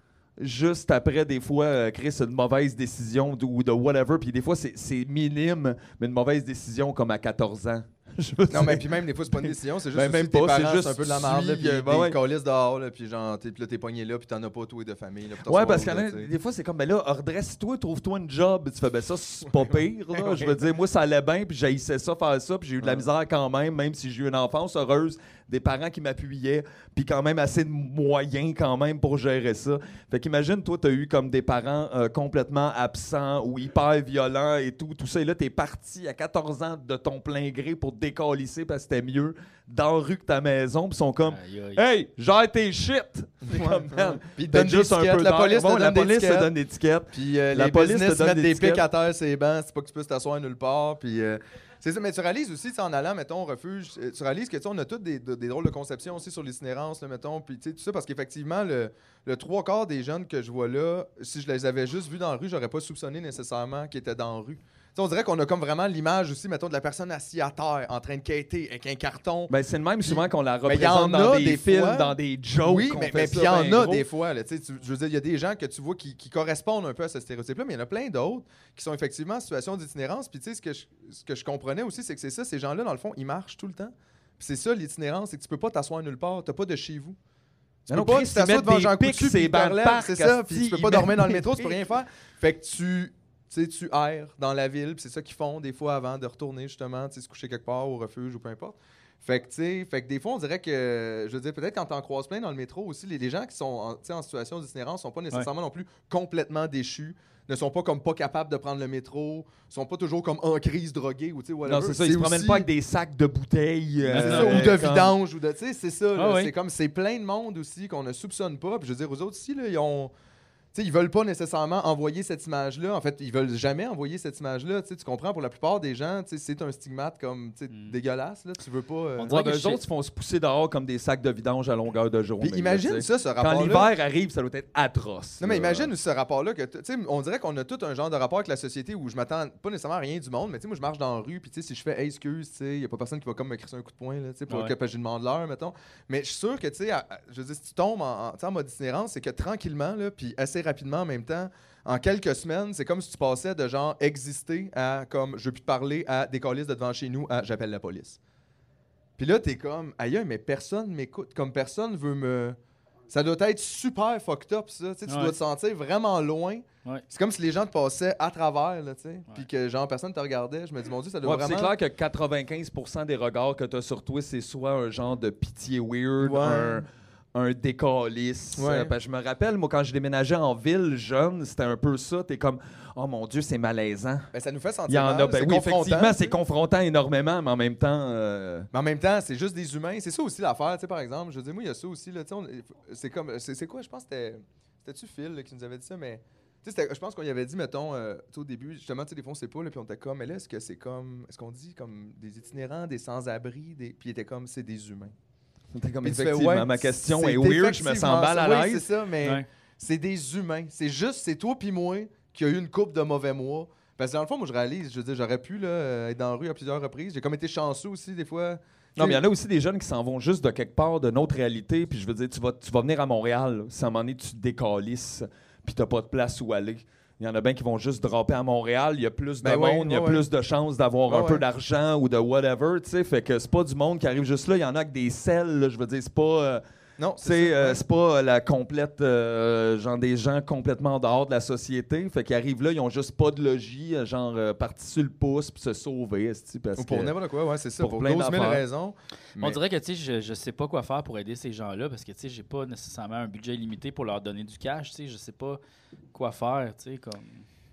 S3: Juste après, des fois, euh, créer une mauvaise décision de- ou de whatever. Puis des fois, c'est c'est minime, mais une mauvaise décision comme à quatorze ans. Je veux
S2: Non,
S3: dire.
S2: mais puis même des fois, c'est pas une décision, c'est juste
S3: Ben,
S2: aussi
S3: même
S2: tes
S3: pas, c'est
S2: parents,
S3: juste
S2: c'est un peu de la merde, là,
S3: suis,
S2: puis
S3: euh,
S2: des
S3: ben ouais.
S2: câlisses dehors, là, puis genre, t'es, puis là, t'es pogné là, puis t'en as pas, toi, de famille. Là, pour
S3: Ouais,
S2: t'asseoir,
S3: parce que
S2: là,
S3: là,
S2: tu sais.
S3: des fois, c'est comme, ben là, redresse-toi, trouve-toi une job. Tu fais, ben ça, c'est pas pire, là. Je veux dire, moi, ça allait bien, puis j'haïssais ça, faire ça, puis j'ai eu de la misère quand même, même si j'ai eu une enfance heureuse, des parents qui m'appuyaient, puis quand même assez de moyens quand même pour gérer ça. Fait qu'imagine, toi, t'as eu comme des parents euh, complètement absents ou hyper violents et tout, tout ça, et là, t'es parti à quatorze ans de ton plein gré pour te décalisser parce que c'était mieux dans la rue que ta maison, puis ils sont comme,
S1: Aïe, aïe.
S3: hey, gère tes shit! C'est comme, man,
S2: Puis ils
S3: peut-être
S2: donnent des
S3: juste un
S2: étiquettes,
S3: peu
S2: la
S3: d'air.
S2: police te
S3: Bon,
S2: donne
S3: la
S2: des
S3: police te
S2: étiquettes.
S3: donne l'étiquette.
S2: Puis euh,
S3: La
S2: les
S3: police te
S2: business
S3: donne
S2: mettent
S3: des
S2: des
S3: étiquettes.
S2: pics à terre, c'est bancs, c'est pas que tu puisses t'asseoir nulle part. Puis euh, c'est ça, mais tu réalises aussi, tu sais, en allant, mettons, au refuge, euh, tu réalises que tu sais, on a tous des, des, des drôles de conceptions aussi sur l'itinérance, là, mettons. Puis tu sais, tout ça, parce qu'effectivement, le, le trois quarts des jeunes que je vois là, si je les avais juste vus dans la rue, j'aurais pas soupçonné nécessairement qu'ils étaient dans la rue. Tu sais, on dirait qu'on a comme vraiment l'image aussi, mettons, de la personne assise à terre, en train de quêter, avec un carton.
S3: Ben, c'est le même souvent qu'on la
S2: Mais y en
S3: représente dans
S2: a
S3: des,
S2: des
S3: films,
S2: fois-
S3: dans des jokes.
S2: Oui,
S3: qu'on
S2: mais
S3: fait
S2: mais
S3: ça
S2: puis il y en
S3: ben
S2: a
S3: gros.
S2: des fois. Là, tu sais, tu- je veux dire, il y a des gens que tu vois qui, qui correspondent un peu à ce stéréotype-là, mais il y en a plein d'autres qui sont effectivement en situation d'itinérance. Puis tu sais, ce que je, ce que je comprenais aussi, c'est que c'est ça, ces gens-là, dans le fond, ils marchent tout le temps. Puis c'est ça, l'itinérance, c'est que tu peux pas t'asseoir nulle part, t'as pas de chez vous. Tu
S3: Non,
S2: peux pas
S3: Chris,
S2: tu
S3: ils
S2: t'assois
S3: mettent
S2: devant
S3: des
S2: Jean
S3: pics
S2: Coutu,
S3: sur
S2: puis
S3: les
S2: ils
S3: bancs de
S2: t'enlèvent,
S3: parc,
S2: c'est ça.
S3: asti,
S2: Puis tu peux
S3: ils
S2: pas dormir
S3: mettent
S2: dans le
S3: des
S2: métro, tu peux
S3: pics.
S2: rien faire. Fait que tu... Tu sais, tu erres dans la ville, puis c'est ça qu'ils font des fois avant de retourner justement, tu sais, se coucher quelque part au refuge ou peu importe. Fait que, tu sais, fait que des fois, on dirait que, je veux dire, peut-être quand t'en croises plein dans le métro aussi, les, les gens qui sont en, tu sais, en situation d'itinérance sont pas nécessairement non plus complètement déchus, ne sont pas comme pas capables de prendre le métro, sont pas toujours comme en crise droguée ou tu sais, whatever.
S3: Non, c'est ça, ils se promènent
S2: aussi-
S3: pas avec des sacs de bouteilles.
S2: c'est
S3: euh,
S2: ça, ou de
S3: comme-
S2: vidange, ou de. Tu sais, c'est ça. là,
S1: Ah oui.
S2: C'est comme, c'est plein de monde aussi qu'on ne soupçonne pas. Puis je veux dire, aux autres aussi, là, ils ont. Tu sais, ils veulent pas nécessairement envoyer cette image-là. En fait, ils veulent jamais envoyer cette image-là. Tu sais, tu comprends, pour la plupart des gens, tu sais, c'est un stigmate comme tu sais,
S1: Mm.
S2: dégueulasse. Là. Tu veux pas. euh,
S1: On
S3: Ouais,
S1: dirait que
S3: ben, eux
S1: chez-
S3: autres, ils font se pousser dehors comme des sacs de vidange à longueur de journée.
S2: Puis
S3: là,
S2: imagine
S3: tu sais.
S2: ça, ce
S3: Quand
S2: rapport-là.
S3: l'hiver arrive, ça doit être atroce.
S2: Non, mais
S3: là.
S2: imagine aussi ce rapport-là que, tu sais, on dirait qu'on a tout un genre de rapport avec la société où je m'attends pas nécessairement à rien du monde, mais tu sais, moi, je marche dans la rue, puis tu sais, si je fais hey, excuse, tu sais, il y a pas personne qui va comme me crisser un coup de poing, là, tu sais, pour
S1: Ouais.
S2: que parce que je demande l'heure, mettons. Mais je suis sûr que, tu sais, à- à- je veux dire, si tu tombes en, en, tu sais, en mode itinérance, c'est que tranquillement, là, puis assez rapidement en même temps, en quelques semaines, c'est comme si tu passais de genre exister à comme je veux plus te parler à des colis de devant chez nous à j'appelle la police. Puis là, t'es comme aïe, mais personne m'écoute, comme personne veut me. Ça doit être super fucked up, ça. Tu sais, tu
S1: Ouais.
S2: dois te sentir vraiment loin.
S1: Ouais.
S2: C'est comme si les gens te passaient à travers, là, tu sais. Puis que, genre, personne te regardait. Je me dis, mon Dieu, ça doit
S3: Ouais, puis
S2: vraiment.
S3: c'est clair que quatre-vingt-quinze pour cent des regards que tu as sur toi, c'est soit un genre de pitié weird,
S2: Ouais.
S3: un, un décalisse.
S2: Ouais.
S3: Euh, parce que je me rappelle, moi, quand je déménageais en ville jeune, c'était un peu ça. T'es comme, oh mon Dieu, c'est malaisant.
S2: Ben, ça nous fait sentir
S3: Il y en
S2: mal,
S3: a, ben
S2: c'est
S3: oui,
S2: confrontant,
S3: effectivement,
S2: tu sais.
S3: c'est confrontant énormément, mais en même temps. euh,
S2: Mais en même temps, c'est juste des humains. C'est ça aussi l'affaire, tu sais, par exemple. Je veux dire, moi, il y a ça aussi, là, tu sais, on- c'est comme, c'est c'est quoi, je pense que c'était, c'était-tu Phil là, qui nous avait dit ça, mais, tu sais, c'était- je pense qu'on y avait dit, mettons, euh, tu sais, au début, justement, tu sais, des fois, on sait pas, là, puis on était comme, mais là, est-ce que c'est comme, est-ce qu'on dit comme des itinérants, des sans-abri, des... puis il était comme, c'est des humains.
S3: C'était comme
S2: Puis tu fais,
S3: effectivement,
S2: ouais,
S3: ma question
S2: c'est
S3: est weird, je me
S2: effectivement
S3: sens mal
S2: ça.
S3: à
S2: Oui,
S3: l'aise.
S2: c'est ça, mais
S1: Ouais.
S2: c'est des humains. C'est juste, c'est toi puis moi qui a eu une coupe de mauvais mois. Parce que dans le fond, moi, je réalise, je veux dire, j'aurais pu là, euh, être dans la rue à plusieurs reprises. J'ai comme été chanceux aussi, des fois.
S3: Non, mais il y en a aussi des jeunes qui s'en vont juste de quelque part, de notre réalité. Puis je veux dire, tu vas, tu vas venir à Montréal, si à un moment donné, tu te décalisses, puis tu n'as pas de place où aller. Il y en a bien qui vont juste dropper à Montréal. Il y a plus de
S2: Ben ouais,
S3: monde, il y a
S2: ouais,
S3: plus de chances d'avoir
S2: Ouais,
S3: un peu
S2: ouais.
S3: d'argent ou de whatever, tu sais. Fait que c'est pas du monde qui arrive juste là. Il y en a avec des selles, là, je veux dire, c'est pas... euh,
S2: Non,
S3: tu sais,
S2: ça,
S3: euh,
S2: ouais.
S3: c'est pas la complète, euh, genre des gens complètement en dehors de la société. Fait qu'ils arrivent là, ils ont juste pas de logis, euh, genre euh, partis sur le pouce puis se sauver, esti, parce
S2: Ou pour
S3: que-
S2: n'importe quoi, ouais, c'est ça.
S3: pour
S2: Pour,
S3: plein
S2: douze mille
S3: d'affaires.
S2: raisons.
S1: On
S2: Mais-
S1: dirait que tu sais, je, je sais pas quoi faire pour aider ces gens-là parce que tu sais, j'ai pas nécessairement un budget limité pour leur donner du cash. Tu sais, je sais pas quoi faire. Tu sais, comme.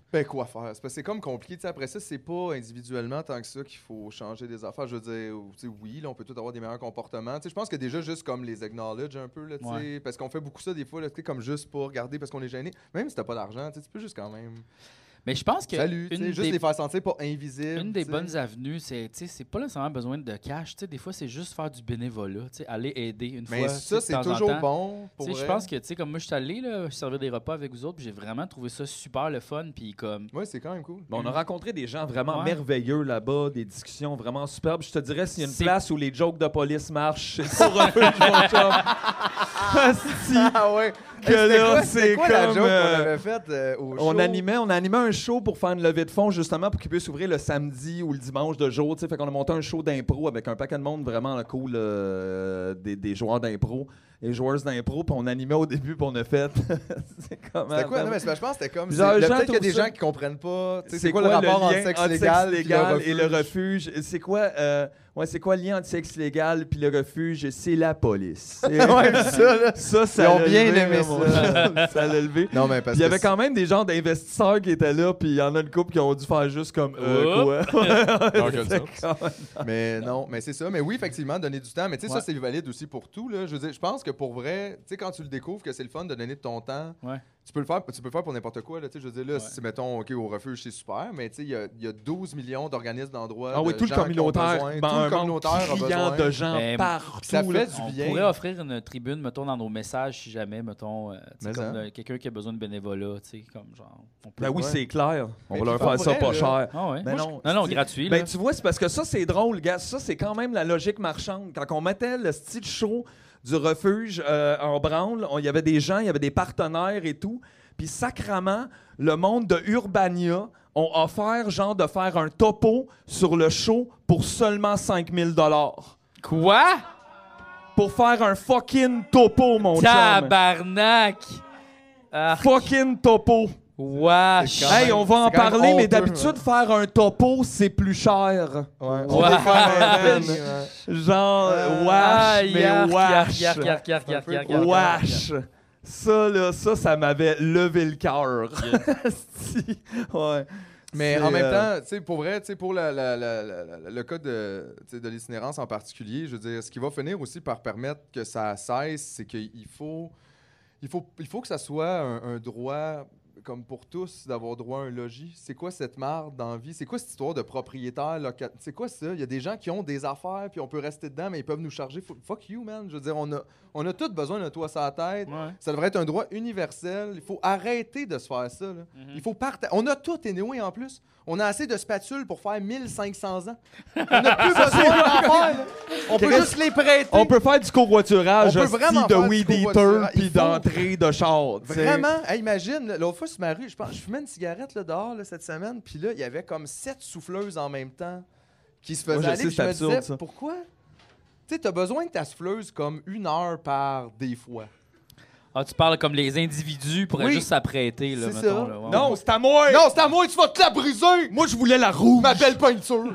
S2: Ben, quoi faire? C'est parce que c'est comme compliqué. T'sais, après ça, c'est pas individuellement tant que ça qu'il faut changer des affaires. Je veux dire, t'sais, oui, là, on peut tous avoir des meilleurs comportements. T'sais, je pense que déjà, juste comme les acknowledge un peu, là, t'sais,
S1: Ouais.
S2: parce qu'on fait beaucoup ça des fois, là, t'sais, comme juste pour regarder parce qu'on est gêné. Même si t'as pas d'argent, t'sais, tu peux juste quand même.
S1: Mais je pense que
S2: Salut,
S1: une
S2: t'sais, juste
S1: des-
S2: les faire sentir pas invisibles.
S1: Une des
S2: t'sais.
S1: bonnes avenues, c'est, tu sais, c'est pas nécessairement besoin de cash. Tu sais, des fois, c'est juste faire du bénévolat. Tu sais, aller aider une
S2: Mais
S1: fois.
S2: ça,
S1: tu sais, de
S2: c'est
S1: temps en
S2: toujours
S1: temps.
S2: bon. Pour
S1: Tu sais, je
S2: vrai.
S1: pense que, tu sais, comme moi, je suis allé là, servir des repas avec vous autres, puis j'ai vraiment trouvé ça super le fun. Puis comme.
S2: Ouais, c'est quand même cool.
S3: Ben, on a rencontré des gens vraiment
S1: Ouais.
S3: merveilleux là-bas, des discussions vraiment superbes. Je te dirais, s'il y a une
S1: C'est-
S3: place où les jokes de police marchent, c'est pour refuge, mon chum. Asti,
S2: Ah ouais.
S3: que
S2: Hey, c'était
S3: là,
S2: quoi,
S3: c'est
S2: c'était quoi la
S3: comme,
S2: joke
S3: euh,
S2: qu'on avait faite euh, au
S3: On
S2: show?
S3: animait, on animait un show pour faire une levée de fonds, justement, pour qu'il puisse ouvrir le samedi ou le dimanche de jour. T'sais. Fait qu'on a monté un show d'impro avec un paquet de monde vraiment là, cool, euh, des, des joueurs d'impro, des joueuses d'impro, puis on animait au début, puis on a fait. c'est comment,
S2: C'était quoi?
S3: ben,
S2: Non, mais c'est- je pense que c'était comme.
S3: Plusieurs
S2: c'est- là,
S3: gens
S2: Peut-être qu'il y a des
S3: trouvent ça-
S2: gens qui comprennent pas. tu sais,
S3: C'est
S2: C'est quoi le rapport entre
S3: lien
S2: sexe
S3: entre
S2: légal, puis
S3: légal et le
S2: refuge?
S3: refuge? C'est quoi, euh, ouais, c'est quoi le lien entre sexe légal puis le refuge? C'est la police.
S2: Ouais, puis ça, là.
S3: Ça, ça
S2: Ils ont
S3: l'a
S2: bien
S3: levé,
S2: aimé
S3: mon
S2: ça.
S3: chum. Ça l'a levé.
S2: Non, mais parce
S3: Puis il y
S2: que
S3: avait quand même des gens d'investisseurs qui étaient là, puis il y en a une couple qui ont dû faire juste comme euh,
S1: Oups.
S3: quoi.
S5: Non, je le sais.
S3: C'est quand même-
S2: Mais non, mais c'est ça. Mais oui, effectivement, donner du temps. Mais tu sais,
S1: Ouais.
S2: ça, c'est valide aussi pour tout. Là. Je veux dire, je pense que pour vrai, tu sais, quand tu le découvres que c'est le fun de donner de ton temps,
S1: Ouais.
S2: tu peux le faire, tu peux le faire pour n'importe quoi. Là, tu sais, je veux dire, là,
S1: Ouais.
S2: si mettons, OK, au refuge, c'est super, mais tu sais, il y a, il y a douze millions d'organismes, d'endroits.
S3: Ah oui,
S2: de
S3: tout le
S2: gens qui ont
S3: communautaire.
S2: besoin,
S3: Ben,
S2: tout
S3: un
S2: le communautaire a
S3: monde criant
S2: besoin.
S3: de gens
S1: Mais
S3: partout.
S2: ça
S3: là.
S2: fait du
S1: On
S2: bien.
S1: pourrait offrir une tribune, mettons, dans nos messages, si jamais, mettons, euh, tu sais,
S2: Mais
S1: comme
S2: ça.
S1: euh, quelqu'un qui a besoin de bénévolat, tu sais, comme genre. On peut...
S3: Ben oui,
S2: Ouais.
S3: c'est clair. On
S2: Mais
S3: va leur
S2: puis
S3: faire
S2: pour
S3: ça
S2: vrai,
S3: pas
S2: là,
S3: cher.
S1: Ah ouais.
S3: Ben
S1: Moi,
S3: non,
S1: je- non, non,
S3: c'est-
S1: gratuit.
S3: Ben,
S1: là.
S3: tu vois, c'est parce que ça, c'est drôle, gars. Ça, c'est quand même la logique marchande. Quand on mettait le style show du refuge euh, en branle, on- il y avait des gens, il y avait des partenaires et tout. Puis sacrament, le monde de Urbania ont offert, genre, de faire un topo sur le show pour seulement cinq mille dollars.
S1: Quoi?
S3: Pour faire un fucking topo, mon chum.
S1: Tabarnak! Ah,
S3: Fucking topo.
S1: wesh!
S2: Quand
S3: Hey,
S2: même-
S3: on va en
S2: c'est quand même
S3: parler, mais
S2: honteux,
S3: d'habitude, faire un topo, c'est plus cher.
S2: Ouais.
S3: On
S1: Ouais.
S3: va faire un
S2: Ouais.
S3: Genre,
S2: Euh,
S3: wesh,
S1: Ah,
S3: mais
S1: yark,
S3: wesh.
S1: yark, yark, yark,
S2: Un
S1: yark,
S2: peu
S1: yark,
S2: trop
S1: yark.
S3: Wesh. Ça, là, ça, ça m'avait levé le cœur. Asti. Ouais.
S2: Mais
S3: C'est,
S2: en même
S3: euh,
S2: temps, tu sais, pour vrai, tu sais, pour la- la- la- la- la- le cas de, tu sais, de l'itinérance en particulier, je veux dire, ce qui va finir aussi par permettre que ça cesse, c'est qu'il faut, il faut, il faut que ça soit un, un droit, comme pour tous, d'avoir droit à un logis. C'est quoi cette marde dans la vie? C'est quoi cette histoire de propriétaire local? C'est quoi ça? Il y a des gens qui ont des affaires, puis on peut rester dedans, mais ils peuvent nous charger. F- Fuck you, man. Je veux dire, on a, on a tous besoin d'un toit sur la tête.
S1: Ouais.
S2: Ça devrait être un droit universel. Il faut arrêter de se faire ça. Là.
S1: Mhm.
S2: Il faut partager. On a tout anyway en plus. On a assez de spatules pour faire mille cinq cents ans. On n'a plus besoin d'en faire. là. On peut
S3: Qu'est-ce-
S2: juste les prêter.
S3: On peut faire du covoiturage
S2: On peut
S3: hostie,
S2: vraiment
S3: de
S2: faire du
S3: weed eater
S2: covoiturage.
S3: puis
S2: Il faut-
S3: d'entrée de char. tu sais.
S2: Vraiment, hey, imagine, là, l'autre fois sur ma rue, je, pense, je fumais une cigarette là, dehors là, cette semaine, puis là, il y avait comme sept souffleuses en même temps qui se faisaient
S3: Moi, je
S2: aller.
S3: sais,
S2: puis je
S3: c'est
S2: me
S3: absurde,
S2: disais,
S3: ça.
S2: pourquoi? Tu sais, t'as besoin de ta souffleuse comme une heure par des fois.
S1: Ah, tu parles comme les individus pourraient
S2: Oui.
S1: juste s'apprêter, là,
S2: C'est
S1: mettons.
S2: ça.
S1: Là. Ouais,
S3: Non,
S1: ouais.
S3: c'est à moi!
S2: Non, c'est à moi, tu vas te la briser!
S3: Moi, je voulais la rouge!
S2: Ma belle peinture!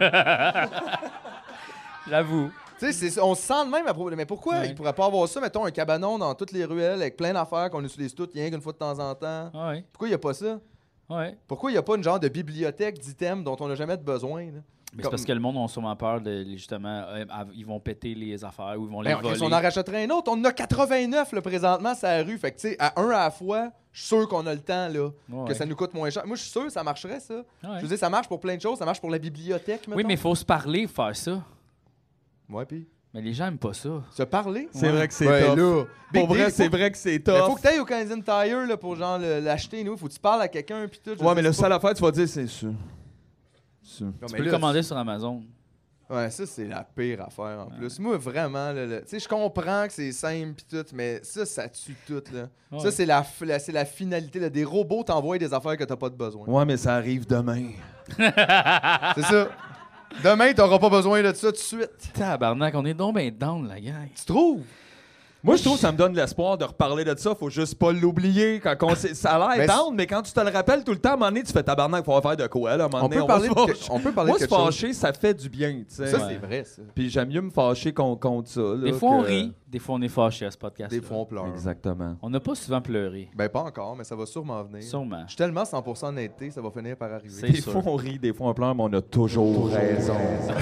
S1: J'avoue.
S2: Tu sais, c'est- on se sent de même à propos. Mais pourquoi
S1: Ouais.
S2: il pourrait pas avoir ça, mettons, un cabanon dans toutes les ruelles avec plein d'affaires qu'on utilise toutes, rien qu'une fois de temps en temps?
S1: Ah ouais.
S2: Pourquoi il n'y a pas ça?
S1: Ouais.
S2: Pourquoi il n'y a pas une genre de bibliothèque d'items dont on n'a jamais de besoin? Là?
S1: Mais c'est
S2: Comme-
S1: parce que le monde a sûrement peur de, justement, euh, av- ils vont péter les affaires ou ils vont les
S2: Ben,
S1: voler.
S2: si on en rachèterait un autre, on en a quatre-vingt-neuf là, présentement sur la rue. Fait que, tu sais, à un à la fois, je suis sûr qu'on a le temps là,
S1: Ouais.
S2: que ça nous coûte moins cher. Moi, je suis sûr que ça marcherait, ça.
S1: Ouais.
S2: Je veux dire, ça marche pour plein de choses. Ça marche pour la bibliothèque,
S1: Oui,
S2: mettons.
S1: mais il faut se parler pour faire ça.
S2: Ouais, puis
S1: Mais les gens aiment pas ça.
S2: se parler.
S3: C'est vrai que c'est
S2: Ouais,
S3: tough.
S2: là,
S3: Pour
S2: Big
S3: vrai,
S2: deal,
S3: c'est
S2: faut-
S3: vrai que c'est
S2: Mais
S3: tough.
S2: faut que tu ailles au Canadian Tire là, pour genre le- l'acheter. Nous, faut que tu parles à quelqu'un. Puis tout. Je
S3: Ouais,
S2: veux
S3: mais
S2: dire,
S3: le
S2: c'est
S3: seul
S2: pas-
S3: affaire, tu vas dire, c'est sûr. Sûr.
S2: Non,
S1: Tu
S2: mais
S1: peux le
S2: là,
S1: commander sur Amazon.
S2: Ouais, ça, c'est la pire affaire en plus. Moi, vraiment, là, là, tu sais, je comprends que c'est simple pis tout, mais ça, ça tue tout, là.
S1: Ouais.
S2: Ça, c'est la, f- la- c'est la finalité, là. Des robots t'envoient des affaires que t'as pas de besoin.
S3: Ouais, mais ça arrive demain.
S2: C'est ça. Demain, t'auras pas besoin de ça tout de suite.
S1: Tabarnak, on est donc ben down, la gang.
S2: Tu trouves?
S3: Moi, je trouve que ça me donne l'espoir de reparler de ça. Faut juste pas l'oublier. Quand on sait- ça a l'air
S2: Mais
S3: tendre, mais quand tu te le rappelles tout le temps, à un moment donné, tu fais tabarnak, faut faire de quoi, là, à un moment
S2: On
S3: donné,
S2: peut
S3: va
S2: parler
S3: se
S2: de que-
S3: fâcher.
S2: on peut parler
S3: Moi,
S2: de
S3: se
S2: quelque chose.
S3: fâcher, ça fait du bien, tu sais.
S2: Ça,
S1: Ouais.
S2: c'est vrai, ça.
S3: Puis j'aime mieux me fâcher qu'on contre ça. là,
S1: Des fois, on
S3: que-
S1: rit, des fois, on est fâché à ce podcast.
S2: Des fois, on pleure.
S3: Exactement.
S1: On n'a pas souvent pleuré.
S2: Ben, pas encore, mais ça va sûrement venir.
S1: Sûrement.
S2: Je suis tellement cent pour cent honnêteté, ça va finir par arriver.
S1: C'est
S3: Des
S1: sûr.
S3: fois, on rit, des fois, on pleure, mais on a toujours raison.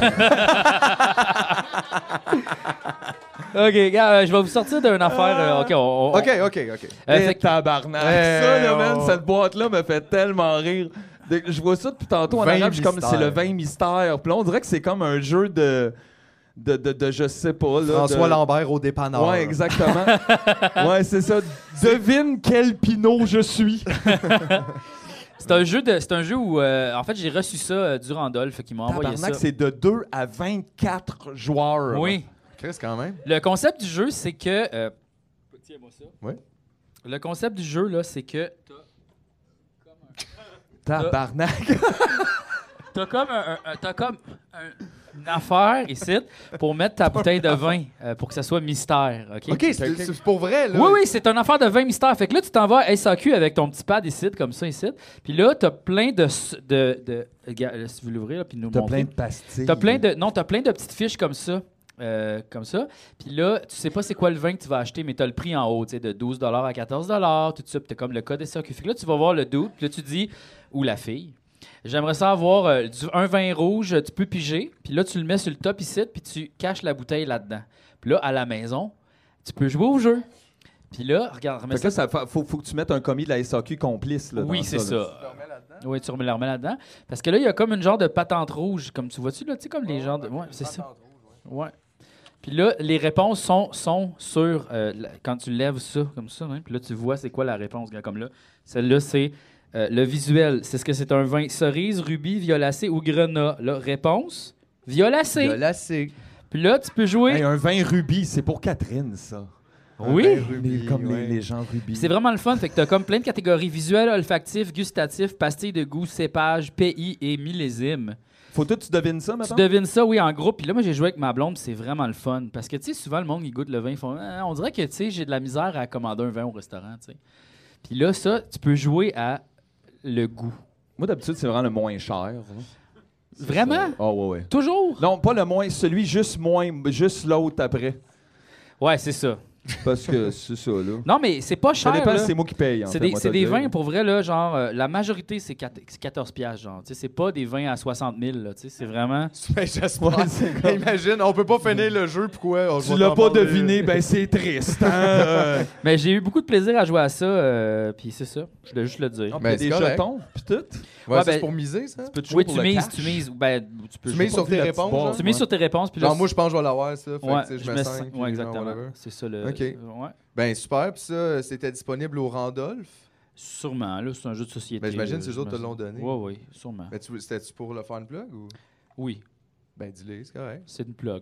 S1: OK, gars, euh, je vais vous sortir d'une affaire. euh, OK, on... on-
S2: OK, OK, OK.
S1: Euh,
S3: Eh,
S1: fait que-
S3: tabarnak.
S2: Eh,
S3: ça, là, man,
S2: oh.
S3: cette boîte-là me fait tellement rire. De- je vois ça depuis tantôt en
S2: Vingt
S3: arabe, je suis comme
S2: mystères.
S3: c'est le vin mystère. Puis là, on dirait que c'est comme un jeu de. De, de, de je sais pas. Là,
S2: François
S3: de...
S2: Lambert au dépanneur.
S3: Ouais, exactement. Ouais, c'est ça. Devine quel pinot je suis.
S1: C'est un jeu de, c'est un jeu où, euh, en fait, j'ai reçu ça euh, du Randolph, fait qu'il m'a envoyé
S3: Tabarnak,
S1: ça.
S3: c'est de deux à vingt-quatre joueurs.
S1: Oui.
S2: Chris, quand même.
S1: Le concept du jeu, c'est que. euh, Tiens-moi ça.
S2: Oui.
S1: Le concept du jeu, là, c'est que.
S3: Tabarnak.
S1: T'as comme, un, un- t'as comme un- une affaire ici pour mettre ta bouteille de vin euh, pour que ça soit mystère. OK?
S2: OK, c'est c'est pour vrai, là.
S1: Oui, oui, c'est une affaire de vin mystère. Fait que là, tu t'en vas à S A Q avec ton petit pad ici, comme ça, ici. Puis là, t'as plein de. s- de, de regarde, là, si vous l'ouvrez, là, puis nous
S3: T'as
S1: montrer.
S3: plein de pastilles.
S1: T'as plein de. Non, t'as plein de petites fiches comme ça. euh, comme ça. Puis là, tu sais pas c'est quoi le vin que tu vas acheter, mais t'as le prix en haut, tu sais, de douze à quatorze tout ça. Puis t'as comme le code S A Q. Fait que là, tu vas voir le dude, puis là, tu dis, ou la fille. J'aimerais ça avoir euh, du, un vin rouge, tu peux piger, puis là, tu le mets sur le top ici, puis tu caches la bouteille là-dedans. Puis là, à la maison, tu peux jouer au jeu. Puis là, regarde, remets
S3: Fait que
S1: ça.
S3: là, ça fa- faut, faut que tu mettes un commis de la S A Q complice. Là,
S1: Oui,
S3: dans
S1: c'est
S3: ça. là.
S1: ça. Oui, tu remets le remets là-dedans. Parce que là, il y a comme une genre de patente rouge, comme tu vois-tu, là, tu sais, comme les genres de. Ouais, c'est ça. Ouais. Puis là, les réponses sont, sont sur. euh, la- quand tu lèves ça, comme ça, hein, puis là, tu vois c'est quoi la réponse, regarde, comme là. Celle-là, c'est euh, le visuel. C'est ce que c'est un vin cerise, rubis, violacé ou grenat. Là, réponse violacé.
S2: Violacé.
S1: Puis là, tu peux jouer.
S3: Hey, un vin rubis, c'est pour Catherine, ça.
S1: Oui.
S2: Un vin
S3: Les-
S2: rubis,
S3: comme les-
S2: ouais.
S3: les, gens rubis.
S1: C'est vraiment le fun. Fait que t'as comme plein de catégories visuel, olfactif, gustatif, pastille de goût, cépage, pays et millésime.
S3: Faut tout que tu devines ça,
S1: Tu
S3: maintenant?
S1: devines ça, oui, en groupe. Puis là, moi, j'ai joué avec ma blonde, puis c'est vraiment le fun. Parce que, tu sais, souvent, le monde, il goûte le vin, ils font Ah, on dirait que, tu sais, j'ai de la misère à commander un vin au restaurant, tu sais. Puis là, ça, tu peux jouer à le goût.
S3: Moi, d'habitude, c'est vraiment le moins cher. là. C'est
S1: Vraiment?
S3: ça. Ah, ouais, ouais.
S1: Toujours?
S3: Non, pas le moins, celui juste moins, juste l'autre après.
S1: Ouais, c'est ça.
S3: Parce que c'est ça, là.
S1: Non, mais c'est pas
S3: Ça
S1: cher.
S3: dépend
S1: là.
S3: si c'est moi qui paye. en
S1: C'est
S3: fait,
S1: des,
S3: moi,
S1: c'est
S3: te
S1: des
S3: le
S1: vins,
S3: dire.
S1: pour vrai, là, genre, euh, la majorité, c'est quat- c'est quatorze piastres, genre. Tu sais, c'est pas des vins à soixante mille, là, tu sais, c'est vraiment...
S2: Ben, j'espère.
S3: Ouais, c'est comme-
S2: Imagine, on peut pas finir le jeu, pourquoi? On
S3: Tu
S2: va
S3: l'as
S2: t'en
S3: pas
S2: parler.
S3: deviné, ben c'est triste, hein? Euh,
S1: Mais j'ai eu beaucoup de plaisir à jouer à ça, euh, puis c'est ça. Je voulais juste le dire.
S3: ah,
S2: Ben,
S3: puis
S2: c'est
S3: des
S2: correct.
S3: jetons, pis tout.
S2: Ouais,
S1: Ouais,
S2: ça, c'est
S1: ben-
S2: pour miser, ça?
S3: Tu peux te
S1: Oui,
S3: jouer pour
S1: tu
S3: le
S1: mises,
S3: cash.
S1: tu mises. Ben, tu peux
S2: Tu
S1: jouer
S2: mises
S1: pour-
S2: sur tes
S3: la petite
S2: réponses,
S3: boîte.
S2: genre?
S1: Tu mises sur tes réponses, puis là...
S2: Genre, moi, je pense que je vais l'avoir, ça. Fait
S1: ouais,
S2: que, tu sais,
S1: je
S2: je
S1: mets
S2: mets
S1: cinq.
S2: cinq.
S1: Ouais,
S2: puis genre,
S1: exactement.
S2: whatever.
S1: C'est ça le...
S2: OK.
S1: Ouais.
S2: Ben, super. Puis ça, c'était disponible au Randolph.
S1: Sûrement, là, c'est un jeu de société.
S2: Ben, j'imagine
S1: là,
S2: que ces autres te
S1: j'imagine.
S2: l'ont donné.
S1: Oui, oui, sûrement.
S2: Ben, tu- c'était-tu pour le fan plug ou?
S1: Oui,
S2: Ben, dis-le, c'est correct.
S1: c'est une plug.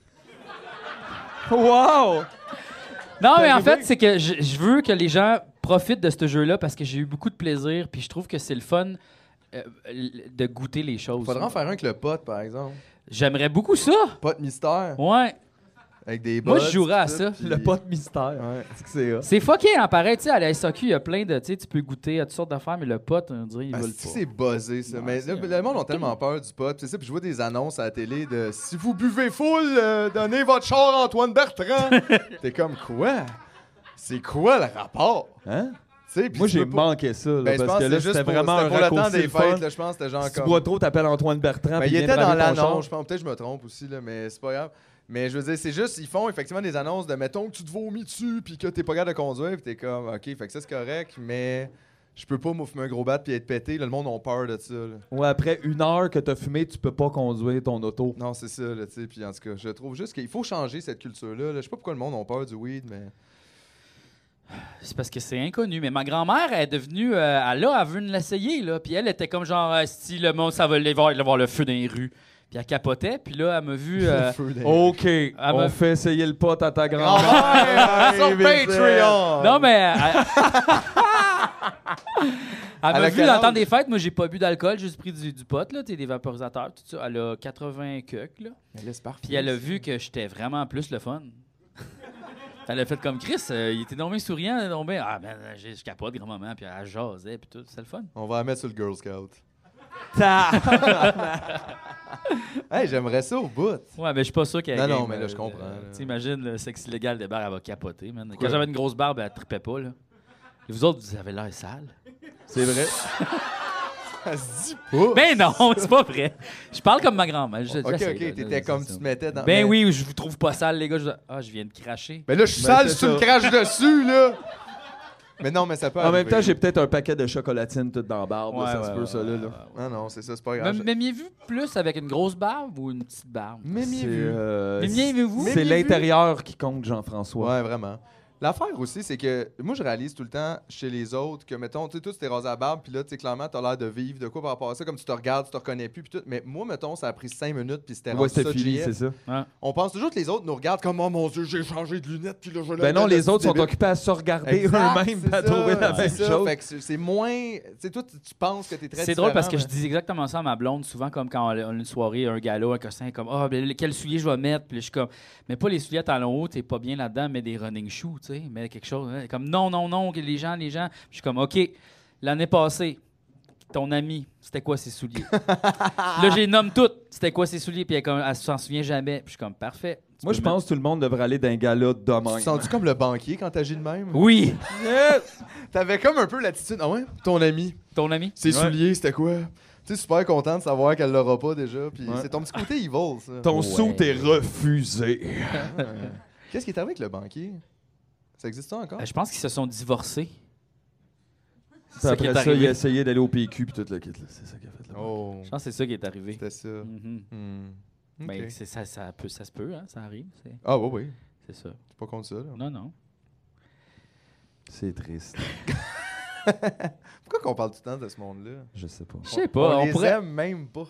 S3: Wow!
S1: Non, mais en
S3: arrivé?
S1: fait, c'est que je, je veux que les gens profitent de ce jeu-là parce que j'ai eu beaucoup de plaisir, puis je trouve que c'est le fun euh, de goûter les choses.
S2: Faudrait en faire un avec le pote, par exemple.
S1: J'aimerais beaucoup ça.
S2: Pote mystère.
S1: Ouais.
S2: Avec des
S1: Moi,
S2: bottes,
S1: je jouerais à
S2: tout,
S1: ça.
S2: puis-
S3: Le pote mystère.
S2: Ouais.
S3: C'est que c'est hot.
S1: C'est fucké, hein, pareil. Tu sais, à la S A Q, il y a plein de. Tu sais, tu peux goûter à toutes sortes d'affaires, mais le pote, on dirait, ils
S2: Ah,
S1: veulent
S2: si
S1: pas.
S2: c'est buzzé, ça.
S1: Ouais,
S2: mais
S1: c'est-
S2: le, le monde a tellement peur du pot. C'est ça, puis je vois des annonces à la télé de si vous buvez full, euh, donnez votre char à Antoine Bertrand. T'es comme quoi? C'est quoi le rapport?
S3: Hein?
S2: Tu sais, puis
S3: Moi,
S2: tu
S3: j'ai
S2: peux pas-
S3: manqué ça. là,
S2: Ben, je
S3: parce
S2: pense
S3: que
S2: que
S3: là,
S2: c'est juste
S3: c'était
S2: pour,
S3: vraiment
S2: c'était
S3: un
S2: pour le temps
S3: raccourci
S2: des
S3: le fun.
S2: fêtes. Là, je pense que c'était genre
S3: Si tu
S2: comme...
S3: bois trop, t'appelles Antoine Bertrand.
S2: Ben,
S3: puis
S2: il
S3: viens
S2: était dans
S3: braver ton
S2: l'annonce,
S3: char.
S2: je pense. Peut-être que je me trompe aussi, là, mais c'est pas grave. Mais je veux dire, c'est juste, ils font effectivement des annonces de mettons que tu te vomis dessus, puis que t'es pas capable de conduire, puis t'es comme, ok, fait que ça c'est correct, mais je peux pas me fumer un gros bat puis être pété. Là, le monde a peur de ça. Là.
S3: Ouais, après une heure que t'as fumé, tu peux pas conduire ton auto.
S2: Non, c'est ça, là, tu sais. Puis en tout cas, je trouve juste qu'il faut changer cette culture-là. là. Je sais pas pourquoi le monde a peur du weed, mais.
S1: C'est parce que c'est inconnu. Mais ma grand-mère est devenue. Euh, elle, a, elle veut l'essayer, là. Puis elle était comme genre, euh, si le monde, ça va aller voir, aller voir le feu dans les rues. Puis elle capotait. Puis là, elle m'a vu. euh,
S2: Le feu dans-
S3: OK,
S1: Ah,
S3: on
S1: ben-
S3: fait essayer le pote à ta
S2: Oh,
S3: grand-mère.
S2: ouais, sur Patreon!
S1: Non, mais. Elle, elle
S2: Elle
S1: m'a
S2: a
S1: vu
S2: quel
S1: dans le temps
S2: âge?
S1: des fêtes. Moi, j'ai pas bu d'alcool. J'ai juste pris du, du pot, là. Tu sais, des vaporisateurs, tout ça. Elle a quatre-vingts cucs, là.
S2: Mais là, c'est parfait.
S1: Puis elle a vu que j'étais vraiment plus le fun. Elle a fait comme Chris, euh, il était donc bien souriant, donc bien, ah ben, je je capote grand-maman, puis elle jasait, puis tout, c'est le fun.
S2: On va la mettre sur le Girl Scout.
S3: Ta-
S2: Hey, j'aimerais ça au bout.
S1: Ouais, mais je suis pas sûr qu'elle
S2: Non, non,
S1: game,
S2: mais là,
S1: euh,
S2: je comprends,
S1: euh,
S2: là.
S1: T'imagines, le sexe illégal de bar, elle va capoter, man.
S2: Quoi?
S1: Quand j'avais une grosse barbe, elle trippait pas, là. Et vous autres, vous avez l'air sale.
S3: C'est vrai.
S2: Ça se dit pas.
S1: Ben non, c'est pas vrai. Je parle comme ma grand-mère. je-
S2: Ok,
S1: j'essaie,
S2: ok,
S1: là,
S2: t'étais
S1: là,
S2: comme
S1: c'est
S2: tu
S1: ça.
S2: te mettais dans.
S1: Ben
S2: mais-
S1: oui, je vous trouve pas sale, les gars. Je... Ah, je viens de cracher.
S2: Mais là, je suis
S3: Ben,
S2: sale
S3: c'est
S2: si tu me
S3: ça.
S2: craches dessus, là. Mais non, mais ça peut
S3: En même
S2: arriver.
S3: temps, j'ai peut-être un paquet de chocolatine tout dans la barbe. là,
S1: Ouais,
S3: ça
S1: ouais,
S3: se peut,
S1: ouais,
S3: ça, là.
S1: ouais,
S3: là.
S1: ouais.
S2: Non, non, c'est ça, c'est pas
S1: Mais
S2: grave.
S1: m'aimiez-vous plus avec une grosse barbe ou une petite barbe?
S2: Mais mieux
S3: C'est,
S2: vu.
S3: euh,
S1: Mais bien aimez-vous?
S3: C'est
S2: M'aimiez-vous?
S3: l'intérieur qui compte, Jean-François.
S2: Ouais, vraiment. L'affaire aussi, c'est que moi, je réalise tout le temps chez les autres que, mettons, tu sais, toi, tu t'es rasé la barbe, puis là, tu sais, clairement, t'as l'air de vivre de quoi par rapport à ça, comme tu te regardes, tu te reconnais plus, puis tout. Mais moi, mettons, ça a pris cinq minutes, puis c'était
S3: Ouais,
S2: rendu
S3: c'était
S2: ça,
S3: fini,
S2: J F.
S3: c'est ça.
S2: On pense toujours que les autres nous regardent comme, oh mon Dieu, j'ai changé de lunettes, puis là, je
S3: Ben non,
S2: le
S3: les autres sont
S2: débile.
S3: occupés à se regarder
S2: Exact,
S3: eux-mêmes,
S2: c'est
S3: à
S2: ça,
S3: trouver la
S2: c'est
S3: même
S2: ça.
S3: chose.
S2: Fait que c'est c'est moins. Tu sais, toi, tu tu penses que t'es très
S1: C'est drôle parce que
S2: différent,
S1: je dis exactement ça à ma blonde, souvent comme quand on a une soirée, un gala, un costume, comme ah, ben, quel soulier je vais mettre, puis là, je suis comme, mais pas les souliers à talons hauts, t'es pas bien là-dedans, mais des running shoes, tu sais, mais quelque chose, hein. Comme non, non, non, que les gens, les gens, Puis je suis comme ok, l'année passée, ton ami, c'était quoi ses souliers? Là, j'ai nomme toutes, c'était quoi ses souliers, puis elle, comme, elle s'en souvient jamais, puis je suis comme parfait. Tu
S3: Moi,
S1: peux
S3: je pense que tout le monde devrait aller d'un gala de
S2: Tu
S3: même.
S2: te sens-tu comme le banquier quand t'agis de même?
S1: mettre- Oui,
S2: T'avais comme un peu l'attitude. Ah ouais? Ton ami,
S1: ton ami.
S2: ses
S3: Ouais.
S2: souliers, c'était quoi? Tu sais, super content de savoir qu'elle l'aura pas déjà. Puis
S3: Ouais.
S2: c'est ton petit côté evil, ça.
S3: Ton
S1: Ouais.
S3: sou est refusé.
S2: Ah. Qu'est-ce qui est arrivé avec le banquier? Ça existe ça encore?
S1: Euh, je pense qu'ils se sont divorcés.
S3: Puis
S1: C'est ça qui est
S3: après ça, il
S1: arrivé.
S3: a essayé d'aller au P Q puis tout le kit. là. C'est ça qu'il a fait. Là.
S2: Oh,
S1: Je pense que c'est ça qui est arrivé.
S2: c'était ça.
S1: Mhm.
S2: Hmm.
S1: Ben,
S2: Ok.
S1: c'est ça, ça, peut, ça se peut, hein, ça arrive. C'est,
S2: Ah oui, oui.
S1: c'est ça.
S2: C'est pas contre ça. Là.
S1: Non, non.
S3: C'est triste.
S2: Pourquoi qu'on parle tout le temps de ce monde-là?
S3: Je sais pas.
S1: Je sais pas,
S2: On,
S1: on
S2: les
S1: pourrait...
S2: aime même pas.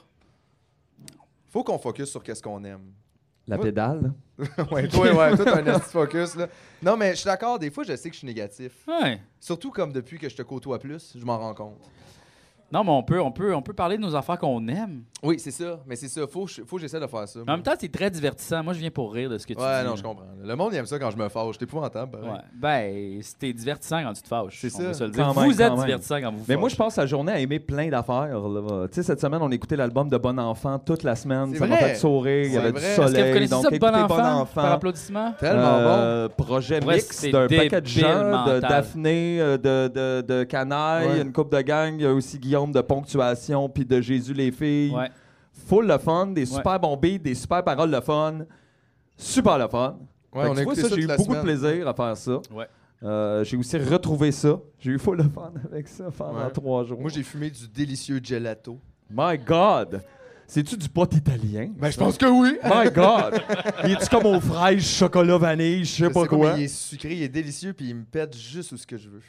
S2: Faut qu'on focus sur qu'est-ce qu'on aime.
S3: La
S2: Moi-
S3: pédale?
S2: ouais, toi, ouais, toi, t'as un esti focus, là. Non, mais je suis d'accord, des fois, je sais que je suis négatif.
S1: Ouais.
S2: Surtout comme depuis que je te côtoie plus, je m'en rends compte.
S1: Non, mais on peut, on, peut, on peut parler de nos affaires qu'on aime.
S2: Oui, c'est ça. Mais c'est ça. Faut, faut que j'essaie de faire ça.
S1: Mais en même temps, c'est très divertissant. Moi, je viens pour rire de ce que tu
S2: ouais,
S1: dis.
S2: non,
S1: là.
S2: je comprends. Le monde il aime ça quand je me fâche. C'est épouvantable, pareil.
S1: Ouais. Ben, c'était divertissant quand tu te fâches.
S2: C'est
S1: on
S2: ça.
S1: va se le dire.
S3: Quand
S1: Vous
S3: même,
S1: êtes
S3: quand même.
S1: divertissant quand vous vous
S3: Mais moi, je
S1: fâchez.
S3: passe la journée à aimer plein d'affaires. là. Tu sais, cette semaine, on écoutait l'album de Bon Enfant toute la semaine.
S2: C'est
S3: Ça m'a
S2: vrai.
S3: fait sourire. Il y
S2: C'est
S3: avait
S2: vrai.
S3: du
S2: Est-ce
S1: Est-ce que
S3: soleil.
S1: vous connaissez
S3: donc,
S1: ça, Bon
S3: écoutez
S1: Enfant, par applaudissement?
S2: Tellement
S3: Euh, Projet
S1: Ouais,
S3: mix
S1: c'est
S3: d'un paquet de
S1: débile
S3: gens, de
S1: mental.
S3: Daphné, euh, de, de, de Canaille,
S2: Ouais.
S3: une coupe de gang. Il y a aussi Guillaume de Ponctuation, puis de Jésus les filles.
S1: Ouais.
S3: Full le fun, des
S1: Ouais.
S3: super bons beats, des super paroles le fun. Super le fun.
S2: bon.
S3: Fait
S2: Ouais,
S3: que
S2: on
S3: tu
S2: a
S3: vois,
S2: écouté
S3: ça,
S2: ça
S3: j'ai eu
S2: toute la
S3: beaucoup de
S2: semaine.
S3: plaisir à faire ça.
S1: Ouais.
S3: Euh, j'ai aussi retrouvé ça. J'ai eu full le fun avec ça pendant
S2: Ouais.
S3: trois jours.
S2: Moi, j'ai fumé du délicieux gelato.
S3: My God! C'est-tu du pot italien?
S2: Ben, je pense que oui.
S3: My God! Il est-tu comme aux fraises, chocolat, vanille, je sais pas
S2: pas,
S3: quoi?
S2: mais il est sucré, il est délicieux, puis il me pète juste où ce que je veux.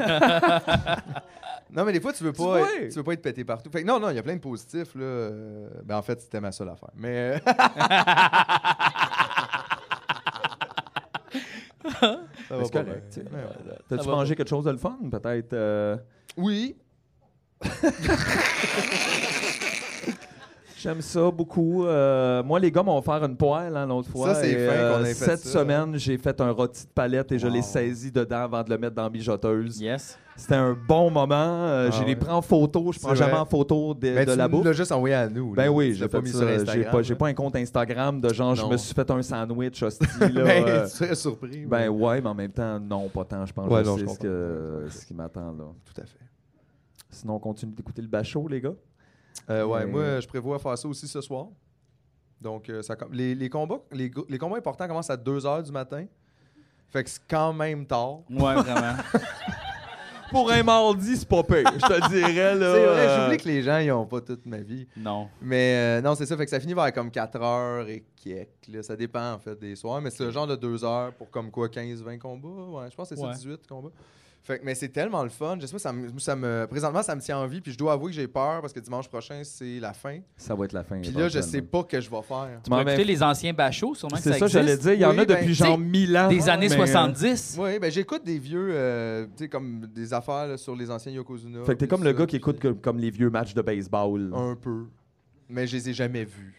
S2: Non, mais des fois, tu veux
S3: Tu
S2: pas,
S3: vois.
S2: être, tu veux pas être pété partout. Fait que non, non, il y a plein de positifs, là. Euh, Ben, en fait, c'était ma seule affaire. Mais. euh, Ça va
S3: C'est
S2: pas
S3: correct,
S2: bien.
S3: tu sais.
S2: Ouais, ouais.
S3: T'as-tu
S1: Ça va
S3: mangé quelque chose de le fun? Peut-être. euh,
S2: Oui.
S3: J'aime ça beaucoup. Euh, moi, les gars m'ont offert une poêle hein, l'autre fois.
S2: Ça, c'est
S3: et,
S2: fin
S3: euh,
S2: qu'on ait fait
S3: Cette
S2: ça.
S3: semaine, j'ai fait un rôti de palette et je l'ai
S2: Wow.
S3: saisi dedans avant de le mettre dans la mijoteuse.
S1: Yes.
S3: C'était un bon moment. Euh,
S2: Ah
S3: je
S2: ouais.
S3: les prends en photo. Je prends
S2: C'est
S3: jamais
S2: vrai.
S3: en photo de,
S2: Ben,
S3: de
S2: tu
S3: la
S2: nous
S3: bouffe.
S2: l'as juste envoyé à nous.
S3: Ben
S2: là.
S3: oui,
S2: Tu
S3: j'ai
S2: l'as
S3: fait
S2: pas mis
S3: ça.
S2: sur
S3: J'ai
S2: Instagram.
S3: pas, j'ai pas un compte Instagram de genre je
S2: Non.
S3: me suis fait un sandwich hostie. là,
S2: Ben,
S3: euh,
S2: tu serais surpris.
S3: ben
S2: mais-
S3: ouais, mais en même temps, non, pas tant. Je pense
S2: Ouais,
S3: que
S2: non,
S3: je
S2: je
S3: sais ce,
S2: comprends.
S3: que, ce qui m'attend là.
S2: Tout à fait.
S3: Sinon, on continue d'écouter le bachot, les gars.
S2: Euh, ouais,
S3: Mais-
S2: moi, je prévois faire ça aussi ce soir. Donc, euh, ça, com- les, les, combats, les, gr- les combats importants commencent à deux heures du matin. Fait que c'est quand même tard.
S1: Ouais, vraiment.
S3: Pour un mardi, c'est pas pire, je te dirais. là.
S2: C'est vrai,
S3: euh,
S2: j'oublie que les gens, ils ont pas toute ma vie.
S1: Non.
S2: Mais euh, non, c'est ça. Fait que ça finit vers comme quatre heures et quelques. Là. Ça dépend, en fait, des soirs. Mais c'est le genre de deux heures pour comme quoi, quinze vingt combats. Ouais, je pense que c'est
S1: Ouais.
S2: ça, dix-huit combats. Fait que, mais c'est tellement le fun. Je sais pas, ça me, ça me, présentement, ça me tient en vie. Puis je dois avouer que j'ai peur parce que dimanche prochain, c'est la fin.
S3: Ça va être la fin.
S2: Puis là, je sais
S3: éventuellement.
S2: pas que je vais faire.
S1: Tu
S3: Mais en
S1: peux
S3: même-
S1: écouter les anciens bachots, sûrement que
S3: C'est
S1: ça,
S3: ça, j'allais
S1: existe.
S3: dire. Il y en
S2: Oui,
S3: a
S2: ben,
S3: depuis
S2: tu
S3: genre
S2: sais,
S3: mille ans.
S1: Des années
S3: mais, euh,
S1: soixante-dix.
S2: Oui, ben j'écoute des vieux, euh, tu sais, comme des affaires là, sur les anciens Yokozuna.
S3: Fait que t'es
S2: puis
S3: comme le
S2: ça,
S3: gars qui
S2: puis-
S3: écoute que- comme les vieux matchs de baseball.
S2: Un peu. Mais je les ai jamais vus.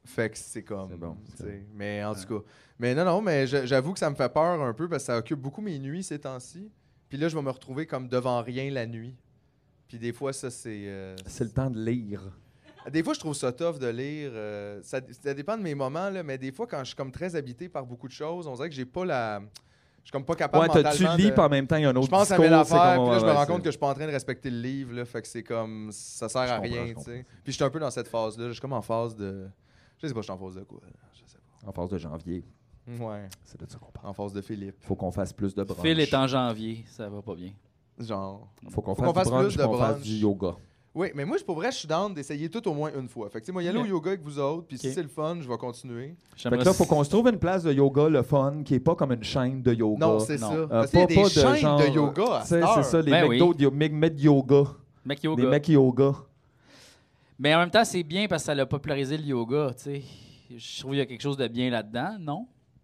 S2: Fait que c'est comme.
S3: C'est bon,
S2: tu sais. Mais en tout cas. Mais non, non, mais je- j'avoue que ça me fait peur un peu parce que ça occupe beaucoup mes nuits ces temps-ci. Puis là, je vais me retrouver comme devant rien la nuit. Puis des fois, ça, c'est. euh,
S3: C'est le temps de lire.
S2: Des fois, je trouve ça tough de lire. euh, ça, ça dépend de mes moments, là, mais des fois, quand je suis comme très habité par beaucoup de choses, on dirait que j'ai pas la. Je suis comme pas capable
S3: Ouais, t'as-
S2: mentalement
S3: tu lis,
S2: de-
S3: puis en même temps, il y a un autre
S2: Je pense à
S3: discours.
S2: mes affaires,
S3: c'est comme-
S2: puis là, je me
S3: ouais,
S2: rends
S3: c'est-
S2: compte que je suis pas en train de respecter le livre, là, fait que c'est comme. Ça sert à
S3: Je
S2: rien,
S3: comprends, je
S2: tu sais. Puis je suis un peu dans cette phase-là. Je suis comme en phase de. Je sais pas, je suis en phase de quoi, là. Je sais
S3: En phase de janvier.
S2: pas. Ouais.
S3: C'est de ça qu'on parle.
S2: En phase de Philippe.
S3: Faut qu'on fasse plus de brunch.
S1: Phil est en janvier, ça va pas bien.
S2: Genre.
S3: Faut qu'on
S2: Faut
S3: fasse,
S2: qu'on fasse
S3: du brunch,
S2: plus de
S3: puis qu'on fasse
S2: brunch.
S3: du yoga.
S2: Oui, mais moi, je- pour vrai, je suis down d'essayer tout au moins une fois. Fait que, tu sais, moi, y aller
S1: Ok.
S2: au yoga avec vous autres, puis si
S1: Ok.
S2: c'est le fun, je vais continuer.
S3: Fait que là, faut qu'on se trouve une place de yoga, le fun, qui est pas comme une chaîne de yoga.
S2: Non, c'est
S1: Non.
S2: ça.
S3: Euh,
S2: Parce qu'il y a
S3: pas-
S2: des
S3: pas de
S2: chaînes
S3: genre,
S2: de yoga à
S3: Tu sais,
S2: cette heure.
S3: c'est ça, les
S1: Ben
S3: mecs
S1: oui.
S3: d'autres, yo- mecs mecs de yoga.
S1: Mec
S3: Les
S1: yoga.
S3: mecs yoga.
S1: Mais en même temps, c'est bien parce que ça a popularisé le yoga, tu sais. Je trouve qu'il y a quelque chose de bien là-dedans, non?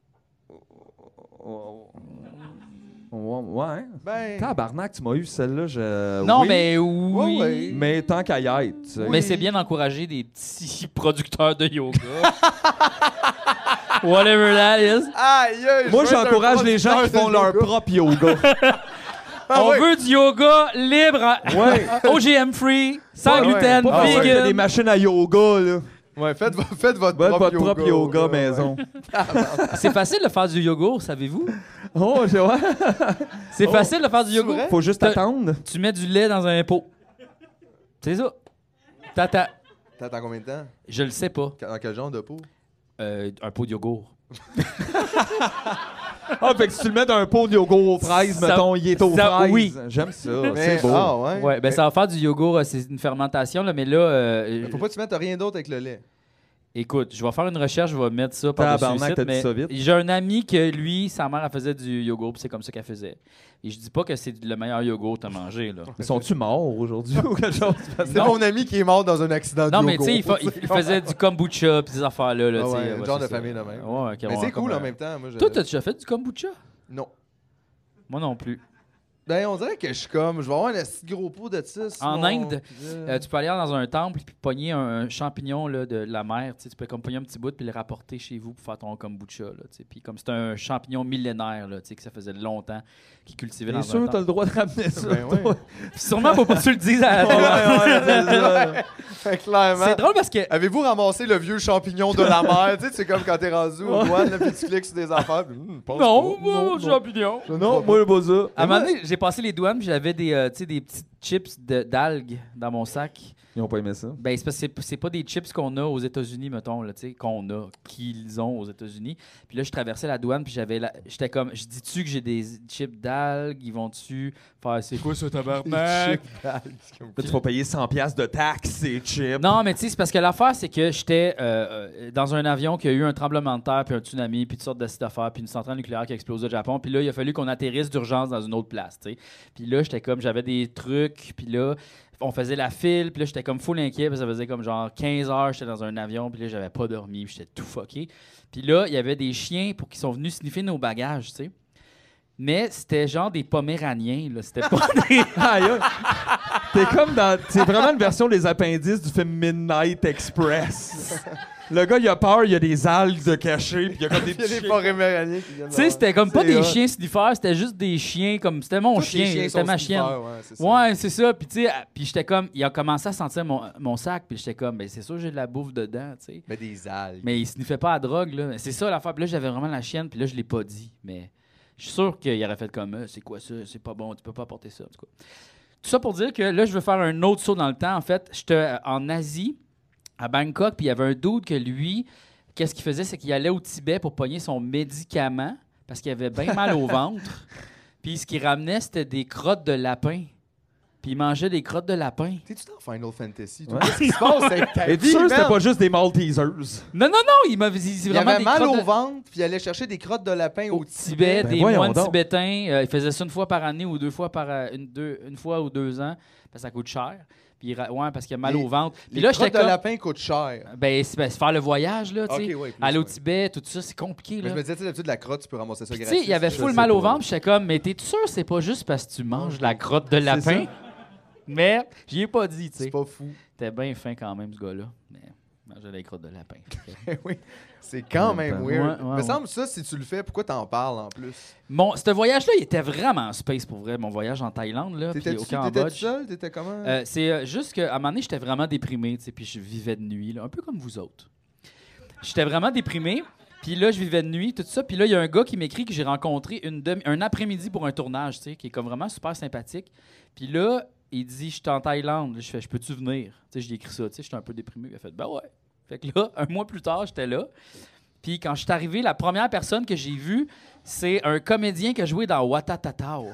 S3: Ouais. ouais.
S2: Ben.
S3: Tabarnak, tu m'as eu celle-là. Je...
S1: non,
S3: oui,
S1: mais oui.
S2: Ouais, ouais.
S3: Mais tant qu'à y être. tu sais.
S1: Mais c'est bien d'encourager des petits producteurs de yoga. Whatever that is.
S2: Aïe, aïe,
S3: Moi,
S2: je veux être un
S3: j'encourage les gens qui
S2: producteur
S3: font
S2: de
S3: leur
S2: yoga.
S3: propre yoga.
S2: Ah
S1: On
S2: ouais.
S1: veut du yoga libre,
S3: Ouais.
S1: O G M free, sans
S2: Ouais,
S1: gluten,
S2: ouais.
S3: Pas besoin qu'il y ait
S1: vegan.
S3: des machines à yoga, là.
S2: Ouais, faites, vo- faites votre,
S3: Votre,
S2: propre,
S3: votre propre yoga
S2: là,
S3: maison.
S1: C'est facile de faire du yoga, savez-vous?
S3: Oh, je vois.
S1: C'est
S3: Oh.
S1: facile de faire du
S2: C'est
S1: yoga.
S2: vrai?
S3: Faut juste
S1: T'as-
S3: attendre.
S1: Tu mets du lait dans un pot. C'est ça. T'attends.
S2: T'attends combien de temps?
S1: Je le sais pas.
S2: Dans quel genre de peau?
S1: Euh, un pot de yogourt.
S3: Ah, fait que si tu le mets dans un pot de yoga aux fraises,
S1: Ça-
S3: mettons, il est aux
S1: ça-
S3: fraises.
S1: oui.
S3: J'aime ça.
S2: Mais-
S3: C'est beau.
S2: Ah, ouais.
S1: Ouais, ben
S2: Mais-
S1: ça va faire du yogourt, euh, c'est une fermentation, là, mais là, euh,
S2: Faut pas que tu mettes rien d'autre avec le lait.
S1: écoute, je vais faire une recherche, je vais mettre ça par-dessus le
S3: Tabarnak,
S1: site,
S3: t'as dit
S1: mais
S3: ça vite.
S1: j'ai un ami que lui, sa mère, elle faisait du yogourt, puis c'est comme ça qu'elle faisait. Et je dis pas que c'est le meilleur yogourt à manger, là.
S3: Mais sont-tu morts aujourd'hui ou quelque chose? Parce que-
S2: C'est mon ami qui est mort dans un accident de
S1: Non, mais
S2: yoga.
S1: tu sais, il, fa- il- il faisait du kombucha, puis des affaires-là, là,
S2: Ah
S1: tu sais.
S2: ouais, un
S1: ouais,
S2: genre
S1: c'est
S2: de
S1: ça.
S2: famille de même.
S1: Ouais, ok,
S2: Mais
S1: ouais,
S2: c'est
S1: comme
S2: cool
S1: un-
S2: en même temps. Moi, je...
S1: Toi, t'as déjà fait du kombucha?
S2: Non.
S1: Moi non plus.
S2: Ben, on dirait que je suis comme. Je vais avoir un assez gros pot de ça.
S1: En
S2: sinon-
S1: Inde, Euh, tu peux aller dans un temple puis pogner un, un champignon là, de la mer. Tu sais, tu peux comme pogner un petit bout puis le rapporter chez vous pour faire ton kombucha. Là, tu sais. Puis comme c'est un champignon millénaire, là, tu sais, que ça faisait longtemps qu'ils cultivaient dans
S3: Bien
S1: un
S3: sûr, t'as
S1: temple.
S3: le droit de ramener ça.
S2: Ben ouais.
S3: toi.
S1: Puis sûrement, faut pas que tu le dises à
S3: Ouais, ouais, c'est ça.
S2: Fait clairement.
S1: C'est drôle parce que...
S2: Avez-vous ramassé le vieux champignon de la mer? Tu sais, c'est comme quand t'es rendu aux douanes, là, puis tu cliques sur des affaires. Puis, hum, pense
S1: Non,
S2: pas.
S1: moi, champignon.
S3: Non, moi, le pas ça.
S1: À un moment donné, j'ai passé les douanes puis j'avais des, euh, tu sais, des petites chips de- d'algues dans mon sac.
S3: Ils ont pas aimé ça.
S1: Ben, c'est parce que c'est- c'est pas des chips qu'on a aux États-Unis, mettons, là, tu sais, qu'on a, qu'ils ont aux États-Unis. Puis là, je traversais la douane, puis j'avais la... j'étais comme, je dis-tu que j'ai des chips d'algues, ils vont-tu faire, c'est quoi ce tabarnak?
S3: Là, tu vas payer cent piastres de taxes, c'est cheap.
S1: Non, mais tu sais, c'est parce que l'affaire, c'est que j'étais euh, euh, dans un avion qui a eu un tremblement de terre, puis un tsunami, puis toutes sortes de sites d'affaires, puis une centrale nucléaire qui a explosé au Japon. Puis là, il a fallu qu'on atterrisse d'urgence dans une autre place, tu sais. Puis là, j'étais comme, j'avais des trucs, puis là, on faisait la file, puis là, j'étais comme full inquiet, puis ça faisait comme genre quinze heures, j'étais dans un avion, puis là, j'avais pas dormi, puis j'étais tout fucké. Puis là, il y avait des chiens pour qui sont venus sniffer nos bagages, tu sais. Mais c'était genre des Poméraniens, là. C'était pas des...
S3: Aïe, aïe. T'es comme dans. C'est vraiment une version des appendices du film Midnight Express. Le gars, il a peur, il y a des algues de cachées, puis il y a comme des
S2: Il y a
S3: petits
S2: des forêts méraniens qui viennent.
S1: Tu sais, c'était comme pas
S2: C'est
S1: des
S2: hot.
S1: chiens sniffers, c'était juste des chiens comme... C'était mon chien, c'était ma chienne. Ouais, c'est ça. Puis, tu sais, ah, puis j'étais comme, il a commencé à sentir mon, mon sac, puis j'étais comme, ben c'est sûr, j'ai de la bouffe dedans, tu sais.
S2: Mais des algues.
S1: Mais il sniffait pas à drogue, là. C'est ça l'affaire. Puis là, j'avais vraiment la chienne, puis là, je l'ai pas dit. Mais je suis sûr qu'il aurait fait comme, Euh, c'est quoi ça? C'est pas bon, tu peux pas apporter ça, en tout cas. Tout ça pour dire que là, je veux faire un autre saut dans le temps. En fait, j'étais euh, en Asie, à Bangkok, puis il y avait un dude que lui, qu'est-ce qu'il faisait, c'est qu'il allait au Tibet pour pogner son médicament, parce qu'il avait bien mal au ventre. Puis ce qu'il ramenait, c'était des crottes de lapin. Puis il mangeait des crottes de lapin.
S2: T'es-tu dans Final Fantasy? toi?
S3: Ouais.
S2: Qu'est-ce qui se passe avec ta
S3: Et tu
S2: vie,
S3: sûr que c'était
S2: man?
S3: pas juste des Maltesers?
S1: Non, non, non, il m'a dit
S2: Il
S1: vraiment
S2: avait
S1: des
S2: mal
S1: crottes
S2: au
S1: de...
S2: ventre, puis il allait chercher des crottes de lapin au
S1: au Tibet,
S3: Ben
S1: des
S3: voyons
S1: moines
S3: donc.
S1: tibétains. Euh, il faisait ça une fois par année ou deux fois par euh, une, deux, une fois ou deux ans, parce que ça coûte cher. Puis il ra- ouais, parce qu'il a mal
S2: Les-
S1: au ventre. Puis
S2: Les
S1: là,
S2: crottes
S1: j'étais
S2: de
S1: comme
S2: lapin coûtent cher.
S1: ben c'est ben, c'est faire le voyage là, tu sais.
S2: Ok, ouais, plus,
S1: Aller au
S2: ouais.
S1: Tibet, tout ça, c'est compliqué
S2: Mais
S1: là.
S2: je me disais, tu sais, d'habitude, la crotte, tu peux ramasser ça
S1: Puis, tu
S2: gratuit.
S1: sais, il avait
S2: Je
S1: full
S2: sais
S1: mal au
S2: pas.
S1: ventre, puis j'étais comme mais t'es sûr c'est pas juste parce que tu manges de la crotte de lapin?
S3: ça.
S1: Mais j'y ai pas dit, tu sais.
S2: C'est pas fou.
S1: C'était bien fin quand même ce gars-là. Mais Manger les crottes de lapin.
S2: Oui, c'est quand même
S1: Ouais,
S2: weird.
S1: ouais,
S2: me
S1: ouais.
S2: semble ça, si tu le fais, pourquoi t'en parles en plus?
S1: Mon, ce voyage-là, il était vraiment space pour vrai, mon voyage en Thaïlande, là, puis
S2: T'étais-tu
S1: au
S2: t'étais
S1: Cambodge.
S2: seul? T'étais comment?
S1: Euh, c'est euh, juste qu'à un moment donné, j'étais vraiment déprimé, tu sais, puis je vivais de nuit, là, un peu comme vous autres. J'étais vraiment déprimé, puis là, je vivais de nuit, tout ça, puis là, il y a un gars qui m'écrit que j'ai rencontré une demi- un après-midi pour un tournage, tu sais, qui est comme vraiment super sympathique. Puis là, il dit, je suis en Thaïlande. Je fais, je peux-tu venir? Tu sais, j'ai écrit ça, tu sais, j'étais un peu déprimé. Il a fait, ben ouais. Fait que là, un mois plus tard, j'étais là. Puis quand je suis arrivé, la première personne que j'ai vue, c'est un comédien qui a joué dans Watatatao.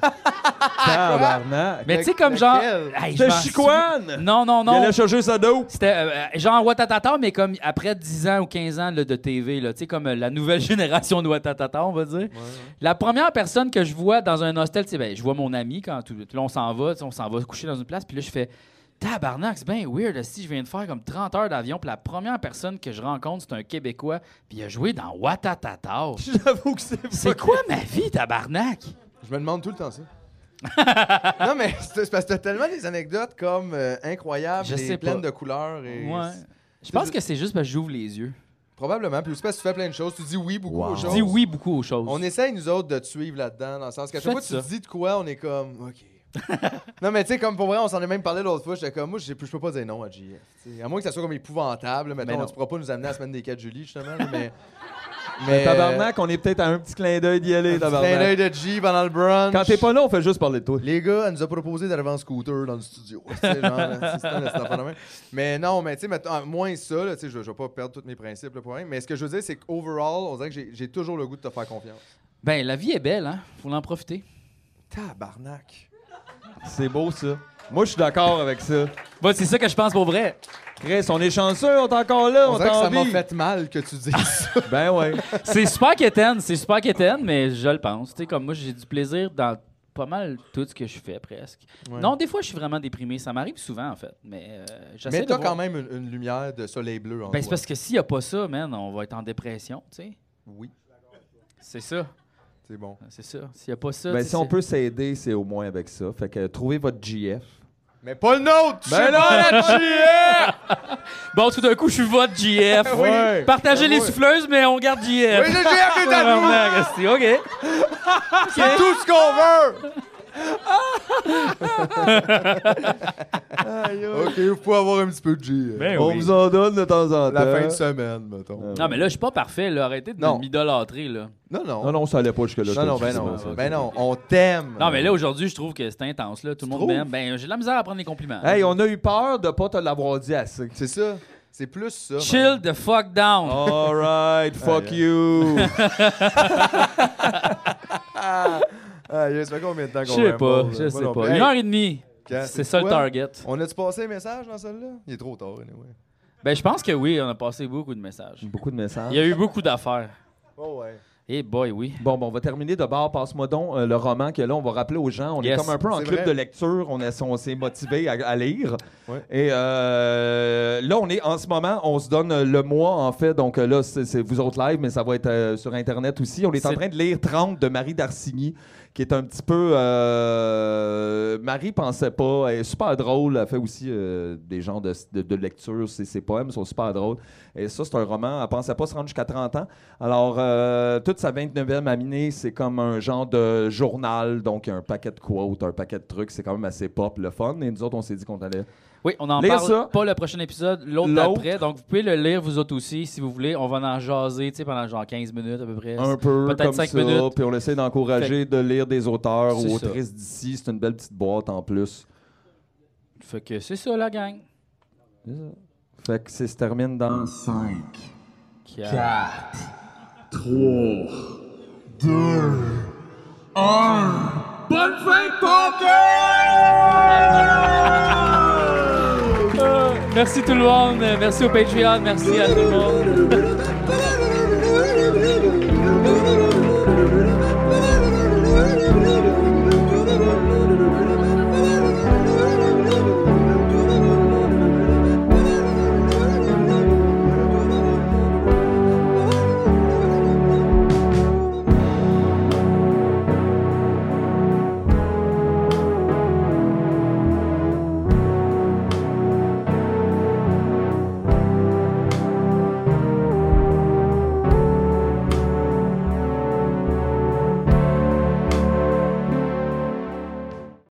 S3: Tabarnak.
S1: Mais tu sais, comme genre.
S2: Lequel?
S1: Hey, je
S3: C'était
S1: m'en
S3: Chicoine!
S1: souviens- Non, non,
S3: Il
S1: non.
S3: allait chercher sa dos.
S1: C'était euh, genre Watatatao, mais comme après dix ans ou quinze ans là, de T V, là, tu sais, comme euh, la nouvelle génération de Watatatao, on va dire. La première personne que je vois dans un hostel, tu sais, ben, je vois mon ami quand tout, là, on s'en va, tu sais, on s'en va coucher dans une place, puis là, je fais tabarnak, c'est bien weird, si je viens de faire comme trente heures d'avion, puis la première personne que je rencontre, c'est un Québécois, puis il a joué dans Watatatao.
S3: J'avoue que c'est
S1: C'est quoi ma vie, tabarnak?
S2: Je me demande tout le temps ça. Non, mais c'est c'est parce que t'as tellement des anecdotes comme euh, incroyables
S1: Je
S2: et
S1: sais
S2: pleines
S1: pas.
S2: de couleurs. Et
S1: Ouais. Je pense que c'est juste parce que j'ouvre les yeux.
S2: Probablement. Puis aussi parce que tu fais plein de choses. Tu dis oui beaucoup
S3: Wow.
S2: aux
S1: Je
S2: choses.
S1: dis oui beaucoup aux choses.
S2: On essaye, nous autres, de te suivre là-dedans, dans le sens qu'à chaque
S1: Faites
S2: fois que tu
S1: ça.
S2: te dis de quoi, on est comme, OK. Non, mais tu sais, comme pour vrai, on s'en est même parlé l'autre fois. J'étais comme, moi, je je peux pas dire non à J F. t'sais. À moins que ça soit comme épouvantable. là, Mettons,
S1: Mais non.
S2: tu pourras pas nous amener à la semaine des quatre juillet, justement. là, mais.
S3: Mais tabarnak, on est peut-être à un petit clin d'œil d'y aller,
S2: Un petit clin
S3: tabarnak.
S2: d'œil de G pendant le brunch.
S3: Quand t'es pas là, on fait juste parler de toi.
S2: Les gars, elle nous a proposé d'arriver en scooter dans le studio. Tu sais, genre, là, c'est ça, là, c'est l'affaire de même. Mais non, mais tu sais, mettons, moins ça, là, tu sais, je, je vais pas perdre tous mes principes là, pour rien. Mais ce que je veux dire, c'est qu'overall, on dirait que j'ai, j'ai toujours le goût de te faire confiance.
S1: Ben, la vie est belle, hein? Faut en profiter.
S2: Tabarnak.
S3: C'est beau, ça. Moi, je suis d'accord avec ça.
S1: Bon, c'est ça que je pense pour vrai.
S3: Chris, on est chanceux, on est encore là,
S2: On
S3: on
S2: dirait que
S3: t'en
S2: ça m'a
S3: vit.
S2: fait mal que tu dises ça.
S3: Ben ouais.
S1: C'est super quétaine, c'est super quétaine, mais je le pense. Tu sais, comme moi, j'ai du plaisir dans pas mal tout ce que je fais, presque.
S2: Ouais.
S1: Non, des fois, je suis vraiment déprimé. Ça m'arrive souvent, en fait. Mais euh, j'essaie
S2: Mais
S1: de
S2: t'as
S1: voir.
S2: quand même une, une lumière de soleil bleu en
S1: Ben, c'est
S2: toi.
S1: parce que s'il n'y a pas ça, man, on va être en dépression, tu sais.
S2: Oui,
S1: C'est ça.
S2: c'est bon.
S1: C'est ça. S'il n'y a pas ça.
S3: Ben
S1: tu sais,
S3: si on
S1: c'est-
S3: peut s'aider, c'est au moins avec ça. Fait que trouvez votre G F.
S2: Mais pas le nôtre! tu sais
S3: Ben non,
S2: pas!
S3: la G F!
S1: Bon, tout d'un coup, je suis votre J F.
S2: Oui.
S3: Ouais.
S1: Partagez
S2: Ben
S1: les
S2: oui.
S1: souffleuses, mais on garde J F.
S2: Oui, le G F est à nous!
S1: Tabarnak, esti, OK.
S2: C'est tout ce qu'on veut! Ok, vous pouvez avoir un petit peu de G F.
S1: Ben
S3: On
S1: oui.
S3: vous en donne de temps en temps.
S2: La fin de semaine, mettons.
S3: Euh,
S1: Non, mais là, je suis pas parfait. Là. Arrêtez de
S3: Non.
S1: m'idolâtrer, là.
S2: Non, non.
S3: Non, non, ça allait pas jusque-là.
S2: Non, non, ben non. Ben non, on t'aime.
S1: Non, mais là, aujourd'hui, je trouve que c'est intense. Là. Tout le monde
S2: trouves?
S1: m'aime. Ben, j'ai de la misère à prendre des compliments.
S3: Hey, on a eu peur de pas te l'avoir dit assez.
S2: C'est ça. C'est plus ça.
S1: Chill the fuck down.
S3: All right, fuck
S2: Aïe,
S3: you.
S2: Ah, ça fait combien de temps qu'on
S1: Je sais
S2: va
S1: pas,
S2: Rumble,
S1: je
S2: là?
S1: sais
S2: Moi non
S1: pas.
S2: plus.
S1: Une heure et demie.
S2: Quand-
S1: C'est ça le
S2: quoi?
S1: target.
S2: On a-tu passé un message dans celle-là? Il est trop tard, anyway.
S1: Ben, je pense que oui, on a passé beaucoup de messages.
S3: Beaucoup de messages.
S1: Il y a eu beaucoup d'affaires.
S2: Oh ouais.
S1: Eh boy, oui.
S3: Bon, bon, on va terminer de bord. Passe-moi donc euh, le roman que là, on va rappeler aux gens. On
S1: Yes.
S3: est comme un peu en
S2: C'est
S3: club
S2: vrai.
S3: de lecture. On, est- on s'est motivé à, à lire.
S2: Ouais.
S3: Et euh, là, on est en ce moment, on se donne le mois, en fait. Donc euh, là, c'est c'est vous autres live, mais ça va être euh, sur Internet aussi. On est, en
S1: C'est-
S3: train de lire trente de Marie Darcigny, qui est un petit peu... euh, Marie pensait pas. Elle est super drôle. Elle fait aussi euh, des genres de, de, de lecture. Ses, ses poèmes sont super drôles. Et ça, c'est un roman. Elle pensait pas se rendre jusqu'à trente ans. Alors, euh, toute sa vingt-neuvième année, c'est comme un genre de journal. Donc, il y a un paquet de quotes, un paquet de trucs. C'est quand même assez pop, le fun. Et nous autres, on s'est dit qu'on allait...
S1: Oui, on en
S3: Lire
S1: parle
S3: ça.
S1: pas le prochain épisode, l'autre
S3: L'autre.
S1: d'après. Donc, vous pouvez le lire, vous autres aussi, si vous voulez. On va en jaser, tu sais, pendant genre quinze minutes à peu près.
S3: Un peu
S1: Peut-être
S3: comme
S1: cinq
S3: ça,
S1: minutes.
S3: puis on essaie d'encourager de lire des auteurs
S1: C'est
S3: ou
S1: ça.
S3: autrices d'ici. C'est une belle petite boîte en plus.
S1: Fait que c'est ça, la gang.
S3: Fait que ça se termine dans...
S1: Qui a- Euh, merci tout le monde. Merci au Patreon. Merci à tout le monde.